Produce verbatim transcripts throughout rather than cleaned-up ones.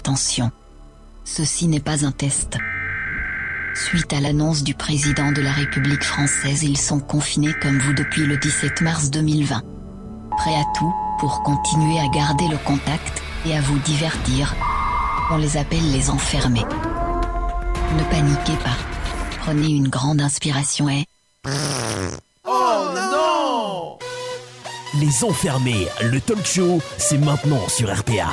attention. Ceci n'est pas un test. Suite à l'annonce du président de la République française, ils sont confinés comme vous depuis le dix-sept mars deux mille vingt. Prêts à tout pour continuer à garder le contact et à vous divertir. On les appelle les enfermés. Ne paniquez pas. Prenez une grande inspiration et... Oh non! Les Enfermés, le talk show, c'est maintenant sur R P A.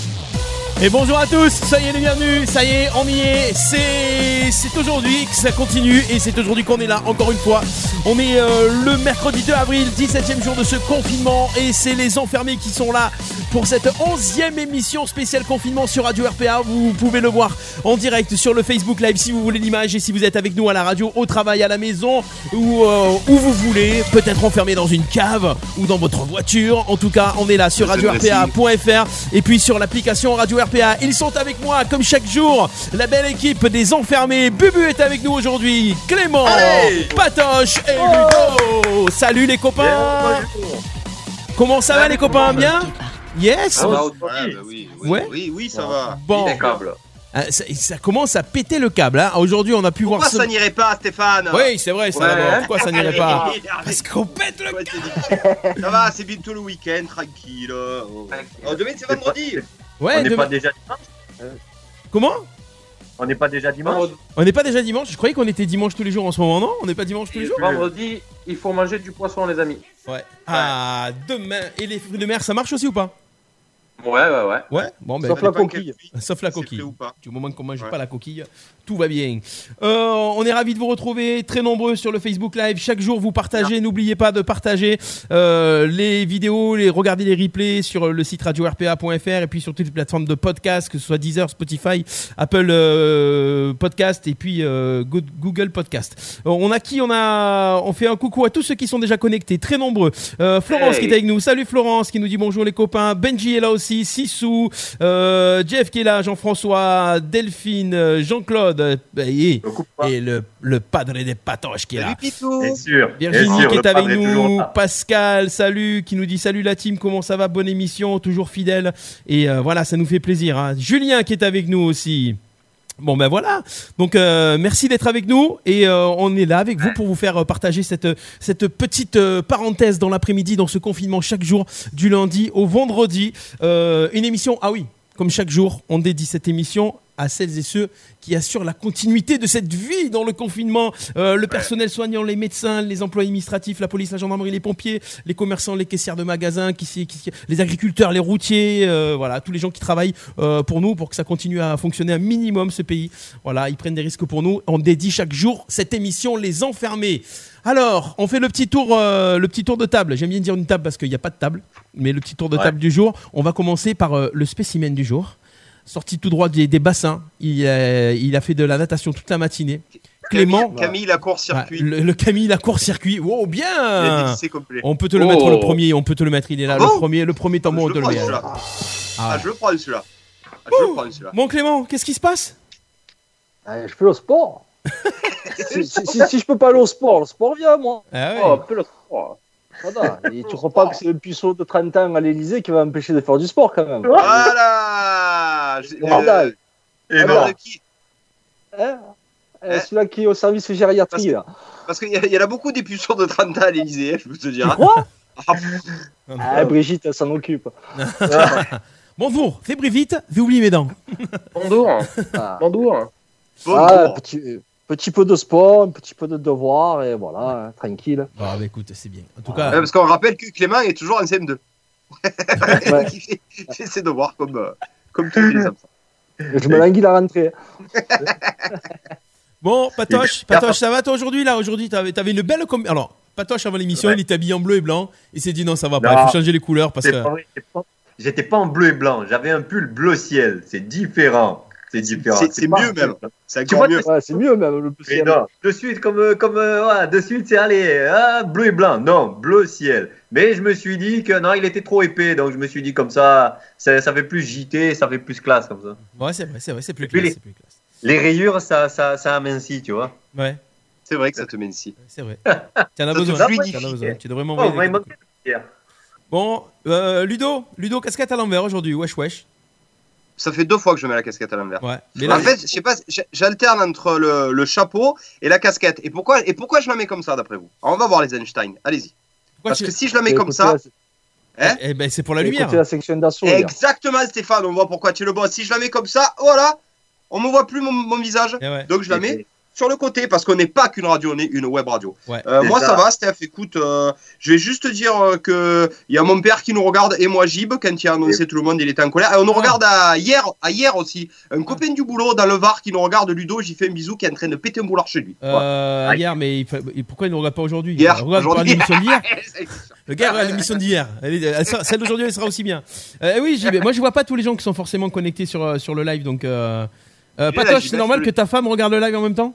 Et bonjour à tous, ça y est les bienvenus, ça y est, on y est, c'est, c'est aujourd'hui que ça continue et c'est aujourd'hui qu'on est là encore une fois. On est euh, le mercredi deux avril, dix-septième jour de ce confinement et c'est les Enfermés qui sont là pour cette onzième émission spéciale confinement sur Radio R P A. Vous pouvez le voir en direct sur le Facebook Live si vous voulez l'image et si vous êtes avec nous à la radio, au travail, à la maison ou euh, où vous voulez, peut-être enfermé dans une cave ou dans votre voiture. En tout cas, on est là sur radio r p a point f r et puis sur l'application Radio R P A. Ils sont avec moi comme chaque jour, la belle équipe des Enfermés. Bubu est avec nous aujourd'hui, Clément, Allez Patoche et oh Ludo. Salut les copains. Yeah, comment ça Salut, va les copains? Bien? Yes. Ça va, ouais, bah oui, oui, ouais. oui, oui, ça va. Bon. Euh, ça, ça commence à péter le câble. Hein. Aujourd'hui, on a pu Pourquoi voir. Pourquoi ça n'irait pas, Stéphane? Oui, c'est vrai, ça. Ouais. Pourquoi ça n'irait pas? Parce qu'on pète le câble. Ça va, c'est bientôt le week-end, tranquille. Oh. Oh, demain, c'est vendredi. Ouais, on n'est demain... pas déjà dimanche euh... Comment? On n'est pas déjà dimanche? On n'est pas déjà dimanche? Je croyais qu'on était dimanche tous les jours en ce moment, non? On n'est pas dimanche tous les jours? Vendredi, il faut manger du poisson, les amis. Ouais. Ah, demain. Et les fruits de mer, ça marche aussi ou pas? Ouais, ouais, ouais. Ouais, bon, ben. Sauf la coquille. Sauf la coquille. Du moment qu'on mange ouais. pas la coquille, tout va bien. Euh, on est ravis de vous retrouver, très nombreux sur le Facebook Live. Chaque jour, vous partagez. Ouais. N'oubliez pas de partager euh, les vidéos, les regarder les replays sur le site radio r p a point f r et puis sur toutes les plateformes de podcast, que ce soit Deezer, Spotify, Apple euh, Podcast et puis euh, Google Podcast. Euh, on a qui On a, on fait un coucou à tous ceux qui sont déjà connectés, très nombreux. Euh, Florence hey. qui est avec nous. Salut Florence, qui nous dit bonjour les copains. Benji est là aussi. Sissou, euh, Jeff qui est là, Jean-François, Delphine, Jean-Claude et, et le, le padre des patoches qui est là. Bien sûr. Virginie sûr, qui est avec nous, Pascal, salut, qui nous dit salut la team, comment ça va, bonne émission, toujours fidèle et euh, voilà, ça nous fait plaisir. Hein. Julien qui est avec nous aussi. Bon ben voilà, donc euh, merci d'être avec nous et euh, on est là avec vous pour vous faire partager cette, cette petite euh, parenthèse dans l'après-midi, dans ce confinement chaque jour du lundi au vendredi. Euh, une émission, ah oui, comme chaque jour, on dédie cette émission à celles et ceux qui assurent la continuité de cette vie dans le confinement. Euh, le personnel soignant, les médecins, les employés administratifs, la police, la gendarmerie, les pompiers, les commerçants, les caissières de magasins, qui, qui, qui, les agriculteurs, les routiers, euh, voilà, tous les gens qui travaillent euh, pour nous, pour que ça continue à fonctionner un minimum ce pays. Voilà, ils prennent des risques pour nous. On dédie chaque jour cette émission, Les Enfermés. Alors, on fait le petit tour, euh, le petit tour de table. J'aime bien dire une table parce qu'il n'y a pas de table, mais le petit tour de ouais. table du jour. On va commencer par euh, le spécimen du jour. Sorti tout droit des, des bassins, il, euh, il a fait de la natation toute la matinée. Clément, Camille la court-circuit. Le, le Camille la court-circuit. Oh bien. On peut te le oh. mettre le premier, on peut te le tambour, il est là ah bon le premier, le premier tambour on te le met. Ah, ah, je le prends celui-là. Ah, je le prends celui-là. Bon Clément, qu'est-ce qui se passe? euh, Je fais le sport. si, si, si, si je peux pas aller au sport, le sport vient moi. Ah oui. Oh, un peu le sport. Voilà. Et tu crois pas que c'est le puceau de trente ans à l'Elysée qui va m'empêcher de faire du sport quand même? Voilà. euh, Et alors de qui hein hein Celui-là qui est au service gériatrie là. Parce qu'il y, y en a beaucoup des puceaux de trente ans à l'Elysée, hein, je peux te dire. Quoi? Ah, Brigitte, elle s'en occupe. Bonjour, c'est Brigitte, j'ai oublié mes dents. Bonjour. Ah. Bonjour. Ah, petit... Petit peu de sport, un petit peu de devoir, et voilà, hein, tranquille. Ah, bah écoute, c'est bien. En tout cas. Ouais, parce qu'on rappelle que Clément est toujours en C M deux. Ouais. il, fait, il fait ses devoirs comme, euh, comme tous les enfants. Je me languis la rentrée. Bon, Patoche, Patoche, ça va toi aujourd'hui là? Aujourd'hui, t'avais, t'avais une belle. Com... Alors, Patoche, avant l'émission, ouais. il était habillé en bleu et blanc. Il s'est dit non, ça va pas, non, il faut changer les couleurs parce que. Pas vrai, j'étais, pas, j'étais pas en bleu et blanc, j'avais un pull bleu ciel. C'est différent. C'est différent. C'est, c'est, c'est mieux même. C'est encore mieux. Ouais, c'est mieux même le bleu ciel. Non, de suite comme comme ouais, de suite c'est allez ah, bleu et blanc. Non, bleu ciel. Mais je me suis dit que non, il était trop épais, donc je me suis dit comme ça, ça, ça fait plus J T, ça fait plus classe comme ça. Ouais, c'est vrai, c'est vrai, c'est plus classe, les, c'est plus classe. Les rayures, ça, ça, ça amincit, tu vois. Ouais. C'est vrai que ça te mincit. C'est vrai. Tu en as besoin. Tu en as besoin. Tu devrais m'envoyer. Oh, des bon, euh, Ludo, Ludo, casquette à l'envers aujourd'hui. Wesh, wesh. Ça fait deux fois que je mets la casquette à l'envers. Ouais. Mais là, en fait, je sais pas, j'alterne entre le, le chapeau et la casquette. Et pourquoi, et pourquoi je la mets comme ça, d'après vous? Alors, on va voir les Einstein. Allez-y. Parce tu... que si je la mets comme ça... Hein eh ben, c'est pour la lumière. La section d'assaut. Exactement, Stéphane. On voit pourquoi tu es le boss. Si je la mets comme ça, voilà, on me voit plus mon, mon visage. Eh ouais. Donc, je la mets... sur le côté, parce qu'on n'est pas qu'une radio, on est une web radio. Ouais, euh, moi, ça. ça va, Steph. Écoute, euh, je vais juste te dire euh, que il y a mon père qui nous regarde et moi, Gib, quand il a annoncé et... tout le monde, il était en colère. Et on nous regarde à hier, à hier aussi. Un copain du boulot dans le Var qui nous regarde, Ludo, j'y fais un bisou, qui est en train de péter un boulard chez lui. Euh, hier, mais il fa... pourquoi il ne nous regarde pas aujourd'hui? Hier, il regarde pas l'émission d'hier. Le gars regarde l'émission d'hier. Celle d'aujourd'hui, elle sera aussi bien. Euh, oui, Gib, moi, je vois pas tous les gens qui sont forcément connectés sur, sur le live. Donc, euh, euh, Patoche, c'est normal que ta femme regarde le live en même temps?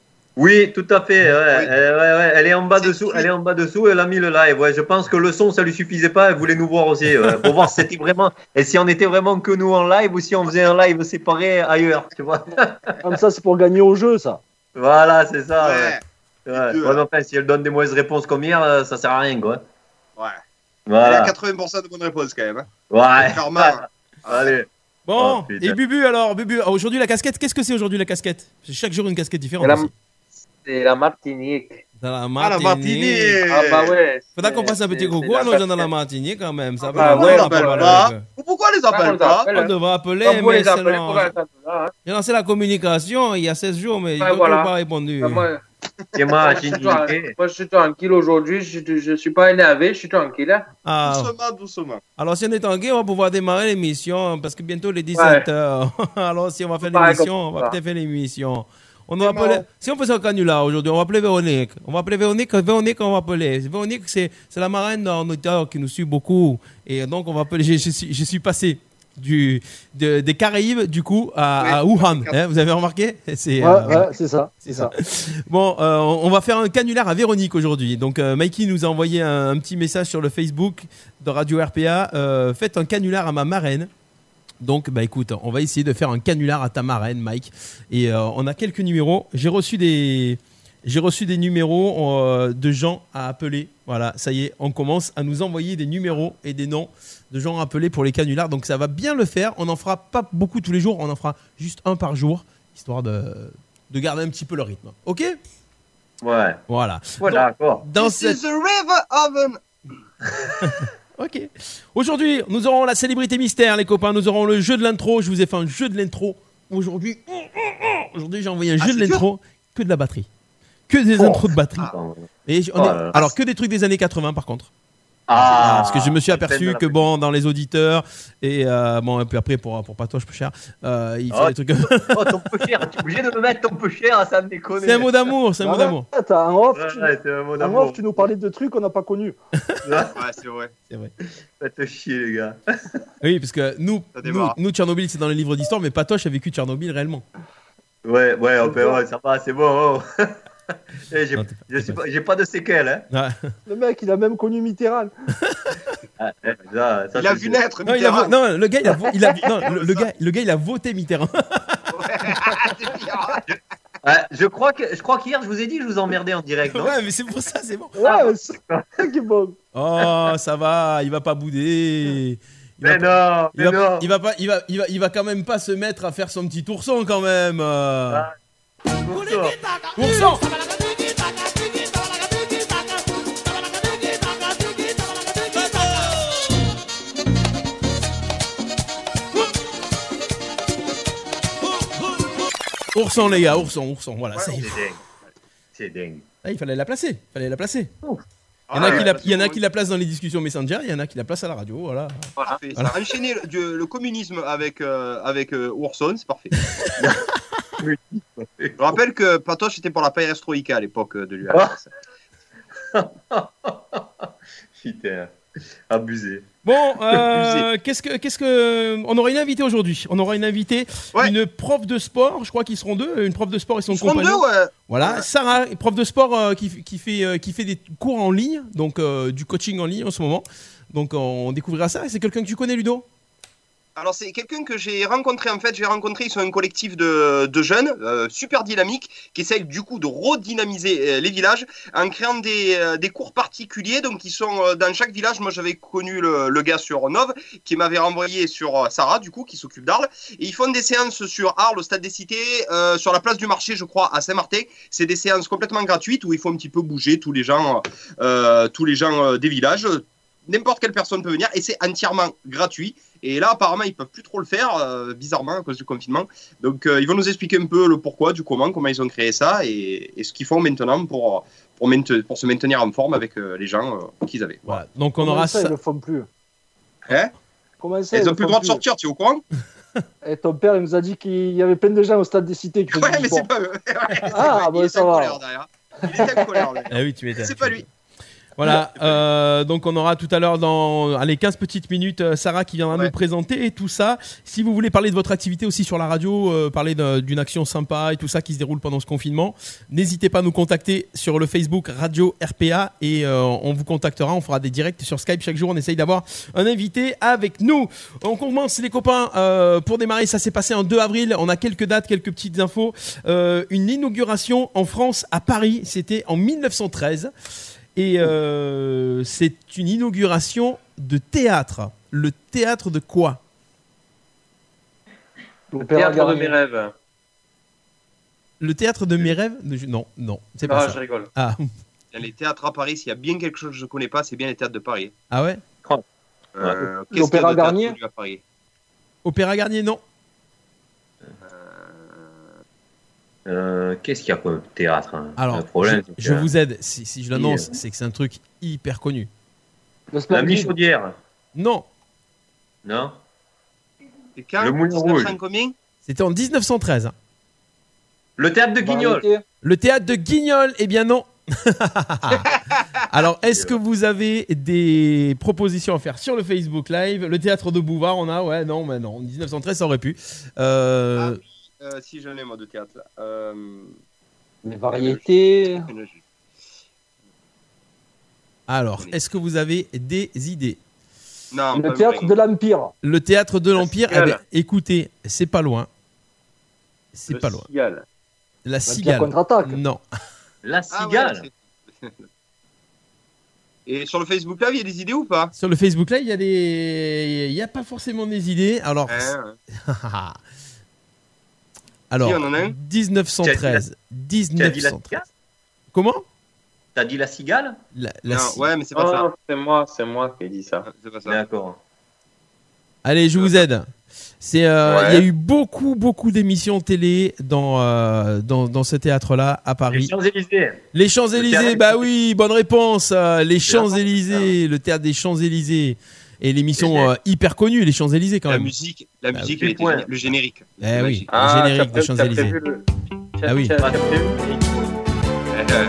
Oui, tout à fait. Ouais. Oui. Elle, ouais, ouais. Elle est en bas dessous. Elle est en bas dessous. Elle a mis le live. Ouais, je pense que le son, ça lui suffisait pas. Elle voulait nous voir aussi. Ouais, pour voir si c'était vraiment. Et si on était vraiment que nous en live ou si on faisait un live séparé ailleurs, tu vois. Comme ça, c'est pour gagner au jeu, ça. Voilà, c'est ça. Ouais. Ouais. Ouais. Deux, ouais, mais enfin, si elle donne des mauvaises réponses comme hier, ça sert à rien, quoi. Ouais. Voilà. Elle a quatre-vingts pour cent de bonnes réponses quand même. Hein. Ouais. Clairement. Allez. Bon, oh, et Bubu alors, Bubu, aujourd'hui la casquette, qu'est-ce que c'est aujourd'hui la casquette? C'est chaque jour une casquette différente. La... C'est la Martinique. Dans la Martinique. Ah, la Martinique. Ah bah ouais. Faudra qu'on fasse un petit coucou à nos gens dans la Martinique quand même. Ça ah bah va. Ouais, on appelle pas. Pourquoi les appelle pas? On devrait appeler, Comme mais les c'est appeler, là. Hein. J'ai lancé la communication il y a seize jours, mais ils n'ont voilà. pas répondu. Bah, moi, c'est Martinique. Moi, je suis tranquille aujourd'hui. Je, je suis pas énervé. Je suis tranquille. Hein. Ah. Doucement, doucement. Alors, si on est tranquille, on va pouvoir démarrer l'émission parce que bientôt les dix-sept heures. Ouais. Alors, si on va faire l'émission, on va peut-être faire l'émission. On va appeler, si on faisait un canular aujourd'hui, on va appeler Véronique. On va appeler Véronique. Véronique, on va appeler. Véronique, c'est, c'est la marraine en auditeur qui nous suit beaucoup. Et donc, on va appeler. Je, je, suis, je suis passé du, de, des Caraïbes, du coup, à, oui. à Wuhan. Hein, vous avez remarqué? C'est, ouais, euh, ouais, c'est ça. C'est ça. ça. Bon, euh, on va faire un canular à Véronique aujourd'hui. Donc, euh, Mikey nous a envoyé un, un petit message sur le Facebook de Radio R P A. Euh, faites un canular à ma marraine. Donc, bah écoute, on va essayer de faire un canular à ta marraine, Mike. Et euh, on a quelques numéros. J'ai reçu des, j'ai reçu des numéros euh, de gens à appeler. Voilà, ça y est, on commence à nous envoyer des numéros et des noms de gens à appeler pour les canulars. Donc, ça va bien le faire. On n'en fera pas beaucoup tous les jours. On en fera juste un par jour, histoire de, de garder un petit peu le rythme. OK ? Ouais. Voilà. Ouais, d'accord. Dans This cette... is a river oven. Ok. Aujourd'hui, nous aurons la célébrité mystère, les copains. Nous aurons le jeu de l'intro. Je vous ai fait un jeu de l'intro. Aujourd'hui, aujourd'hui j'ai envoyé un ah, jeu de l'intro. Sûr que de la batterie. Que des oh. intros de batterie. Ah. Et on est... oh Alors, que des trucs des années quatre-vingts, par contre. Ah, parce que je me suis aperçu que bon, dans les auditeurs et euh, bon, et puis après pour pour Patoche peu cher, euh, il fait oh, des trucs. Oh, ton peu cher, tu es obligé de me mettre ton peu cher, ça me déconne. C'est un mot d'amour, c'est un mot d'amour. T'as un off, tu... ouais, c'est un mot d'amour. Un off, tu nous parlais de trucs qu'on n'a pas connus. Ouais, c'est vrai. C'est vrai. Ça te chier, les gars. Oui, parce que nous, nous, nous, Tchernobyl, c'est dans les livres d'histoire, mais Patoche a vécu Tchernobyl réellement. Ouais, ouais, on peut, ouais, ça va, c'est bon. Oh. Hey, j'ai, non, je suis pas, j'ai pas de séquelles. Hein. Ouais. Le mec, il a même connu Mitterrand. Ah, ça, ça, il a vu bien. naître non, Mitterrand. Il a, non, le gars, il a, il a, non, le, le, gars, le gars, il a voté Mitterrand. Ouais, je crois que, je crois qu'hier, je vous ai dit que je vous emmerdais en direct. Non ouais, mais c'est pour ça, c'est bon. Ouais, c'est ça qui est bon. Oh, ça va, il va pas bouder. Il mais va, non, il mais va, non. Il va pas, il va, il va, il va quand même pas se mettre à faire son petit ourson quand même. Euh... Ah. Ourson. Ourson les gars, ourson, ourson, voilà. Ouais, ça y est. C'est dingue. C'est dingue. Ah, il fallait la placer, il fallait la placer. Ouf. Il y en a, ah, qui, la, il y en a qui la placent dans les discussions Messenger, il y en a qui la placent à la radio, voilà. Voilà. Voilà. Enchaîner le, le communisme avec, euh, avec euh, Ourson, c'est parfait. Je rappelle que Patoche était pour la perestroïka à l'époque de l'U R S S. Putain, abusé. Bon, euh, qu'est-ce que, qu'est-ce que, on aura une invitée aujourd'hui. On aura une invitée, ouais. Une prof de sport. Je crois qu'ils seront deux. Une prof de sport et son compagnon. Ils seront deux, ouais. Voilà, ouais. Sarah, prof de sport euh, qui, qui fait, euh, qui fait des cours en ligne, donc euh, du coaching en ligne en ce moment. Donc on découvrira ça. C'est quelqu'un que tu connais, Ludo ? Alors c'est quelqu'un que j'ai rencontré en fait, j'ai rencontré, ils sont un collectif de, de jeunes euh, super dynamiques qui essayent du coup de redynamiser euh, les villages en créant des, euh, des cours particuliers, donc ils sont euh, dans chaque village. Moi j'avais connu le, le gars sur Nov qui m'avait renvoyé sur euh, Sarah du coup qui s'occupe d'Arles, et ils font des séances sur Arles au Stade des Cités, euh, sur la place du marché je crois à Saint-Martin. C'est des séances complètement gratuites où il faut un petit peu bouger tous les gens, euh, tous les gens euh, des villages. N'importe quelle personne peut venir et c'est entièrement gratuit. Et là, apparemment, ils peuvent plus trop le faire, euh, bizarrement, à cause du confinement. Donc, euh, ils vont nous expliquer un peu le pourquoi, du comment, comment ils ont créé ça et, et ce qu'ils font maintenant pour, pour, mainte- pour se maintenir en forme avec euh, les gens euh, qu'ils avaient. Voilà. Donc, on Comment aura ça, ça. ils le font plus. Hein Comment ça, Ils ils n'ont le plus le font droit de sortir, tu es au courant? Et ton père, il nous a dit qu'il y avait plein de gens au Stade des Cités qui faisaient Ouais, du mais sport. c'est pas eux. Ouais, c'est Ah, vrai. bon, Il était ça en va. colère derrière. Il était en colère, lui. Ah oui, tu m'étonnes. C'est pas lui. Voilà, euh, donc on aura tout à l'heure dans allez, quinze petites minutes euh, Sarah qui viendra Ouais. nous présenter et tout ça. Si vous voulez parler de votre activité aussi sur la radio, euh, parler de- d'une action sympa et tout ça qui se déroule pendant ce confinement, n'hésitez pas à nous contacter sur le Facebook Radio R P A et euh, on vous contactera, on fera des directs sur Skype chaque jour, on essaye d'avoir un invité avec nous. On commence les copains, euh, pour démarrer, ça s'est passé en deux avril, on a quelques dates, quelques petites infos. Euh, une inauguration en France à Paris, c'était en mille neuf cent treize. Et euh, c'est une inauguration de théâtre. Le théâtre de quoi? Le Théâtre de mes rêves. Le théâtre de mes rêves? De- Non, non, c'est Ah, pas je ça. rigole. Ah, Dans les théâtres à Paris, s'il y a bien quelque chose que je ne connais pas, c'est bien les théâtres de Paris. ah ouais? Euh, qu'est-ce qu'il y a L'Opéra de théâtre Garnier connu à Paris? Opéra Garnier, non. Euh, Qu'est-ce qu'il y a comme théâtre hein Alors, Le problème, je, c'est je que- vous aide. Si, si je l'annonce, Oui. c'est que c'est un truc hyper connu. Le La Splendide. Michaudière, Non, non C'est quand Le Moulin dix-neuf cents Rouge. combien? c'était en dix-neuf cent treize. hein. Le théâtre de Guignol. Variété. Le théâtre de Guignol, eh bien non. Alors, est-ce que vous avez des propositions à faire sur le Facebook Live? Le théâtre de Bouvard, on a, ouais, non, mais non. En dix-neuf cent treize, ça aurait pu. Euh, Ah oui, euh, si j'en ai moi de théâtre là. Euh... Les variétés. Alors, est-ce que vous avez des idées? Non, Le pas théâtre vrai. de l'Empire. Le théâtre de l'Empire, eh Cigale. ben, écoutez, c'est pas loin. C'est Le pas loin. Cigale. La L'Empire cigale. contre-attaque. Non. La Ah, Cigale. ouais, c'est- Et sur le Facebook Live, il y a des idées ou pas? Sur le Facebook Live, il y a des, il y a pas forcément des idées. Alors, Hein, alors, Si, on en a un. dix-neuf cent treize, Tu as dit dix-neuf la cent treize. Cigale Comment? T'as dit la Cigale La- la non, ci- ouais, mais c'est pas ça. Oh, c'est moi, c'est moi qui ai dit ça. C'est pas ça. D'accord. Allez, je vous aide. C'est, euh, Ouais. il y a eu beaucoup, beaucoup d'émissions télé dans, euh, dans, dans ce théâtre-là à Les Paris. Champs-Élysées. Les Champs-Élysées, Le théâtre- bah oui, bonne réponse. euh, les C'est la Champs-Élysées, le théâtre des Champs-Élysées. Et l'émission Et euh, hyper connue, les Champs-Élysées quand La même. musique, la Ah, musique, oui. elle était Ouais. géniale. Le générique. Eh oui, Magique. Ah, le générique t'as des pré- t'as Champs-Élysées. prévu le- Ah oui. Tiens, Ah, t'as prévu Euh,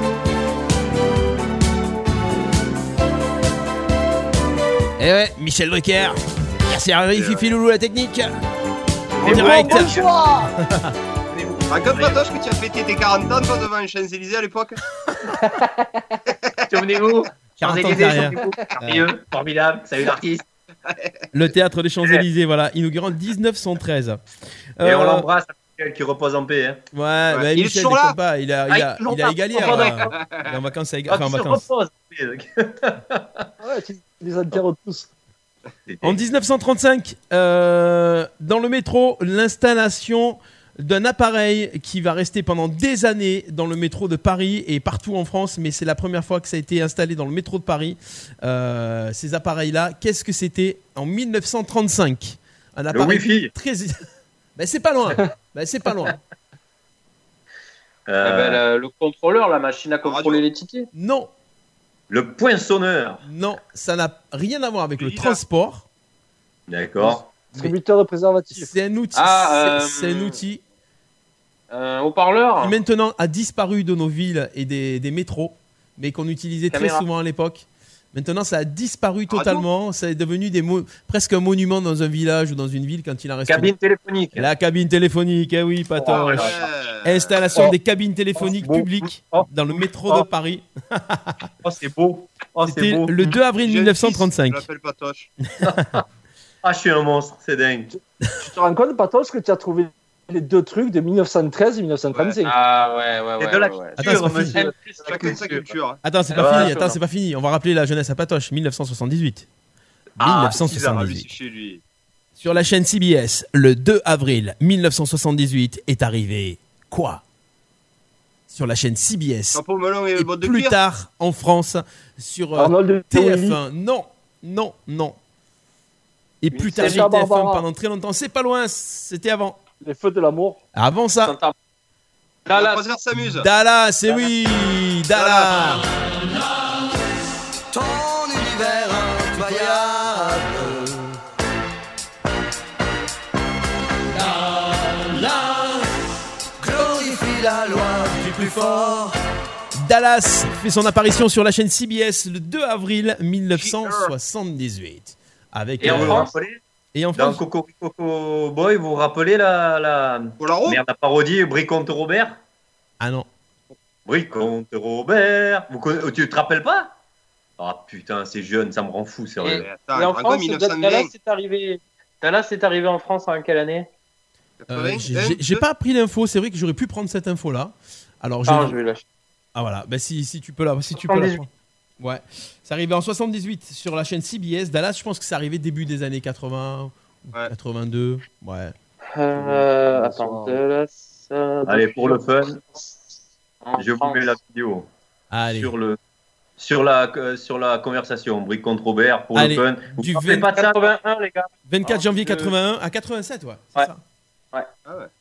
Eh ouais, Michel Drucker. Merci à C'est Fifi Loulou la technique. En Et direct. bon, bon choix. Raconte Patoche que tu as fêté tes quarante ans toi devant les Champs-Élysées à l'époque. Souvenez-vous quarante ans de Champs-Élysées, carrière. souvenez-vous Merveilleux, formidable, salut l'artiste. Le théâtre des Champs-Élysées, voilà, inauguré en dix-neuf cent treize. Et Euh, on l'embrasse, Michel, qui repose en paix. Hein. Ouais, bah, Il est Michel, toujours là. déconne pas, il a, il a, Ah, il est toujours il a là. Égalière. Oh, là. d'accord. Il est en vacances à Égalière. Ah, Enfin, en tu te vacances. reposes. Ouais, tu les enterres tous. En dix-neuf cent trente-cinq, euh, dans le métro, l'installation d'un appareil qui va rester pendant des années dans le métro de Paris et partout en France, mais c'est la première fois que ça a été installé dans le métro de Paris. Euh, ces appareils-là, qu'est-ce que c'était en mille neuf cent trente-cinq? Un Le appareil Wi-Fi. très. Ben, c'est pas loin. Ben, c'est pas loin. Euh, Eh ben, le, le contrôleur, la machine à contrôler radio. les tickets. Non, Le poinçonneur. non, ça n'a rien à voir avec le Celui-là. transport. D'accord. Distributeur de préservatifs. C'est un outil. Ah, c'est, euh, c'est un outil Un haut-parleur. qui maintenant a disparu de nos villes et des, des métros, mais qu'on utilisait Caméra. très souvent à l'époque. Maintenant, ça a disparu totalement. Ça est devenu des mo- presque un monument dans un village ou dans une ville quand il en reste Cabine téléphonique. une. La cabine téléphonique, eh oui, Patoche. Oh, Ouais. Installation Oh. des cabines téléphoniques Oh, c'est beau. publiques Oh. dans le métro Oh. de Paris. Oh, c'est beau. Oh, c'est C'était beau. le deux avril J'ai un mille neuf cent trente-cinq. fils, Je l'appelle Patoche. Ah, je suis un monstre, c'est dingue. Tu te rends compte, Patos, que tu as trouvé les deux trucs de mille neuf cent treize et mille neuf cent trente-cinq. Ah ouais, ouais, C'est ouais. de la ouais, ouais. Attends, c'est pas culture, fini. monsieur. Chacun sa culture. Attends, c'est pas Ah, fini. ouais, Attends, ouais. c'est pas fini. On va rappeler la jeunesse à Patoche. mille neuf cent soixante-dix-huit. Ah, Ah, lui, mille neuf cent soixante-dix-huit. c'est chez lui. Sur la chaîne C B S, le deux avril mille neuf cent soixante-dix-huit est arrivé quoi? Sur la chaîne C B S. Chapeau melon et Et botte de plus cuir. tard en France sur euh, Arnold T F Willy. un. Non, non, non. Et Une plus tard série sur T F un Barbara. pendant très longtemps. C'est pas loin, c'était avant. Les feux de l'amour. Avant ça, Santa- La Dallas. croisière s'amuse. Dallas, c'est oui, Dallas. Ton univers incroyable. Glorifie la loi du plus fort. Dallas fait son apparition sur la chaîne C B S le deux avril mille neuf cent soixante-dix-huit. Avec, Et en euh, France Et en Dans France Coco Coco Boy, vous vous rappelez la, la... Polaro. Merde, la parodie Briconte Robert? Ah non. Briconte Robert. Vous conna- Tu te rappelles pas? Ah putain, c'est jeune, ça me rend fou, sérieux. Mais attends, Et en encore France, mille neuf cent Dallas vingt. est arrivé. Dallas est arrivé en France en quelle année? Euh, quatre-vingts, j'ai- j'ai- J'ai vingt-deux. pas pris l'info, c'est vrai que j'aurais pu prendre cette info là. Alors je Ah, je vais lâcher. Ah voilà, bah si, si tu peux la si tu peux la soixante-dix-huit. prendre. Ouais. C'est arrivé en soixante-dix-huit sur la chaîne C B S. Dallas, je pense que c'est arrivé début des années quatre-vingts ou Ouais. quatre-vingt-deux. Ouais. Euh, attends, Dallas. euh, Allez, depuis pour le fun, en je vous France. mets la vidéo Allez. sur le sur la euh, sur la conversation Briconte Robert pour Allez, le fun. Vous du vous rappelez vingt- pas de ça? quatre-vingt-un, les gars. vingt-quatre Ah, janvier je- quatre-vingt-un à quatre-vingt-sept, ouais. C'est Ouais. ça. Ah ouais.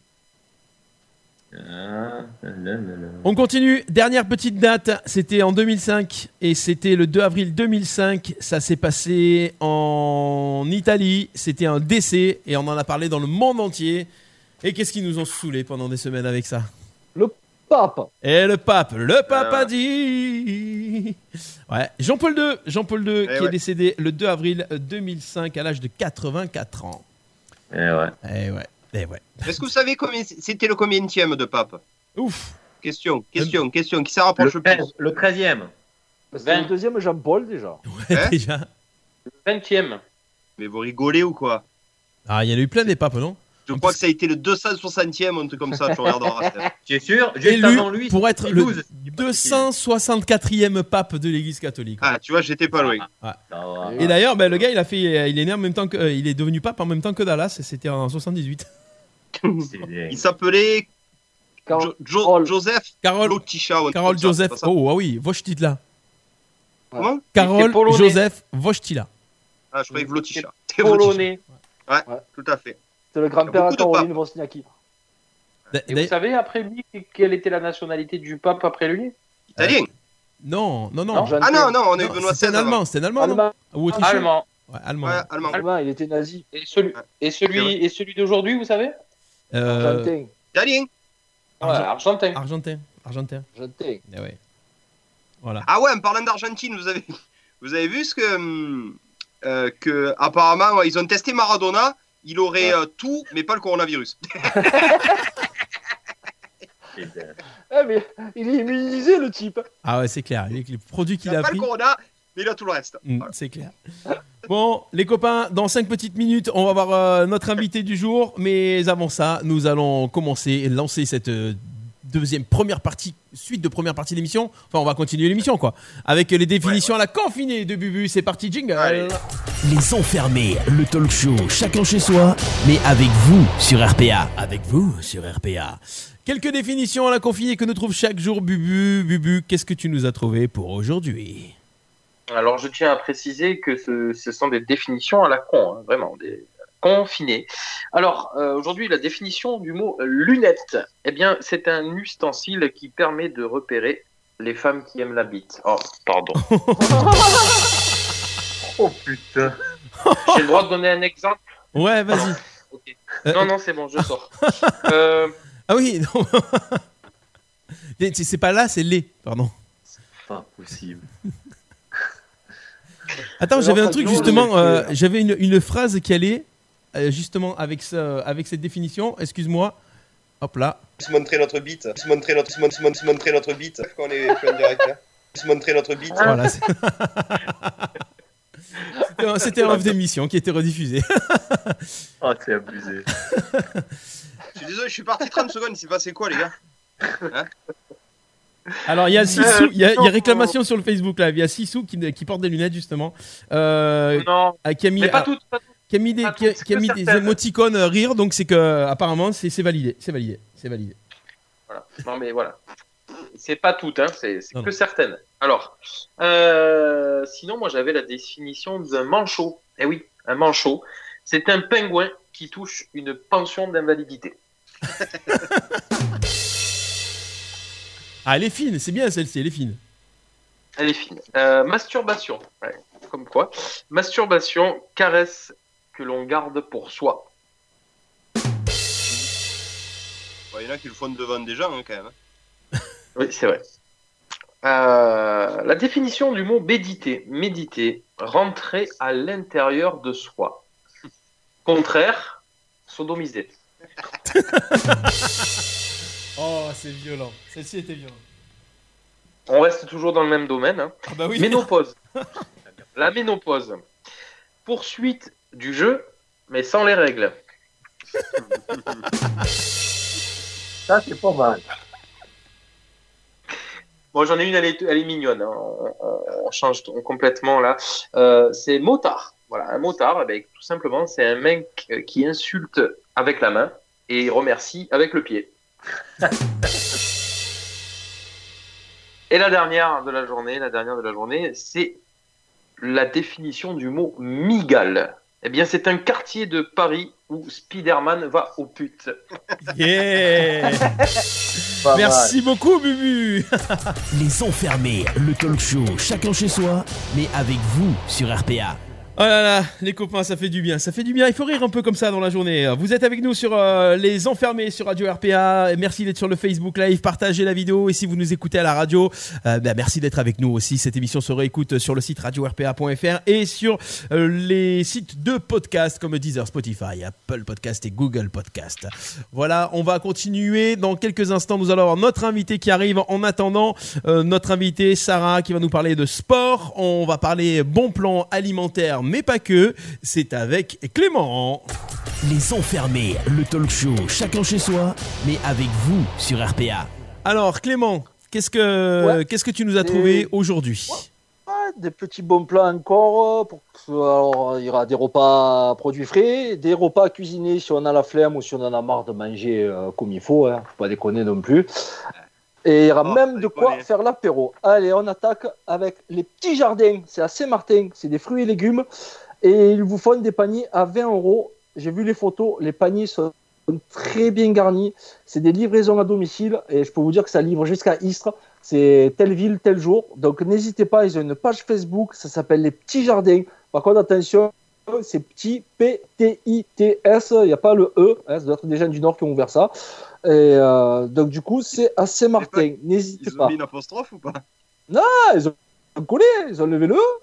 Ah, là, là, là. On continue. Dernière petite date, c'était en deux mille cinq et c'était le deux avril deux mille cinq. Ça s'est passé en Italie. C'était un décès et on en a parlé dans le monde entier. Et qu'est-ce qu'ils nous ont saoulé pendant des semaines avec ça? Le pape. Et le pape, le pape Ah. a dit. Ouais, Jean-Paul deux, Jean-Paul deux Eh qui ouais. est décédé le deux avril deux mille cinq à l'âge de quatre-vingt-quatre ans. Eh ouais. Eh ouais, eh ouais. Est-ce que vous savez combien c'était le combienième de pape? Ouf. Question, question, question. Qui ça Le, rapproche le plus? treize, le treizième. C'était vingt. le deuxième Jean-Paul déjà. Ouais, Hein déjà. vingtième. Mais vous rigolez ou quoi? Ah, il y en a eu plein des papes, non? Je crois que ça a été le deux cent soixantième, un truc comme ça, tu regarderas. Tu es sûr? Juste Élu avant lui, pour être c'était le douze. deux cent soixante-quatrième pape de l'Église catholique. Ah, tu vois, j'étais pas loin. Ça va. Et d'ailleurs, ben, le gars, il a fait, il est né en même temps que, euh, il est devenu pape en même temps que Dallas. Et c'était en soixante-dix-huit. C'est bien. Il s'appelait Car- Jo- Jo- Carole. Joseph Carole, Lotisha. ou un truc Carole comme ça, Joseph. c'est pas ça Oh, ah oui, Vochtila. Comment? Carole polonais. Joseph Vochtila. Ah, je croyais Vlotisha. Polonais. Tout à fait. C'est le grand-père Beaucoup à de Caroline papes. Wozniacki. D'a- Et vous d'a- savez, après lui, quelle était la nationalité du pape après lui? Italien. Non, non, non. Non. Ah non, non, on a eu Non, Benoît C'était un seize avant. allemand, c'était un allemand, non? Allemand. Ou autrichien? Allemand. Ouais, allemand. Ouais, allemand. Allemand, il était nazi. Et celui, Ouais. et C'est vrai. celui, et celui d'aujourd'hui, vous savez? Euh, Argentin. Italien. Ouais, Argent- argentin. Argentin. Argentin. Argentin. Eh ouais. Voilà. Ah ouais, en parlant d'Argentine, vous avez, vous avez vu ce que, hum, euh, que apparemment ils ont testé Maradona, il aurait euh, tout, mais pas le coronavirus. C'est bien. Eh mais il est immunisé le type. Ah ouais, c'est clair. Les, les produits Il qu'il n'a a pas pris. le corona, mais il a tout le reste. Mm, Voilà. c'est clair. Bon, les copains, dans cinq petites minutes, on va voir euh, notre invité du jour. Mais avant ça, nous allons commencer et lancer cette euh, deuxième, première partie, suite de première partie de l'émission. Enfin, on va continuer l'émission, quoi. Avec les définitions à la confinée de Bubu. C'est parti, jingle. Allez. Les enfermés, le talk show, chacun chez soi, mais avec vous sur R P A. Avec vous sur R P A. Quelques définitions à la confinée que nous trouve chaque jour Bubu. Bubu, qu'est-ce que tu nous as trouvé pour aujourd'hui? Alors, je tiens à préciser que ce, ce sont des définitions à la con, hein, vraiment, des confinés. Alors, euh, aujourd'hui, la définition du mot euh, lunette, eh bien, c'est un ustensile qui permet de repérer les femmes qui aiment la bite. Oh, pardon. Oh putain. J'ai le droit de donner un exemple? Ouais, vas-y. Ok. Euh, Non, non, c'est bon, je sors. Euh, Ah oui, non. C'est c'est pas là, c'est les. Pardon. Pas possible. Attends, Alors, j'avais un pas truc du tout, justement, mais- euh, j'avais une, une phrase qui allait euh, justement avec, ce, avec cette définition. Excuse-moi. Hop là. Se montrer notre bite, se montrer notre, se mon- se mon- se montrer notre bite. Quand on est en direct, hein. Se montrer notre bite. Voilà. c'est- C'était un, c'était un off d'émission qui était rediffusé. Oh, c'est abusé. Je suis désolé, je suis parti trente secondes, il s'est passé quoi, les gars? Hein? Alors, il y a Sissou, il y, a- il y a réclamation sur le Facebook Live. Il y a Sissou qui, qui porte des lunettes, justement. Euh, Non, ah, qui a mis, mais pas ah, toutes. Pas toutes. qui a mis des, pas qui a- toutes, qui a que mis des certaines. émoticônes euh, rire, donc c'est que, apparemment, c'est c'est validé. C'est validé. C'est validé. Voilà. Non, mais voilà. C'est pas toutes, hein. c'est c'est Non, que non. certaines. Alors, euh, sinon, moi, j'avais la définition d'un manchot. Eh oui, un manchot. C'est un pingouin qui touche une pension d'invalidité. Ah, elle est fine, c'est bien celle-ci, elle est fine. Elle est fine. Euh, masturbation. Ouais, comme quoi. Masturbation, caresse que l'on garde pour soi. Il y en a qui le font devant des gens, hein, quand même. Oui, c'est vrai. Euh, la définition du mot méditer. Méditer, rentrer à l'intérieur de soi. Contraire, sodomiser. Oh, c'est violent. Celle-ci était violente. On reste toujours dans le même domaine. Hein. Ah bah oui. Ménopause. La ménopause. Poursuite du jeu, mais sans les règles. Ça, c'est pas mal. Bon, j'en ai une, elle est, elle est mignonne. Hein. On, on- on change t- complètement là. Euh, c'est motard. Voilà, un motard, eh ben, tout simplement, c'est un mec euh, qui insulte avec la main et remercie avec le pied. Et la dernière de la journée, la dernière de la journée, c'est la définition du mot migale. Eh bien, c'est un quartier de Paris où Spider-Man va aux putes. Yeah. Pas Merci beaucoup, Bubu. Les enfermés, le talk show, chacun chez soi, mais avec vous sur R P A. Oh là là, les copains, ça fait du bien, ça fait du bien. Il faut rire un peu comme ça dans la journée. Vous êtes avec nous sur euh, Les Enfermés sur Radio R P A. Et merci d'être sur le Facebook Live, partagez la vidéo. Et si vous nous écoutez à la radio, euh, bah, merci d'être avec nous aussi. Cette émission se réécoute sur le site radio r p a point f r et sur euh, les sites de podcast comme Deezer, Spotify, Apple Podcast et Google Podcast. Voilà, on va continuer. Dans quelques instants, nous allons avoir notre invité qui arrive. En attendant, euh, notre invité Sarah qui va nous parler de sport. On va parler bon plan alimentaire, mais pas que. C'est avec Clément. Les enfermés, le talk show, chacun chez soi, mais avec vous sur R P A. Alors Clément, qu'est-ce que Ouais. qu'est-ce que tu nous as Et- trouvé aujourd'hui? Ouais, des petits bons plats encore. euh, Pour que- alors, il y aura des repas produits frais, des repas cuisinés si on a la flemme ou si on en a marre de manger euh, comme il faut. Hein, faut pas déconner non plus. Et il y aura Oh, même pas de quoi déconner. faire l'apéro. Allez, on attaque avec les petits jardins. C'est à Saint-Martin. C'est des fruits et légumes. Et ils vous font des paniers à vingt euros. J'ai vu les photos. Les paniers sont très bien garnis. C'est des livraisons à domicile. Et je peux vous dire que ça livre jusqu'à Istres. C'est telle ville, tel jour. Donc n'hésitez pas. Ils ont une page Facebook. Ça s'appelle Les Petits Jardins. Par contre, attention. C'est petit P T I T S. Il n'y a pas le E. Hein, ça doit être des gens du Nord qui ont ouvert ça. Et euh, donc, du coup, c'est à Saint-Martin. N'hésitez Ils ont pas. mis une apostrophe ou pas? Ah, ils ont collé, ils ont levé le E.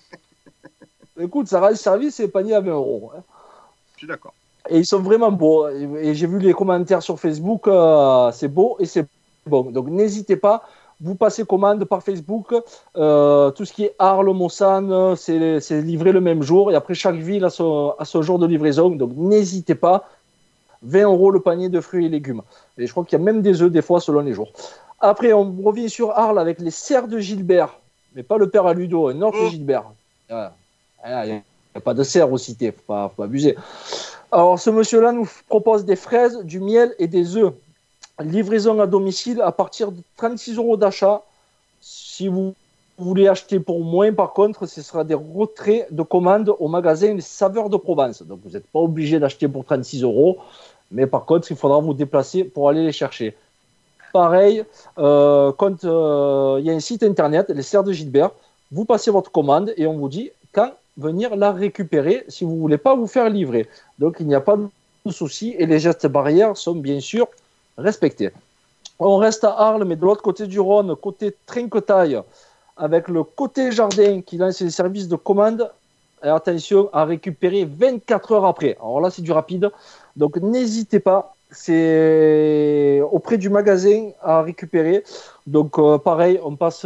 Écoute, ça rend le service et panier à vingt euros. Hein. Je suis d'accord. Et ils sont vraiment beaux. Et, et j'ai vu les commentaires sur Facebook, euh, c'est beau et c'est bon. Donc n'hésitez pas, vous passez commande par Facebook. Euh, tout ce qui est Arles, Mossane, c'est, c'est livré le même jour. Et après, chaque ville a son, a son jour de livraison. Donc n'hésitez pas. vingt euros le panier de fruits et légumes. Et je crois qu'il y a même des œufs des fois selon les jours. Après, on revient sur Arles avec les serres de Gilbert. Mais pas le père à Ludo, un autre Oh. Gilbert. Ouais. Il n'y a pas de serre au cité, faut pas, faut pas abuser. Alors, ce monsieur-là nous propose des fraises, du miel et des œufs. Livraison à domicile à partir de trente-six euros d'achat. Si vous voulez acheter pour moins, par contre, ce sera des retraits de commandes au magasin Les Saveurs de Provence. Donc, vous n'êtes pas obligé d'acheter pour trente-six euros. Mais par contre, il faudra vous déplacer pour aller les chercher. Pareil, euh, quand il euh, y a un site internet, les serres de Gilbert, vous passez votre commande et on vous dit quand venir la récupérer si vous ne voulez pas vous faire livrer. Donc, il n'y a pas de souci et les gestes barrières sont bien sûr respectés. On reste à Arles, mais de l'autre côté du Rhône, côté Trinquetaille, avec le côté jardin qui lance les services de commande. Et attention à récupérer vingt-quatre heures après. Alors là, c'est du rapide. Donc, n'hésitez pas. C'est auprès du magasin à récupérer. Donc, euh, pareil, on passe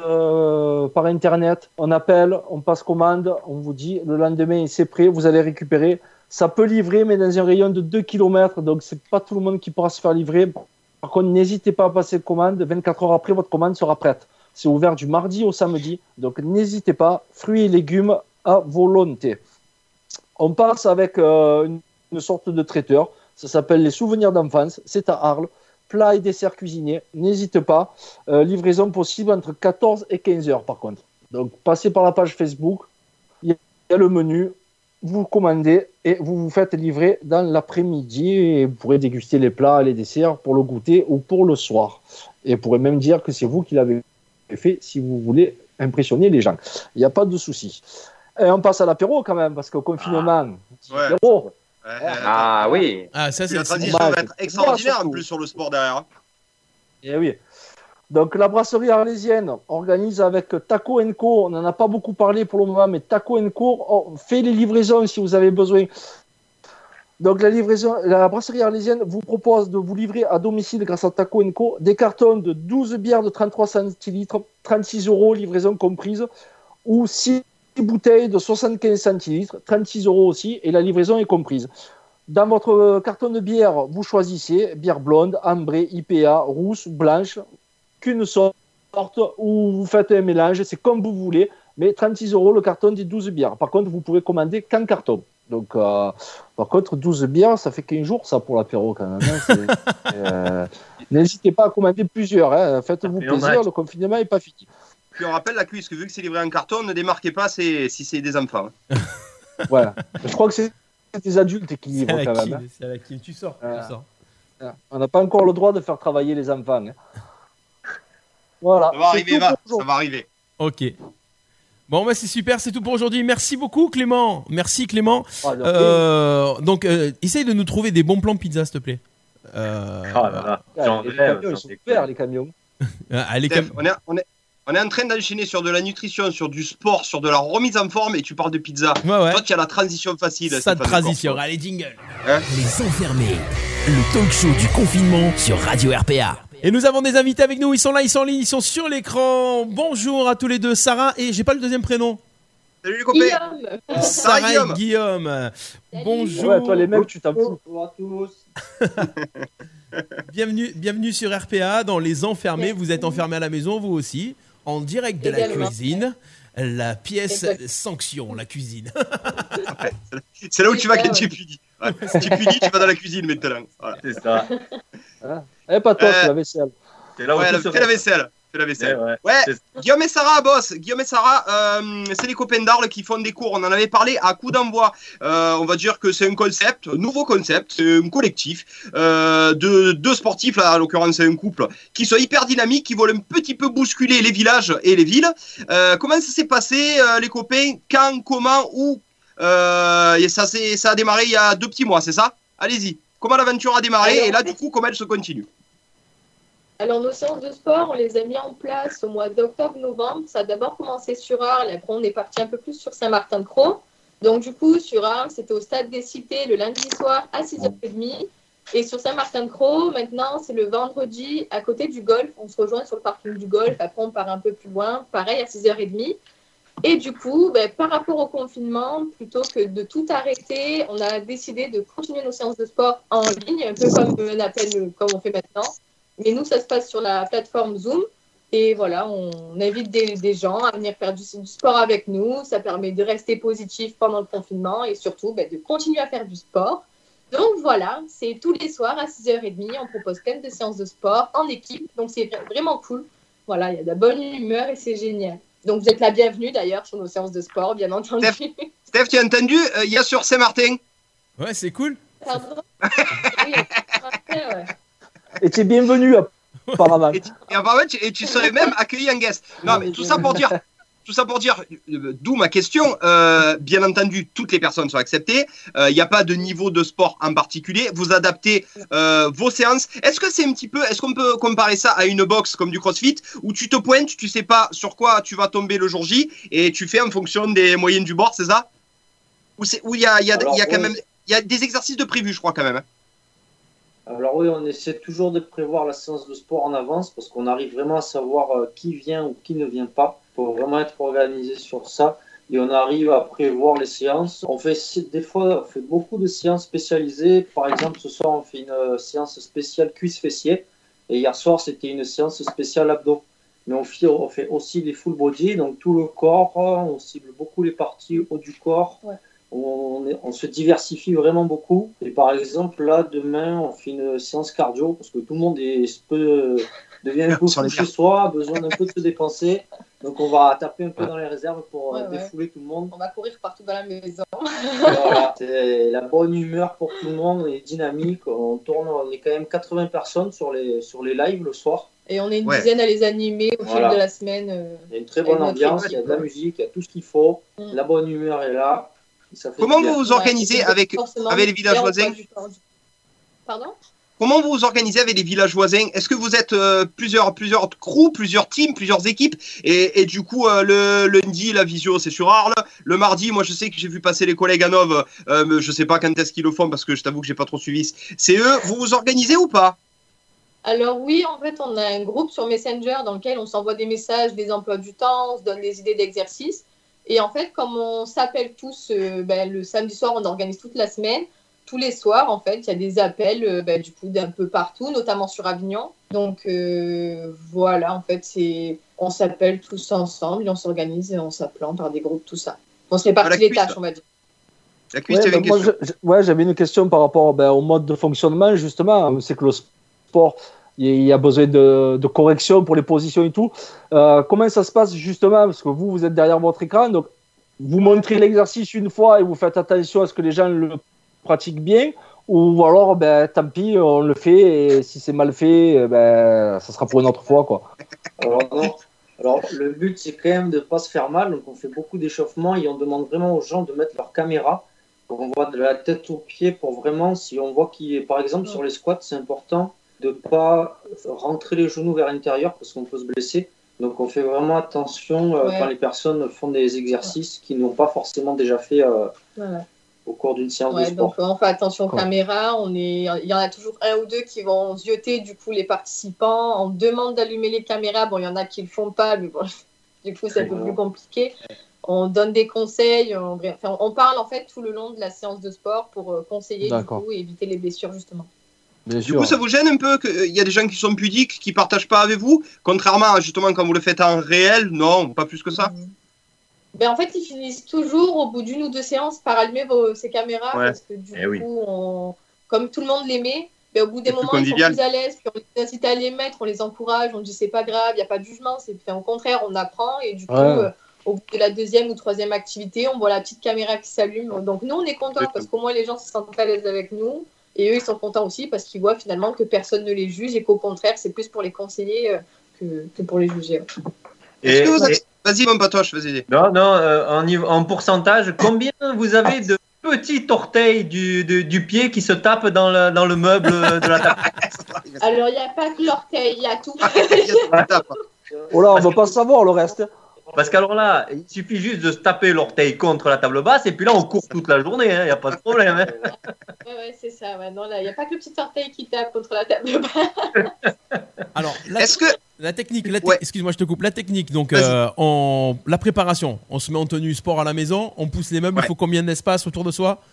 euh, par internet, on appelle, on passe commande, on vous dit le lendemain c'est prêt, vous allez récupérer. Ça peut livrer, mais dans un rayon de deux kilomètres, donc c'est pas tout le monde qui pourra se faire livrer. Par contre, n'hésitez pas à passer commande, vingt-quatre heures après, votre commande sera prête. C'est ouvert du mardi au samedi, donc n'hésitez pas, fruits et légumes à volonté. On passe avec euh, une, une sorte de traiteur, ça s'appelle les souvenirs d'enfance, c'est à Arles. Plats et desserts cuisinés, n'hésite pas. Euh, livraison possible entre quatorze et quinze heures par contre. Donc passez par la page Facebook, il y a le menu, vous commandez et vous vous faites livrer dans l'après-midi et vous pourrez déguster les plats et les desserts pour le goûter ou pour le soir. Et vous pourrez même dire que c'est vous qui l'avez fait si vous voulez impressionner les gens. Il n'y a pas de souci. Et on passe à l'apéro quand même parce qu'au confinement, ah, ouais. apéro. Ouais, ah oui. Ah, ça, c'est la transition va être extraordinaire en plus sur le sport derrière. Et oui. Donc la brasserie arlésienne organise avec Taco and Co. On n'en a pas beaucoup parlé pour le moment, mais Taco and Co. fait les livraisons si vous avez besoin. Donc la livraison, la brasserie arlésienne vous propose de vous livrer à domicile grâce à Taco and Co. des cartons de douze bières de trente-trois centilitres, trente-six euros, livraison comprise, ou six bouteilles de soixante-quinze centilitres, trente-six euros aussi, et la livraison est comprise. Dans votre carton de bière, vous choisissez bière blonde, ambrée, I P A, rousse, blanche, qu'une sorte, ou vous faites un mélange, c'est comme vous voulez, mais trente-six euros le carton des douze bières. Par contre, vous pouvez commander qu'un carton. Donc, euh, par contre, douze bières, ça fait quinze jours, ça, pour l'apéro, quand même. Hein, c'est, euh, n'hésitez pas à commander plusieurs, hein, faites-vous plaisir, le confinement n'est pas fini. Puis on rappelle la cuisse, que vu que c'est livré en carton, ne démarquez pas c'est, si c'est des enfants. Voilà. Je crois que c'est des adultes qui livrent quand Kim, même. Hein. C'est à la Kim, tu sors. Euh, tu sors. On n'a pas encore le droit de faire travailler les enfants. Hein. Voilà. Ça va arriver, va. Ça va arriver. Ok. Bon, bah, c'est super, c'est tout pour aujourd'hui. Merci beaucoup, Clément. Merci, Clément. Ah, euh, donc, euh, essaye de nous trouver des bons plans pizza, s'il te plaît. Euh, oh là là. Les camions, ils sont super, les camions. Ah, les Steph, cam- on, est, on, est, on est en train d'enchaîner sur de la nutrition, sur du sport, sur de la remise en forme et tu parles de pizza. Ouais, ouais. Toi, tu as la transition facile. Ça de Stéphane transition. Corp. Allez, jingle. Hein Les enfermés, le talk show du confinement sur Radio R P A. Et nous avons des invités avec nous. Ils sont là, ils sont en ligne, ils sont sur l'écran. Bonjour à tous les deux. Sarah et j'ai pas le deuxième prénom. Salut les copains. Guillaume. Sarah Guillaume. et Guillaume. Bonjour. Ouais, toi, les mecs, tu t'en fous. Bonjour à tous. Bienvenue, bienvenue sur R P A dans Les Enfermés. Merci. Vous êtes enfermés à la maison, vous aussi, en direct de Également. la cuisine. La pièce Exact. sanction, la cuisine. Ouais, c'est là- c'est là où tu vas quand tu es puni. Ouais. Si tu es puni, tu vas dans la cuisine maintenant. Voilà. C'est ça. Eh, pas toi, Euh, c'est la vaisselle. C'est là où Ouais, tout la- se fais la fait. vaisselle. Fais la vaisselle. Ouais, ouais. Ouais, C'est- Guillaume et Sarah, boss. Guillaume et Sarah, euh, c'est les copains d'Arles qui font des cours. On en avait parlé à coup d'envoi. Euh, on va dire que c'est un concept, un nouveau concept, c'est un collectif euh, de deux sportifs, là, en l'occurrence c'est un couple, qui sont hyper dynamiques, qui veulent un petit peu bousculer les villages et les villes. Euh, comment ça s'est passé, euh, les copains? Quand, comment, où euh, et ça, c'est, ça a démarré il y a deux petits mois, c'est ça? Allez-y. Comment l'aventure a démarré Alors, et là, en du fait- coup, comment elle se continue? Alors, nos séances de sport, on les a mis en place au mois d'octobre-novembre. Ça a d'abord commencé sur Arles, et après on est parti un peu plus sur Saint-Martin-de-Croix. Donc, du coup, sur Arles, c'était au Stade des Cités le lundi soir à six heures trente. Et sur Saint-Martin-de-Croix, maintenant, c'est le vendredi à côté du golf. On se rejoint sur le parking du golf. Après, on part un peu plus loin, pareil à six heures trente. Et du coup, ben, par rapport au confinement, plutôt que de tout arrêter, on a décidé de continuer nos séances de sport en ligne, un peu comme un appel, comme on fait maintenant. Mais nous, ça se passe sur la plateforme Zoom. Et voilà, on invite des, des gens à venir faire du, du sport avec nous. Ça permet de rester positif pendant le confinement et surtout ben, de continuer à faire du sport. Donc voilà, c'est tous les soirs à six heures trente. On propose plein de séances de sport en équipe. Donc c'est vraiment cool. Voilà, il y a de la bonne humeur et c'est génial. Donc vous êtes la bienvenue d'ailleurs sur nos séances de sport, bien entendu. Steph, Steph, tu as entendu? Il euh, y a sur Saint-Martin. Ouais, c'est cool. Pardon Oui, ouais. Et tu es bienvenu, apparemment. Et tu, et apparemment, tu, et tu serais même accueilli en guest. Non, mais tout ça pour dire, tout ça pour dire, euh, d'où ma question. Euh, bien entendu, toutes les personnes sont acceptées. Il euh, n'y a pas de niveau de sport en particulier. Vous adaptez euh, vos séances. Est-ce que c'est un petit peu, est-ce qu'on peut comparer ça à une boxe comme du CrossFit où tu te pointes, tu sais pas sur quoi tu vas tomber le jour J et tu fais en fonction des moyennes du bord, c'est ça? Ou c'est, où il y a, il y a, il y a quand même, il y a des exercices de prévus, je crois quand même. Hein. Alors oui, on essaie toujours de prévoir la séance de sport en avance parce qu'on arrive vraiment à savoir euh, qui vient ou qui ne vient pas. Il faut vraiment être organisé sur ça et on arrive à prévoir les séances. On fait des fois, on fait beaucoup de séances spécialisées. Par exemple, ce soir, on fait une euh, séance spéciale cuisse fessier et hier soir, c'était une séance spéciale abdos. Mais on fait, on fait aussi des full body, donc tout le corps. On cible beaucoup les parties haut du corps. Ouais. On, est, on se diversifie vraiment beaucoup. Et par exemple, là, demain, on fait une séance cardio parce que tout le monde est, peut, devient un peu fou chez soi, a besoin d'un peu de se dépenser. Donc, on va taper un peu dans les réserves pour ouais, défouler ouais. tout le monde. On va courir partout dans la maison. Voilà, c'est la bonne humeur pour tout le monde, on est dynamique. On tourne, on est quand même quatre-vingts personnes sur les, sur les lives le soir. Et on est une ouais. dizaine à les animer au voilà. fil de la semaine. Euh, il y a une très bonne ambiance, il y a de la musique, il y a tout ce qu'il faut. Mm. La bonne humeur est là. Comment vous vous organisez ouais, avec, avec les villages voisins? Pardon? Comment vous vous organisez avec les villages voisins? Est-ce que vous êtes euh, plusieurs, plusieurs crews, plusieurs teams, plusieurs équipes et, et du coup, euh, le, le lundi, la visio, c'est sur Arles. Le mardi, moi, je sais que j'ai vu passer les collègues à Nov. Euh, je sais pas quand est-ce qu'ils le font parce que je t'avoue que j'ai pas trop suivi. C'est eux. Vous vous organisez ou pas? Alors oui, en fait, on a un groupe sur Messenger dans lequel on s'envoie des messages, des emplois du temps, on se donne des idées d'exercices. Et en fait, comme on s'appelle tous euh, ben, le samedi soir, on organise toute la semaine. Tous les soirs, en fait, il y a des appels euh, ben, du coup d'un peu partout, notamment sur Avignon. Donc euh, voilà, en fait, c'est on s'appelle tous ensemble, et on s'organise en s'appelant par des groupes, tout ça. On se répartit les tâches, on va dire. La cuisse, ouais, ben, moi, je, je, ouais, j'avais une question par rapport ben, au mode de fonctionnement, justement. C'est que le sport, il y a besoin de, de correction pour les positions et tout. Euh, comment ça se passe justement? Parce que vous, vous êtes derrière votre écran, donc vous montrez l'exercice une fois et vous faites attention à ce que les gens le pratiquent bien, ou alors, ben, tant pis, on le fait et si c'est mal fait, ben, ça sera pour une autre fois, quoi. Alors, non. Alors le but, c'est quand même de ne pas se faire mal, donc on fait beaucoup d'échauffement et on demande vraiment aux gens de mettre leur caméra. On voit de la tête aux pieds pour vraiment, si on voit qu'il est, par exemple, sur les squats, c'est important de ne pas rentrer les genoux vers l'intérieur parce qu'on peut se blesser. Donc on fait vraiment attention euh, ouais. quand les personnes font des exercices qu'ils n'ont pas forcément déjà fait euh, voilà. au cours d'une séance ouais, de sport. Donc on fait attention aux caméras. On est, il y en a toujours un ou deux qui vont zioter du coup les participants. On demande d'allumer les caméras. Bon, il y en a qui ne le font pas, mais bon, du coup c'est un peu plus compliqué. On donne des conseils. On, enfin, on parle en fait tout le long de la séance de sport pour euh, conseiller du coup, et éviter les blessures justement. Bien du sûr. Coup, ça vous gêne un peu qu'il y a des gens qui sont pudiques, qui ne partagent pas avec vous, contrairement à justement quand vous le faites en réel? Non, pas plus que ça. Mmh. Ben, en fait, ils finissent toujours au bout d'une ou deux séances par allumer vos, ces caméras ouais. parce que du eh coup, oui. on, comme tout le monde les met, ben, au bout des c'est moments, ils sont plus à l'aise, puis on les incite à les mettre, on les encourage, on dit c'est pas grave, il n'y a pas de jugement, c'est, enfin, au contraire, on apprend et du coup, ouais. euh, au bout de la deuxième ou troisième activité, on voit la petite caméra qui s'allume. Donc nous, on est contents parce qu'au moins les gens se sentent à l'aise avec nous. Et eux, ils sont contents aussi parce qu'ils voient finalement que personne ne les juge et qu'au contraire, c'est plus pour les conseiller que, que pour les juger. Et, Est-ce que vous avez... et... Vas-y, mon patoche, vas-y. Non, non, euh, en, en pourcentage, combien vous avez de petits orteils du, du, du pied qui se tapent dans le, dans le meuble de la table? Alors, il n'y a pas que l'orteil, il y a tout. Oh là, on ne va pas savoir le reste. Parce qu'alors là, il suffit juste de se taper l'orteil contre la table basse et puis là, on court toute la journée, il hein, n'y a pas de problème. Hein. Ouais, ouais, c'est ça. Ouais, non, là, il n'y a pas que le petit orteil qui tape contre la table basse. Alors, la, Est-ce que... la technique, la te... ouais. excuse-moi, je te coupe. La technique, donc, euh, en... la préparation, on se met en tenue sport à la maison, on pousse les meubles, ouais. il faut combien d'espace autour de soi?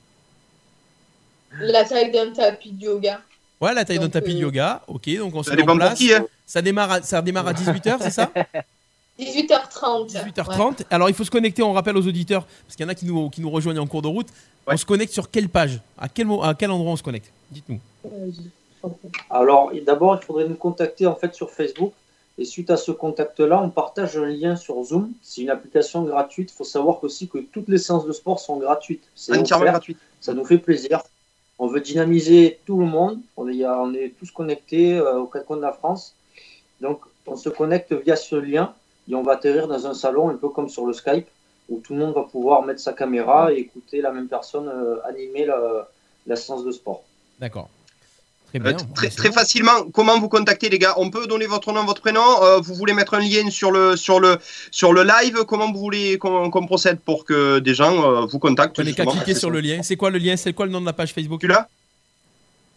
La taille d'un tapis de yoga. Ouais, la taille donc, d'un tapis euh... de yoga. Ok, donc on se met en place. Qui, hein. ça, démarre à... ça démarre à dix-huit heures, c'est ça? dix-huit heures trente. dix-huit heures trente. Ouais. Alors, il faut se connecter, on rappelle aux auditeurs, parce qu'il y en a qui nous, qui nous rejoignent en cours de route. Ouais. On se connecte sur quelle page? À quel, à quel endroit on se connecte? Dites-nous. Alors, d'abord, il faudrait nous contacter en fait sur Facebook. Et suite à ce contact-là, on partage un lien sur Zoom. C'est une application gratuite. Il faut savoir aussi que toutes les séances de sport sont gratuites. C'est entièrement gratuit. Ça nous fait plaisir. On veut dynamiser tout le monde. On est, on est tous connectés euh, aux quatre coins de la France. Donc, on se connecte via ce lien. Et on va atterrir dans un salon un peu comme sur le Skype où tout le monde va pouvoir mettre sa caméra et écouter la même personne euh, animer la, la séance de sport. D'accord. Très bien. Euh, très, très facilement, comment vous contactez les gars? On peut donner votre nom, votre prénom. Euh, vous voulez mettre un lien sur le, sur le, sur le live? Comment vous voulez qu'on, qu'on procède pour que des gens euh, vous contactent? Vous n'avez qu'à cliquer sur le lien. C'est quoi le lien? C'est quoi le nom de la page Facebook? Tu l'as?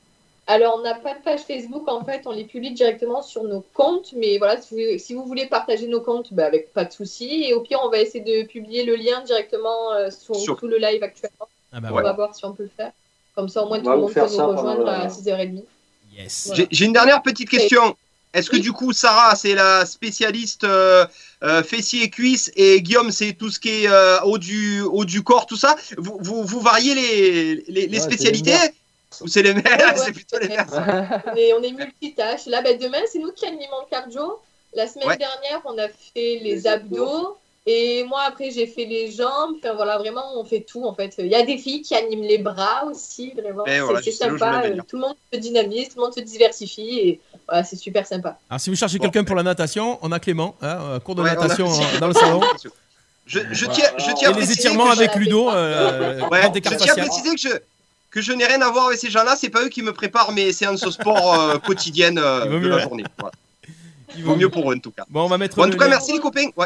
Alors, on n'a pas de page Facebook, en fait, on les publie directement sur nos comptes, mais voilà, si vous, si vous voulez partager nos comptes, bah, avec pas de souci. Et au pire, on va essayer de publier le lien directement euh, sur, Sur- sous le live actuellement. Ah bah On ouais. va voir si on peut le faire. Comme ça, au moins, On tout va le vous monde peut faire nous ça rejoindre pendant le- à six heures trente. Yes. Voilà. J'ai j'ai une dernière petite question. Est-ce que Oui. du coup, Sarah, c'est la spécialiste euh, euh, fessiers et cuisses, et Guillaume, c'est tout ce qui est euh, haut, du, haut du corps, tout ça? Vous, vous, vous variez les, les, les Ouais, spécialités? c'est les Ou c'est les mêmes? Ouais, ouais, C'est plutôt les mêmes. on est, on est multitâches. Là, ben, demain, c'est nous qui animons le cardio. La semaine Ouais. dernière, on a fait les, Les abdos. abdos. Et moi, après, j'ai fait les jambes. Enfin, voilà, vraiment, on fait tout, en fait. Il y a des filles qui animent les bras aussi, vraiment. Et C'est voilà, c'est je sais où je sympa. voulais euh, venir. Tout le monde se dynamise, tout le monde se diversifie. Et voilà, c'est super sympa. Alors si vous cherchez Bon. quelqu'un pour la natation, on a Clément, hein, euh, cours de Ouais, on a- natation euh, dans le salon. Je, je tiens, je tiens Et à les préciser étirements que je- avec Ludo, euh, Ouais, grand je écart tiens à facial. préciser que je, que je n'ai rien à voir avec ces gens-là. C'est pas eux qui me préparent mes séances sport euh, quotidiennes euh, Il vaut de mieux, la ouais. journée. Voilà. Il Vaut mieux pour eux, en tout cas. Bon, on va mettre Bon, en le tout cas, lien. merci les copains. Ouais.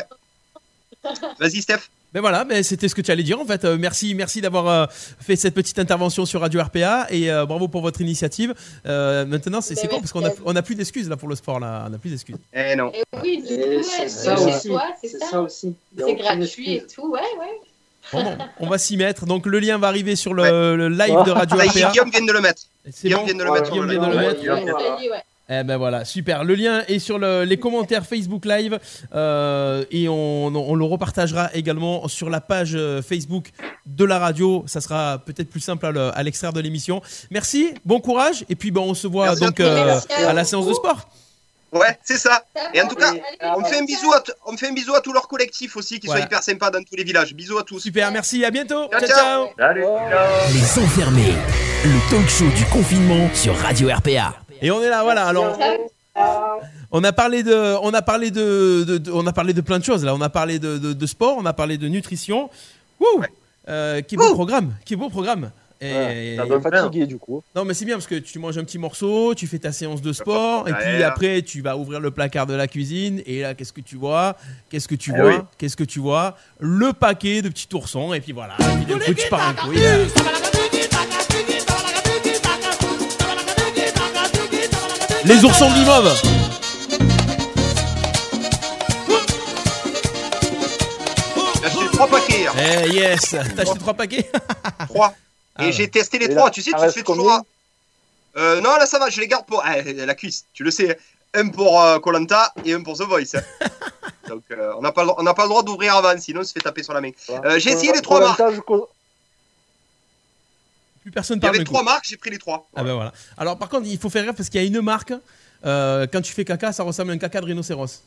Vas-y, Steph. Ben voilà, ben c'était ce que tu allais dire en fait. Euh, merci, merci d'avoir euh, fait cette petite intervention sur Radio R P A et euh, bravo pour votre initiative. Euh, maintenant, c'est Ben c'est con parce qu'on a, merci à vous. on a plus d'excuses là pour le sport là. On a plus d'excuses. Eh non. Et oui, du Et coup, c'est ouais, ça de chez aussi. toi, c'est C'est ça. ça aussi. Il y a C'est aucune gratuit et excuse. tout. Ouais, ouais. Bon, bon, on va s'y mettre. Donc le lien va arriver sur le, Ouais. le live de Radio Ça y R P est, A. Guillaume vient de le mettre. C'est Guillaume bon. vient de le Ouais, mettre. Guillaume sur vient le- de le Ouais, mettre. Guillaume. Ça y est, ouais. Eh ben voilà, super. Le lien est sur le- les commentaires Facebook Live euh, et on, on le repartagera également sur la page euh, Facebook de la radio. Ça sera peut-être plus simple à, le- à l'extraire de l'émission. Merci, bon courage et puis ben, on se voit Merci à donc tous. euh, Merci à à la vous. séance de sport. Ouais, c'est ça. Ça Et en va, tout cas, allez, On me fait un ciao. bisou à, t- on me fait un bisou à tout leur collectif aussi, qui Voilà. sont hyper sympas dans tous les villages. Bisous à tous. Super, merci, à bientôt. Ciao, Ciao, ciao. ciao. Salut. ciao. Les enfermés, le talk show du confinement sur Radio R P A. Et on est là, voilà. Alors, on a parlé de, on a parlé de, de- de- on a parlé de plein de choses. Là, on a parlé de, de- de sport, on a parlé de nutrition. Wouh, Ouais. Euh, qui beau Ouh. programme, qui beau programme. Et, Ouais, ça Il donne est fatigué du coup. non, mais c'est bien parce que tu manges un petit morceau, tu fais ta séance de sport, et puis derrière. après tu vas ouvrir le placard de la cuisine, et là qu'est-ce que tu vois Qu'est-ce que tu Eh vois oui. Qu'est-ce que tu vois Le paquet de petits oursons, et puis voilà. Et puis d'un coup tu pars en couille. Les oursons de Limove. J'ai acheté trois paquets hier. Eh yes, t'as acheté trois paquets. Trois. Ah Et ouais. j'ai testé les Et là, trois. Tu sais, ça tu te reste fais toujours. combien un- Euh, non, là ça va, je les garde pour ah, la cuisse. Tu le sais. Un pour Colanta et un pour The Voice. hein. Donc euh, on n'a pas, le- on n'a pas le droit d'ouvrir avant, sinon on se fait taper sur la main. Euh, j'ai essayé les trois marques. Koh-Lanta, je co- Plus personne Il y parle avait d'un trois coup. marques, j'ai pris les trois. Ah ben voilà. Alors par contre, il faut faire gaffe parce qu'il y a une marque. euh, quand tu fais caca, ça ressemble à un caca de rhinocéros.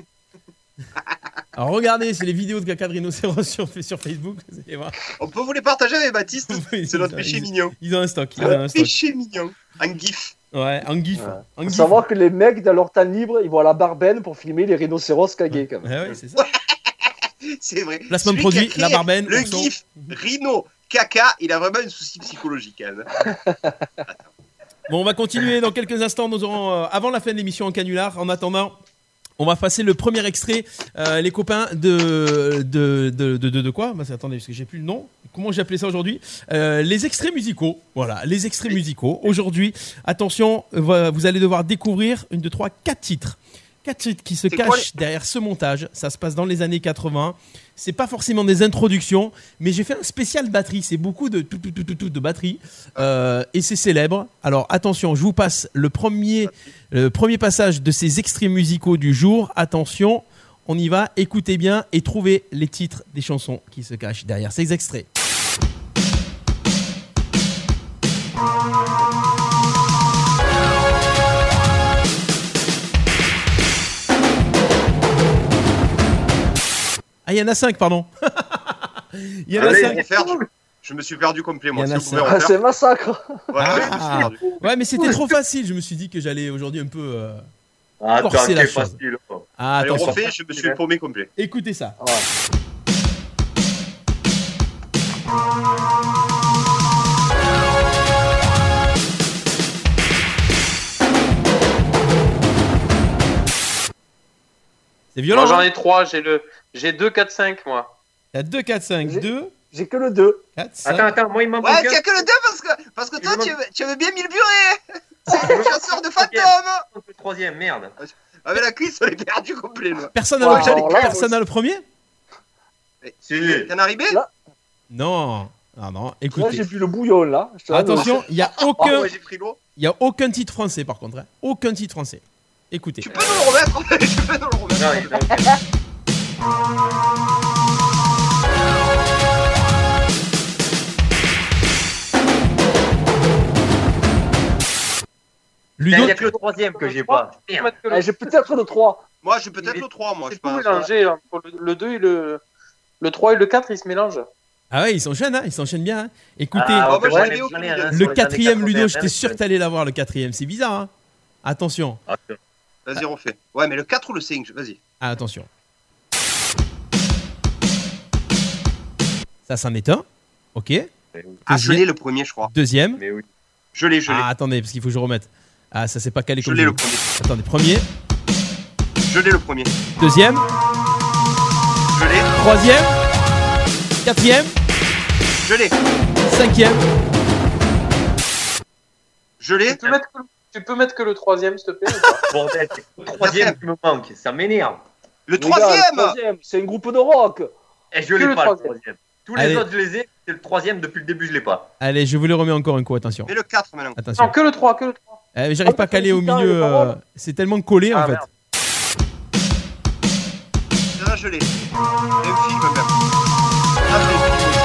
Alors regardez, c'est les vidéos de caca de rhinocéros sur, sur Facebook. Vous allez voir. On peut vous les partager avec Baptiste. Oui, C'est notre ils- péché ils- mignon. Ils ont un stock. Ils ont un Un stock. péché mignon. Un gif. Ouais, en gif. Ouais. En Faut gif. savoir que les mecs, dans leur temps libre, ils vont à la barbaine pour filmer les rhinocéros cagués quand même. Ouais, ouais, c'est ça. C'est vrai. Placement de Celui produit, qui a créé la barbaine, Le ourson. gif Rhino caca, il a vraiment un souci psychologique. Hein. Bon, on va continuer dans quelques instants. Nous aurons, euh, avant la fin de l'émission en canular. En attendant, on va passer le premier extrait, euh, les copains de de de de, de, de quoi bah, c'est- Attendez, parce que j'ai plus le nom. Comment j'ai appelé ça aujourd'hui Euh, Les extraits musicaux. Voilà, les extraits musicaux. Aujourd'hui, attention, euh, vous allez devoir découvrir une, deux, trois, quatre titres. Quatre titres qui se C'est quoi cachent derrière ce montage. Ça se passe dans les années quatre-vingts. C'est pas forcément des introductions, mais j'ai fait un spécial batterie. C'est beaucoup de tout, tout, tout, tout, tout de batterie. Euh, et c'est célèbre. Alors attention, je vous passe le premier, le premier passage de ces extraits musicaux du jour. Attention, on y va. Écoutez bien et trouvez les titres des chansons qui se cachent derrière ces extraits. Ah, il y en a cinq, pardon. Il y en a Allez, cinq. refaire, je, je me suis perdu complet, moi. Il y en Si a vous pouvez cinq. Ah, refaire. c'est massacre. Ouais, ouais, je me suis Ah. perdu. Ouais, mais c'était trop facile. Je me suis dit que j'allais aujourd'hui un peu. euh, Ah, Forcer attends, la quel chose. facile. Ah, Allez, on attention. refait, je me suis paumé complet. Écoutez ça. Ouais. C'est violent. Moi, j'en hein ai trois. J'ai le, j'ai deux, quatre, cinq, moi. Il y a deux, quatre, cinq. J'ai- deux, J'ai que le deux. quatre, cinq. Attends, attends, moi il m'en Ouais, manque tu un. as que le deux parce que, parce que toi, Je tu avais, tu avais bien mis le buret. C'est le chasseur de fantômes. Le troisième, merde. Avec la cuisse, on est perdu complet. Là. Personne n'a Wow, le, alors là, personne n'a le premier Si. T'en es arrivé Là. Non. Ah non, Là, écoutez. j'ai vu le bouillon, là. Je te la donne. Attention, il n'y a Ah aucun, ouais, j'ai pris l'eau. il y a aucun titre français par contre. Hein. Aucun titre français. Écoutez. Tu peux nous le remettre Tu peux nous le remettre Non, il est ok. Il Ludo, n'y a que le troisième que j'ai pas. Merde. Eh, j'ai peut-être le trois. Moi, j'ai peut-être Il est- le trois, moi, je C'est tout pense. mélangé. Là. Pour Le, le deux et le... le trois et le quatre, ils se mélangent. ah ouais, ils s'enchaînent, hein, ils s'enchaînent bien. Hein. Écoutez, Ah, moi, ouais, j'en ai j'en aucune ai un idée. sur le les années quatrième, Ludo, quatre-vingts, j'étais sûr que t'allais l'avoir, le quatrième. C'est bizarre, hein. Attention. Ah, Vas-y, refais. Ouais, mais le quatre ou le cinq, vas-y. Ah, attention. Ça, c'en est un. Ok. Ah, je l'ai le premier, je crois. Deuxième. Mais oui. Je l'ai, je l'ai. Ah, attendez, parce qu'il faut que je remette. Ah, ça, c'est pas calé Je comme l'ai jeu. le premier. Attendez, premier. Je l'ai le premier. Deuxième. Je l'ai. Troisième. Quatrième. Je l'ai. Cinquième. Je l'ai. Tu peux, mettre que, le- tu peux mettre que le troisième, s'il te plaît ou pas Bordel, c'est le troisième qui me manque. Ça m'énerve. Le Les gars, le troisième. troisième, c'est un groupe de rock. Et je Que l'ai le pas, le troisième. troisième. Tous les Allez. autres, je les ai. C'est le troisième, depuis le début, je l'ai pas. Allez, je vous le remets encore un coup, attention. Mais le quatre maintenant. Attention. Non, que le trois, que le trois. Eh, mais j'arrive pas à caler au Putain, milieu. les paroles. euh, c'est tellement collé en Ah, fait. merde. Là, je l'ai. Et un film même. Là, je l'ai le film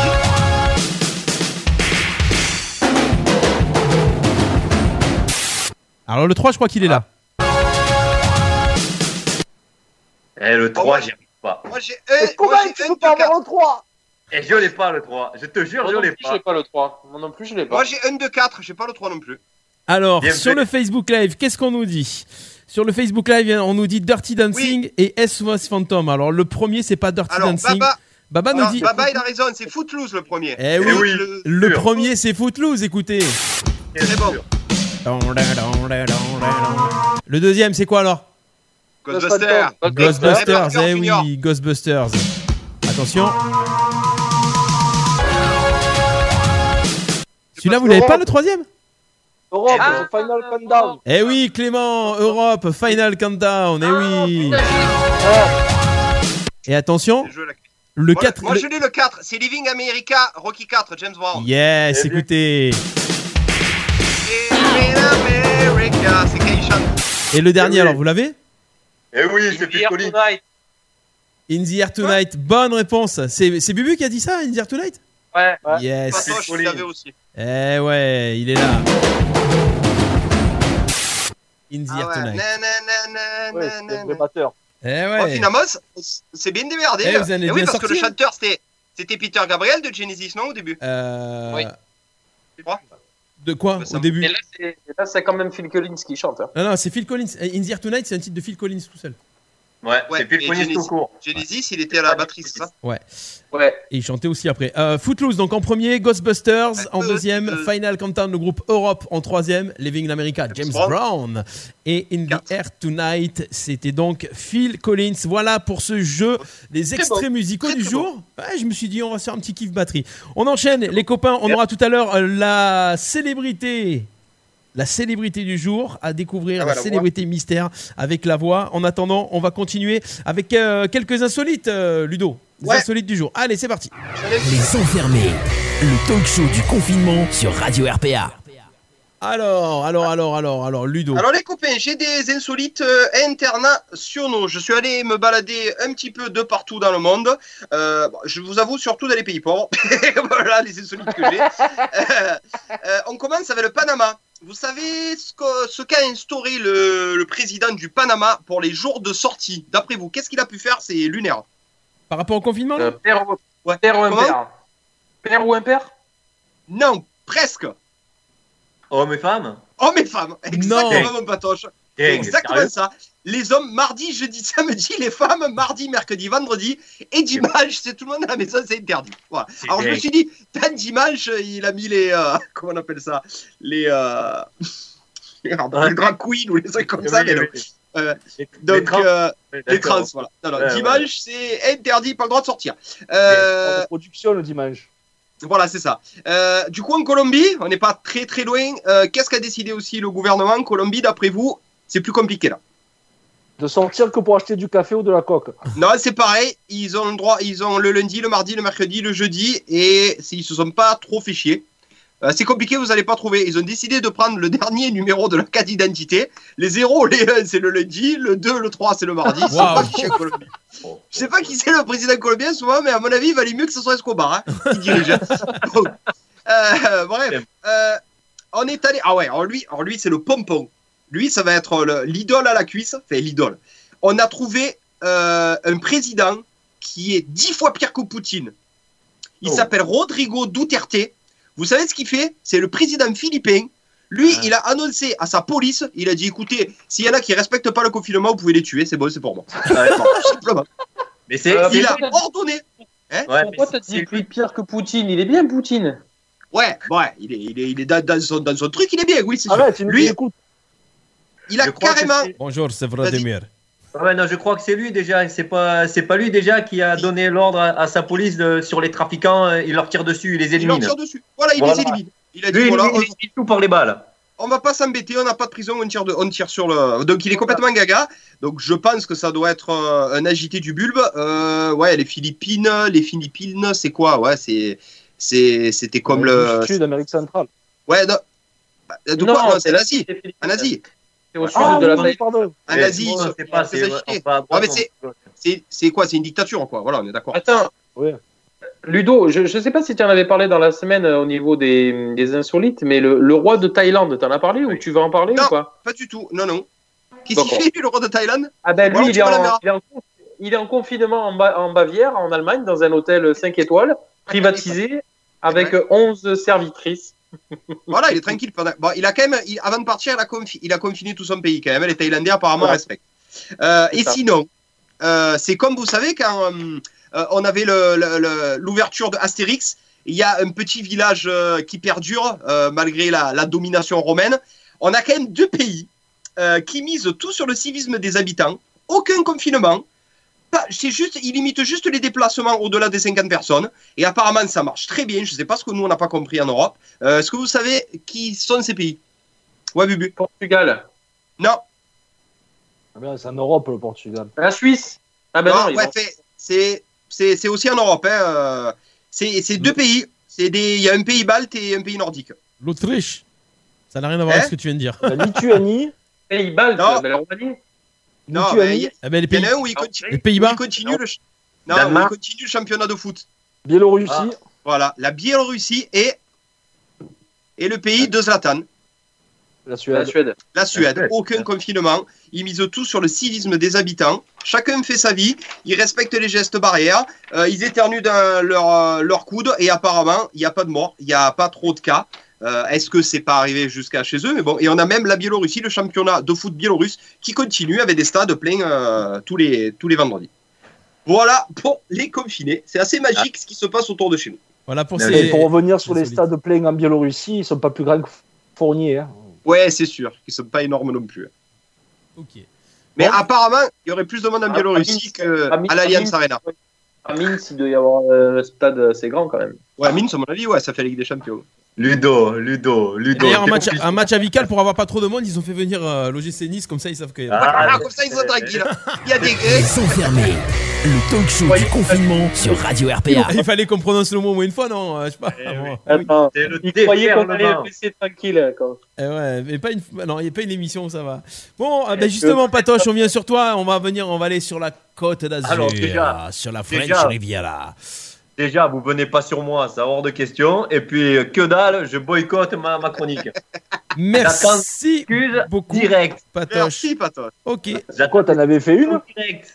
aussi. Alors le trois, je crois qu'il est là. Et le Oh, trois, ouais. j'y arrive pas. Moi, j'ai Et un. comment Moi, j'ai tu un peux de pas quatre. avoir le trois? Et je l'ai pas, le trois. Je te jure, Moi je non l'ai plus, je l'ai pas. pas le trois. Moi non plus, je l'ai pas. Moi, j'ai un de quatre. J'ai pas le trois non plus. Alors, Bien sur fait. le Facebook Live, qu'est-ce qu'on nous dit? Sur le Facebook Live, on nous dit Dirty Dancing et S O S Phantom. Alors, le premier, c'est pas Dirty Alors, Dancing. Baba. Baba nous Non, dit. Baba, il a raison. C'est Footloose le premier. Eh oui, oui. Le- le sûr. premier, c'est Footloose, écoutez. C'est bon. Le deuxième, c'est quoi alors? Ghostbusters. Ghostbusters, Parker eh Junior. oui, Ghostbusters. Attention. Celui-là, vous l'avez pas le troisième? Europe, Ah. The Final Countdown. Eh oui, Clément, Europe, Final Countdown, eh oui. Et attention, Je l'ai. le Moi, quatre. moi, le- je l'ai le quatre. C'est Living America, Rocky quatre, James Brown. Yes, Eh bien. écoutez. Living America, c'est qui chante. Et le dernier, oui. alors, vous l'avez? Eh oui, c'est Here Phil Collins. Tonight. In the Air Tonight. Bonne réponse. C'est c'est Bubu qui a dit ça, In the Air Tonight? Ouais. Ouais. Yes. Patoche, je l'avais aussi. Eh ouais, il est là. In the Ah Air ouais. Tonight. Na, na, na, na, Ouais, na, c'est na, un vrai na. Eh batteur. Oh, ouais. finalement, c'est- c'est bien démerdé. Eh, vous en êtes Eh oui, bien parce que le sortis, hein. chanteur, c'était c'était Peter Gabriel de Genesis, non, au début? Euh... Oui. Tu crois? De quoi Ça au me- début? Et là, c'est là, c'est quand même Phil Collins qui chante. Hein. Non, non, c'est Phil Collins. Eh, In the Air Tonight, c'est un titre de Phil Collins tout seul. Ouais, Ouais, c'est Phil et Collins Genesis. tout court. Genesis, il était à la batterie, c'est ça? Ouais. Ouais. Et il chantait aussi après. Euh, Footloose, donc en premier, Ghostbusters. Ouais, En euh, deuxième, euh, Final Countdown, le groupe Europe. En troisième, Living in America, James Brown. Brown. Et In the Quatre. Air Tonight, c'était donc Phil Collins. Voilà pour ce jeu, les extraits beau. musicaux Très, du très jour. Ouais, je me suis dit, on va se faire un petit kiff batterie. On enchaîne, les copains. On aura tout à l'heure euh, la célébrité. La célébrité du jour à découvrir, Ah la bah, la célébrité mystère avec la voix. En attendant, on va continuer avec euh, quelques insolites, euh, Ludo. Les Ouais. insolites du jour. Allez, c'est parti. Les enfermés, le talk show du confinement sur Radio R P A. Alors, alors, alors, alors, alors, Ludo. Alors les copains, j'ai des insolites euh, internationaux. Je suis allé me balader un petit peu de partout dans le monde. Euh, bon, je vous avoue surtout dans les pays pauvres. Voilà les insolites que j'ai. Euh, euh, on commence avec le Panama. Vous savez ce que- ce qu'a instauré le, le président du Panama pour les jours de sortie? D'après vous, qu'est-ce qu'il a pu faire? C'est lunaire. Par rapport au confinement, là Euh, père, ou... Ouais. père ou Comment impair. Père ou impair. Non, presque. Hommes et femmes. Hommes et femmes. Exactement, mon patoche. C'est Dang, exactement sérieux ça. Les hommes mardi, jeudi, samedi, les femmes mardi, mercredi, vendredi et dimanche, c'est tout le monde à la maison, c'est interdit. Voilà. C'est Alors je me dingue. suis dit, tant dimanche, il a mis les, euh, comment on appelle ça, les, euh, merde, les drag queens ou les trucs comme ça. Oui, mais non. oui. Euh, Les- donc les trans. euh, Ouais, les d'accord. trans, voilà. Non, non, Ouais, dimanche, c'est interdit, pas le droit de sortir. Euh... Euh, production le dimanche. Voilà, c'est ça. Euh, du coup, en Colombie, on n'est pas très très loin. Euh, qu'est-ce qu'a décidé aussi le gouvernement en Colombie, d'après vous? C'est plus compliqué là. De sortir que pour acheter du café ou de la coque. Non, c'est pareil. Ils ont le droit, ils ont le lundi, le mardi, le mercredi, le jeudi, et ils se sont pas trop fait chier. Euh, c'est compliqué, vous n'allez pas trouver. Ils ont décidé de prendre le dernier numéro de la carte d'identité. Les zéros, les un, c'est le lundi, le deux, le trois, c'est le mardi. Ils sont Wow. pas fichés en Colombie. Je sais pas qui c'est le président colombien souvent, mais à mon avis, il valait mieux que ce soit Escobar hein, qui dirige. Donc, euh, bref, euh, on est allé. Ah ouais, alors lui, alors lui c'est le pompon. Lui, ça va être le- l'idole à la cuisse. Enfin, l'idole. On a trouvé euh, un président qui est dix fois pire que Poutine. Il Oh. s'appelle Rodrigo Duterte. Vous savez ce qu'il fait? C'est le président philippin. Lui, Ah. il a annoncé à sa police, il a dit, écoutez, s'il y en a qui respectent pas le confinement, vous pouvez les tuer, c'est bon, c'est pour moi. Tout simplement. Mais c'est. Euh, c'est- Il a ordonné. ouais, Pourquoi mais t'as c'est- dit plus pire que Poutine? Il est bien Poutine. Ouais, ouais, il est, il est, il est dans, dans son, dans son truc, il est bien, oui, c'est sûr. Arrête, il nous Lui, écoute. il a Je crois que carrément. c'est- Bonjour, c'est Vladimir. Ouais, non, je crois que c'est lui déjà. C'est pas, c'est pas lui déjà qui a donné l'ordre à, à sa police de, sur les trafiquants. euh, Il leur tire dessus, il les Il leur élimine. tire dessus. Voilà, il Voilà. les élimine. Il a dit, Lui, voilà, lui, il élimine tout par les balles. on, on va pas s'embêter, on n'a pas de prison, on tire, de, on tire sur le. Donc il est complètement gaga. Donc je pense que ça doit être euh, un agité du bulbe. Euh, ouais, les Philippines, les Philippines, c'est quoi? Ouais, c'est, c'est, c'était comme le. Sud, Amérique centrale. Ouais, non. Bah, de quoi? Non, c'est l'Asie. c'est Philippines. En Asie. C'est au sud Ah de la oui, Thaïlande. pardon. En Asie, Eh, ils bon, sont- c'est pas, c'est c'est, ça, on chier. va à droite, Ouais, mais c'est- on- C'est, c'est quoi? C'est une dictature, quoi. Voilà, on est d'accord. Attends, Oui. Ludo, je ne sais pas si tu en avais parlé dans la semaine euh, au niveau des, des insolites, mais le, le roi de Thaïlande, tu en as parlé ou tu vas en parler Non. ou pas? Pas du tout. Non, non. Qu'est-ce qu'il D'accord. fait, lui, le roi de Thaïlande? Ah ben Voilà, lui, il tu est, vois la en, mer. il, est en, il est en confinement en, Ba- en Bavière, en Allemagne, dans un hôtel cinq étoiles, privatisé, avec Ouais. onze servitrices. Voilà, il est tranquille. Pendant... Bon, il a quand même, il- avant de partir, il a, confi- il a confiné tout son pays quand même. Les Thaïlandais apparemment Ouais. respectent. Euh, C'est et ça. sinon, euh, c'est comme vous savez quand euh, euh, on avait le- le- le- l'ouverture de Astérix, il y a un petit village euh, qui perdure euh, malgré la, la domination romaine. On a quand même deux pays euh, qui misent tout sur le civisme des habitants. Aucun confinement. Pas- C'est juste, ils limitent juste les déplacements au-delà des cinquante personnes. Et apparemment, ça marche très bien. Je ne sais pas ce que nous, on n'a pas compris en Europe. Euh, Est-ce que vous savez qui sont ces pays? Ouais, Bubu. Portugal. Non. Ah ben, c'est en Europe, le Portugal. La Suisse. Ah ben non, non, ils ouais, vont- fait- c'est c'est- c'est aussi en Europe. Hein. euh, C'est c'est deux pays. C'est des- Il y a un pays balte et un pays nordique. L'Autriche. Ça n'a rien à voir Hein avec ce que tu viens de dire. La Lituanie. Pays baltes, Non. mais la Roumanie. Non, Lituanie. mais il y, Ah ben, les il y en pays, a un où il continue, les où Pays-Bas. il continue le, ch- non, où Danemark. il continue le championnat de foot. Biélorussie. Ah. Voilà, la Biélorussie et, et le pays de Zlatan. La La Suède. Suède. La Suède, Suède. aucun confinement. Ils misent tout sur le civisme des habitants. Chacun fait sa vie. Ils respectent les gestes barrières. Euh, ils éternuent dans leur, euh, leur coude. Et apparemment, il n'y a pas de mort. Il n'y a pas trop de cas. Euh, Est-ce que c'est pas arrivé jusqu'à chez eux? Mais bon, et on a même la Biélorussie, le championnat de foot biélorusse, qui continue avec des stades pleins euh, tous, les, tous les vendredis. Voilà pour les confinés. C'est assez magique ce qui se passe autour de chez nous. Voilà pour Mais ces. Et pour revenir sur les Insolite. stades pleins en Biélorussie, ils sont pas plus grands que Fournier. Hein. Ouais, c'est sûr. Ils ne sont pas énormes non plus. Ok. Mais Bon. apparemment, il y aurait plus de monde en Ah, Biélorussie à Minsk, qu'à à Minsk, l'Alliance à Arena. À Minsk, il doit y avoir euh, un stade assez grand quand même. Ouais, Minsk, à mon avis, ouais, ça fait la Ligue des Champions. Ludo, Ludo, Ludo. D'ailleurs, un t'es match, obligé. un match amical pour avoir pas trop de monde, ils ont fait venir euh, l'O G C Nice, comme ça ils savent que. Ah, Ah, mais- comme ça, ils sont tranquilles. Il y a des Ils Grecs. sont fermés. Le talk show du confinement sur Radio R P A. Il fallait qu'on prononce le mot au moins une fois, non? Euh, Je sais pas. Eh Bon. oui. Ah oui. Attends, C'est le il croyait qu'on allait déferlement. le laisser tranquille. Quand... Eh ouais, mais pas une, non, il n'y a pas une émission, ça va. Bon, ah ben justement, Patoche, on vient sur toi. On va venir, on va aller sur la côte d'Azur, Alors, déjà, sur la French déjà. Riviera. Déjà, vous venez pas sur moi, c'est hors de question. Et puis, euh, que dalle, je boycotte ma, ma chronique. Merci Excuse beaucoup, direct. Patoche. Merci, Patoche. Ok, Quoi, t'en avais fait une? Direct.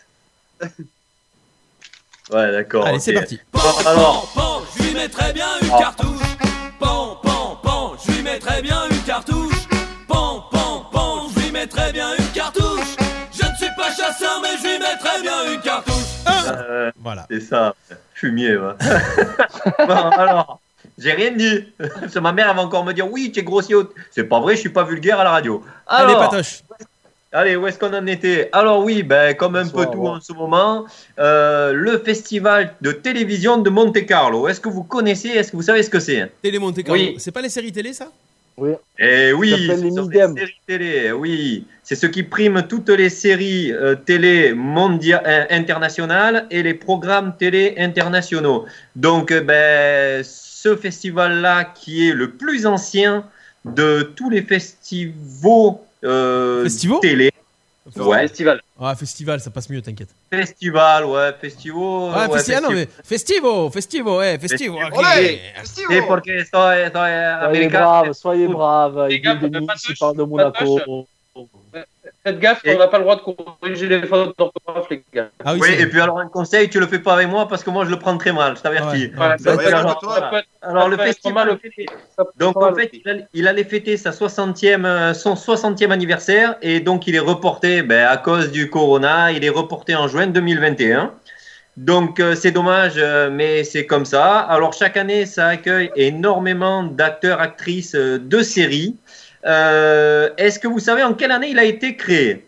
Ouais, d'accord. allez, ok. c'est parti. Bon, alors, Pan, je lui mettrais bien une Ah. cartouche. Pan, pan, pan, je lui mettrais bien une cartouche. Pan, pan, pan, je lui mettrais bien une cartouche. Je ne suis pas chasseur, mais je lui mettrais bien une cartouche. euh, Voilà. c'est ça, fumier. Ouais. Bon, alors, j'ai rien dit. Parce que ma mère elle va encore me dire oui, tu es grossier. au- C'est pas vrai, je suis pas vulgaire à la radio. Allez, Alors, Patoche. Allez, où est-ce qu'on en était? Alors oui, ben, comme un Bonsoir, peu tout en ce moment, euh, le festival de télévision de Monte-Carlo. Est-ce que vous connaissez, est-ce que vous savez ce que c'est? Télé Monte-Carlo, oui. C'est pas les séries télé, ça? Oui. Eh oui, les ce sont les séries télé, oui. C'est ce qui prime toutes les séries euh, télé mondia- euh, internationales et les programmes télé internationaux. Donc, euh, ben, ce festival-là, qui est le plus ancien de tous les festivals euh, Festivals télé. Ouais. Festival. Ah, festival, ça passe mieux, t'inquiète. Festival, ouais, festival. Ah, ouais, festival, non, mais festivo, festivo, ouais, festivo. Okay. C'est parce que soy, soy américain. Brave, soyez brave, il vient de Nice, il parle de Monaco. Faites gaffe, on n'a pas le droit de corriger les fautes d'orthographe, les gars. Ah oui, oui et puis alors un conseil, tu le fais pas avec moi parce que moi je le prends très mal, je t'avertis. Ouais. Voilà, ça, ouais, alors, alors, alors, alors le festival, donc en fait, il allait, il allait fêter sa soixantième, son soixantième anniversaire et donc il est reporté, ben, à cause du corona, il est reporté en juin deux mille vingt et un. Donc euh, c'est dommage, euh, mais c'est comme ça. Alors chaque année, ça accueille énormément d'acteurs, actrices euh, de séries. Euh, est-ce que vous savez en quelle année il a été créé?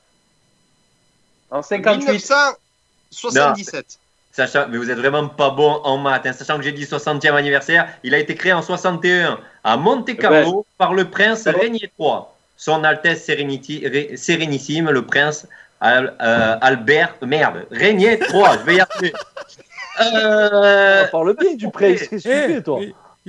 En cinquante-huit. mille neuf cent soixante-dix-sept. Non, sachant, mais vous êtes vraiment pas bon en maths, hein, sachant que j'ai dit soixantième anniversaire, il a été créé en soixante et un à Monte-Carlo ben, par le prince Régnier trois, son Altesse Séréniti, Sérénissime, le prince Al, euh, Albert, merde, Régnier trois, je vais y arriver. Euh, parle bien du prince, qu'est-ce que tu fais, toi?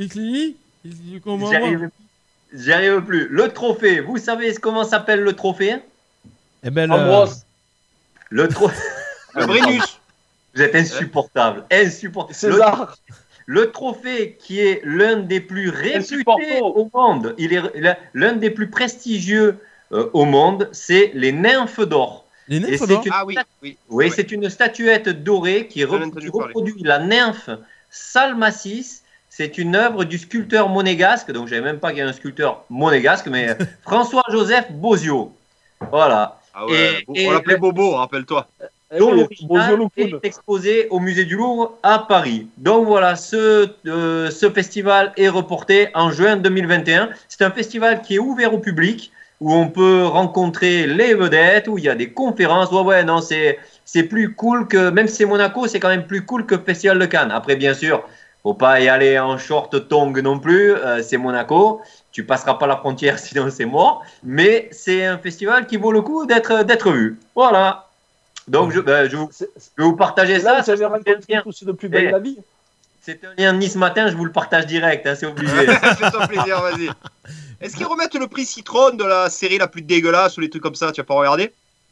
J'arrive J'y arrive plus. Le trophée, vous savez comment s'appelle le trophée? Eh ben, Ambroise. Le trophée. Le Brennus. Vous êtes insupportable. Insupportable. César. Le, le trophée qui est l'un des plus réputés au monde, il est l'un des plus prestigieux euh, au monde, c'est les nymphes d'or. Les nymphes d'or. Ah oui, oui. Oui, c'est une statuette dorée qui, re- qui reproduit la nymphe Salmacis. C'est une œuvre du sculpteur monégasque, donc je ne savais même pas qu'il y a un sculpteur monégasque, mais François-Joseph Bozio. Voilà. Ah ouais, et, on l'appelait Bobo, rappelle-toi. Dont l'original est exposé au musée du Louvre à Paris. Donc voilà, ce, euh, ce festival est reporté en juin deux mille vingt et un. C'est un festival qui est ouvert au public, où on peut rencontrer les vedettes, où il y a des conférences. Ouais, ouais, non, c'est, c'est plus cool que, même si c'est Monaco, c'est quand même plus cool que le Festival de Cannes. Après, bien sûr, faut pas y aller en short tongue non plus, euh, c'est Monaco, tu passeras pas la frontière sinon c'est mort, mais c'est un festival qui vaut le coup d'être, d'être vu. Voilà. Donc je, ben, je, vous, je vais vous partager ça. Vous avez rencontré tous de plus belle et la vie. C'est un lien de Nice matin, je vous le partage direct, hein, c'est obligé. Fais-toi plaisir, vas-y. Est-ce qu'ils remettent le prix Citron de la série la plus dégueulasse ou les trucs comme ça? Tu vas pas regarder?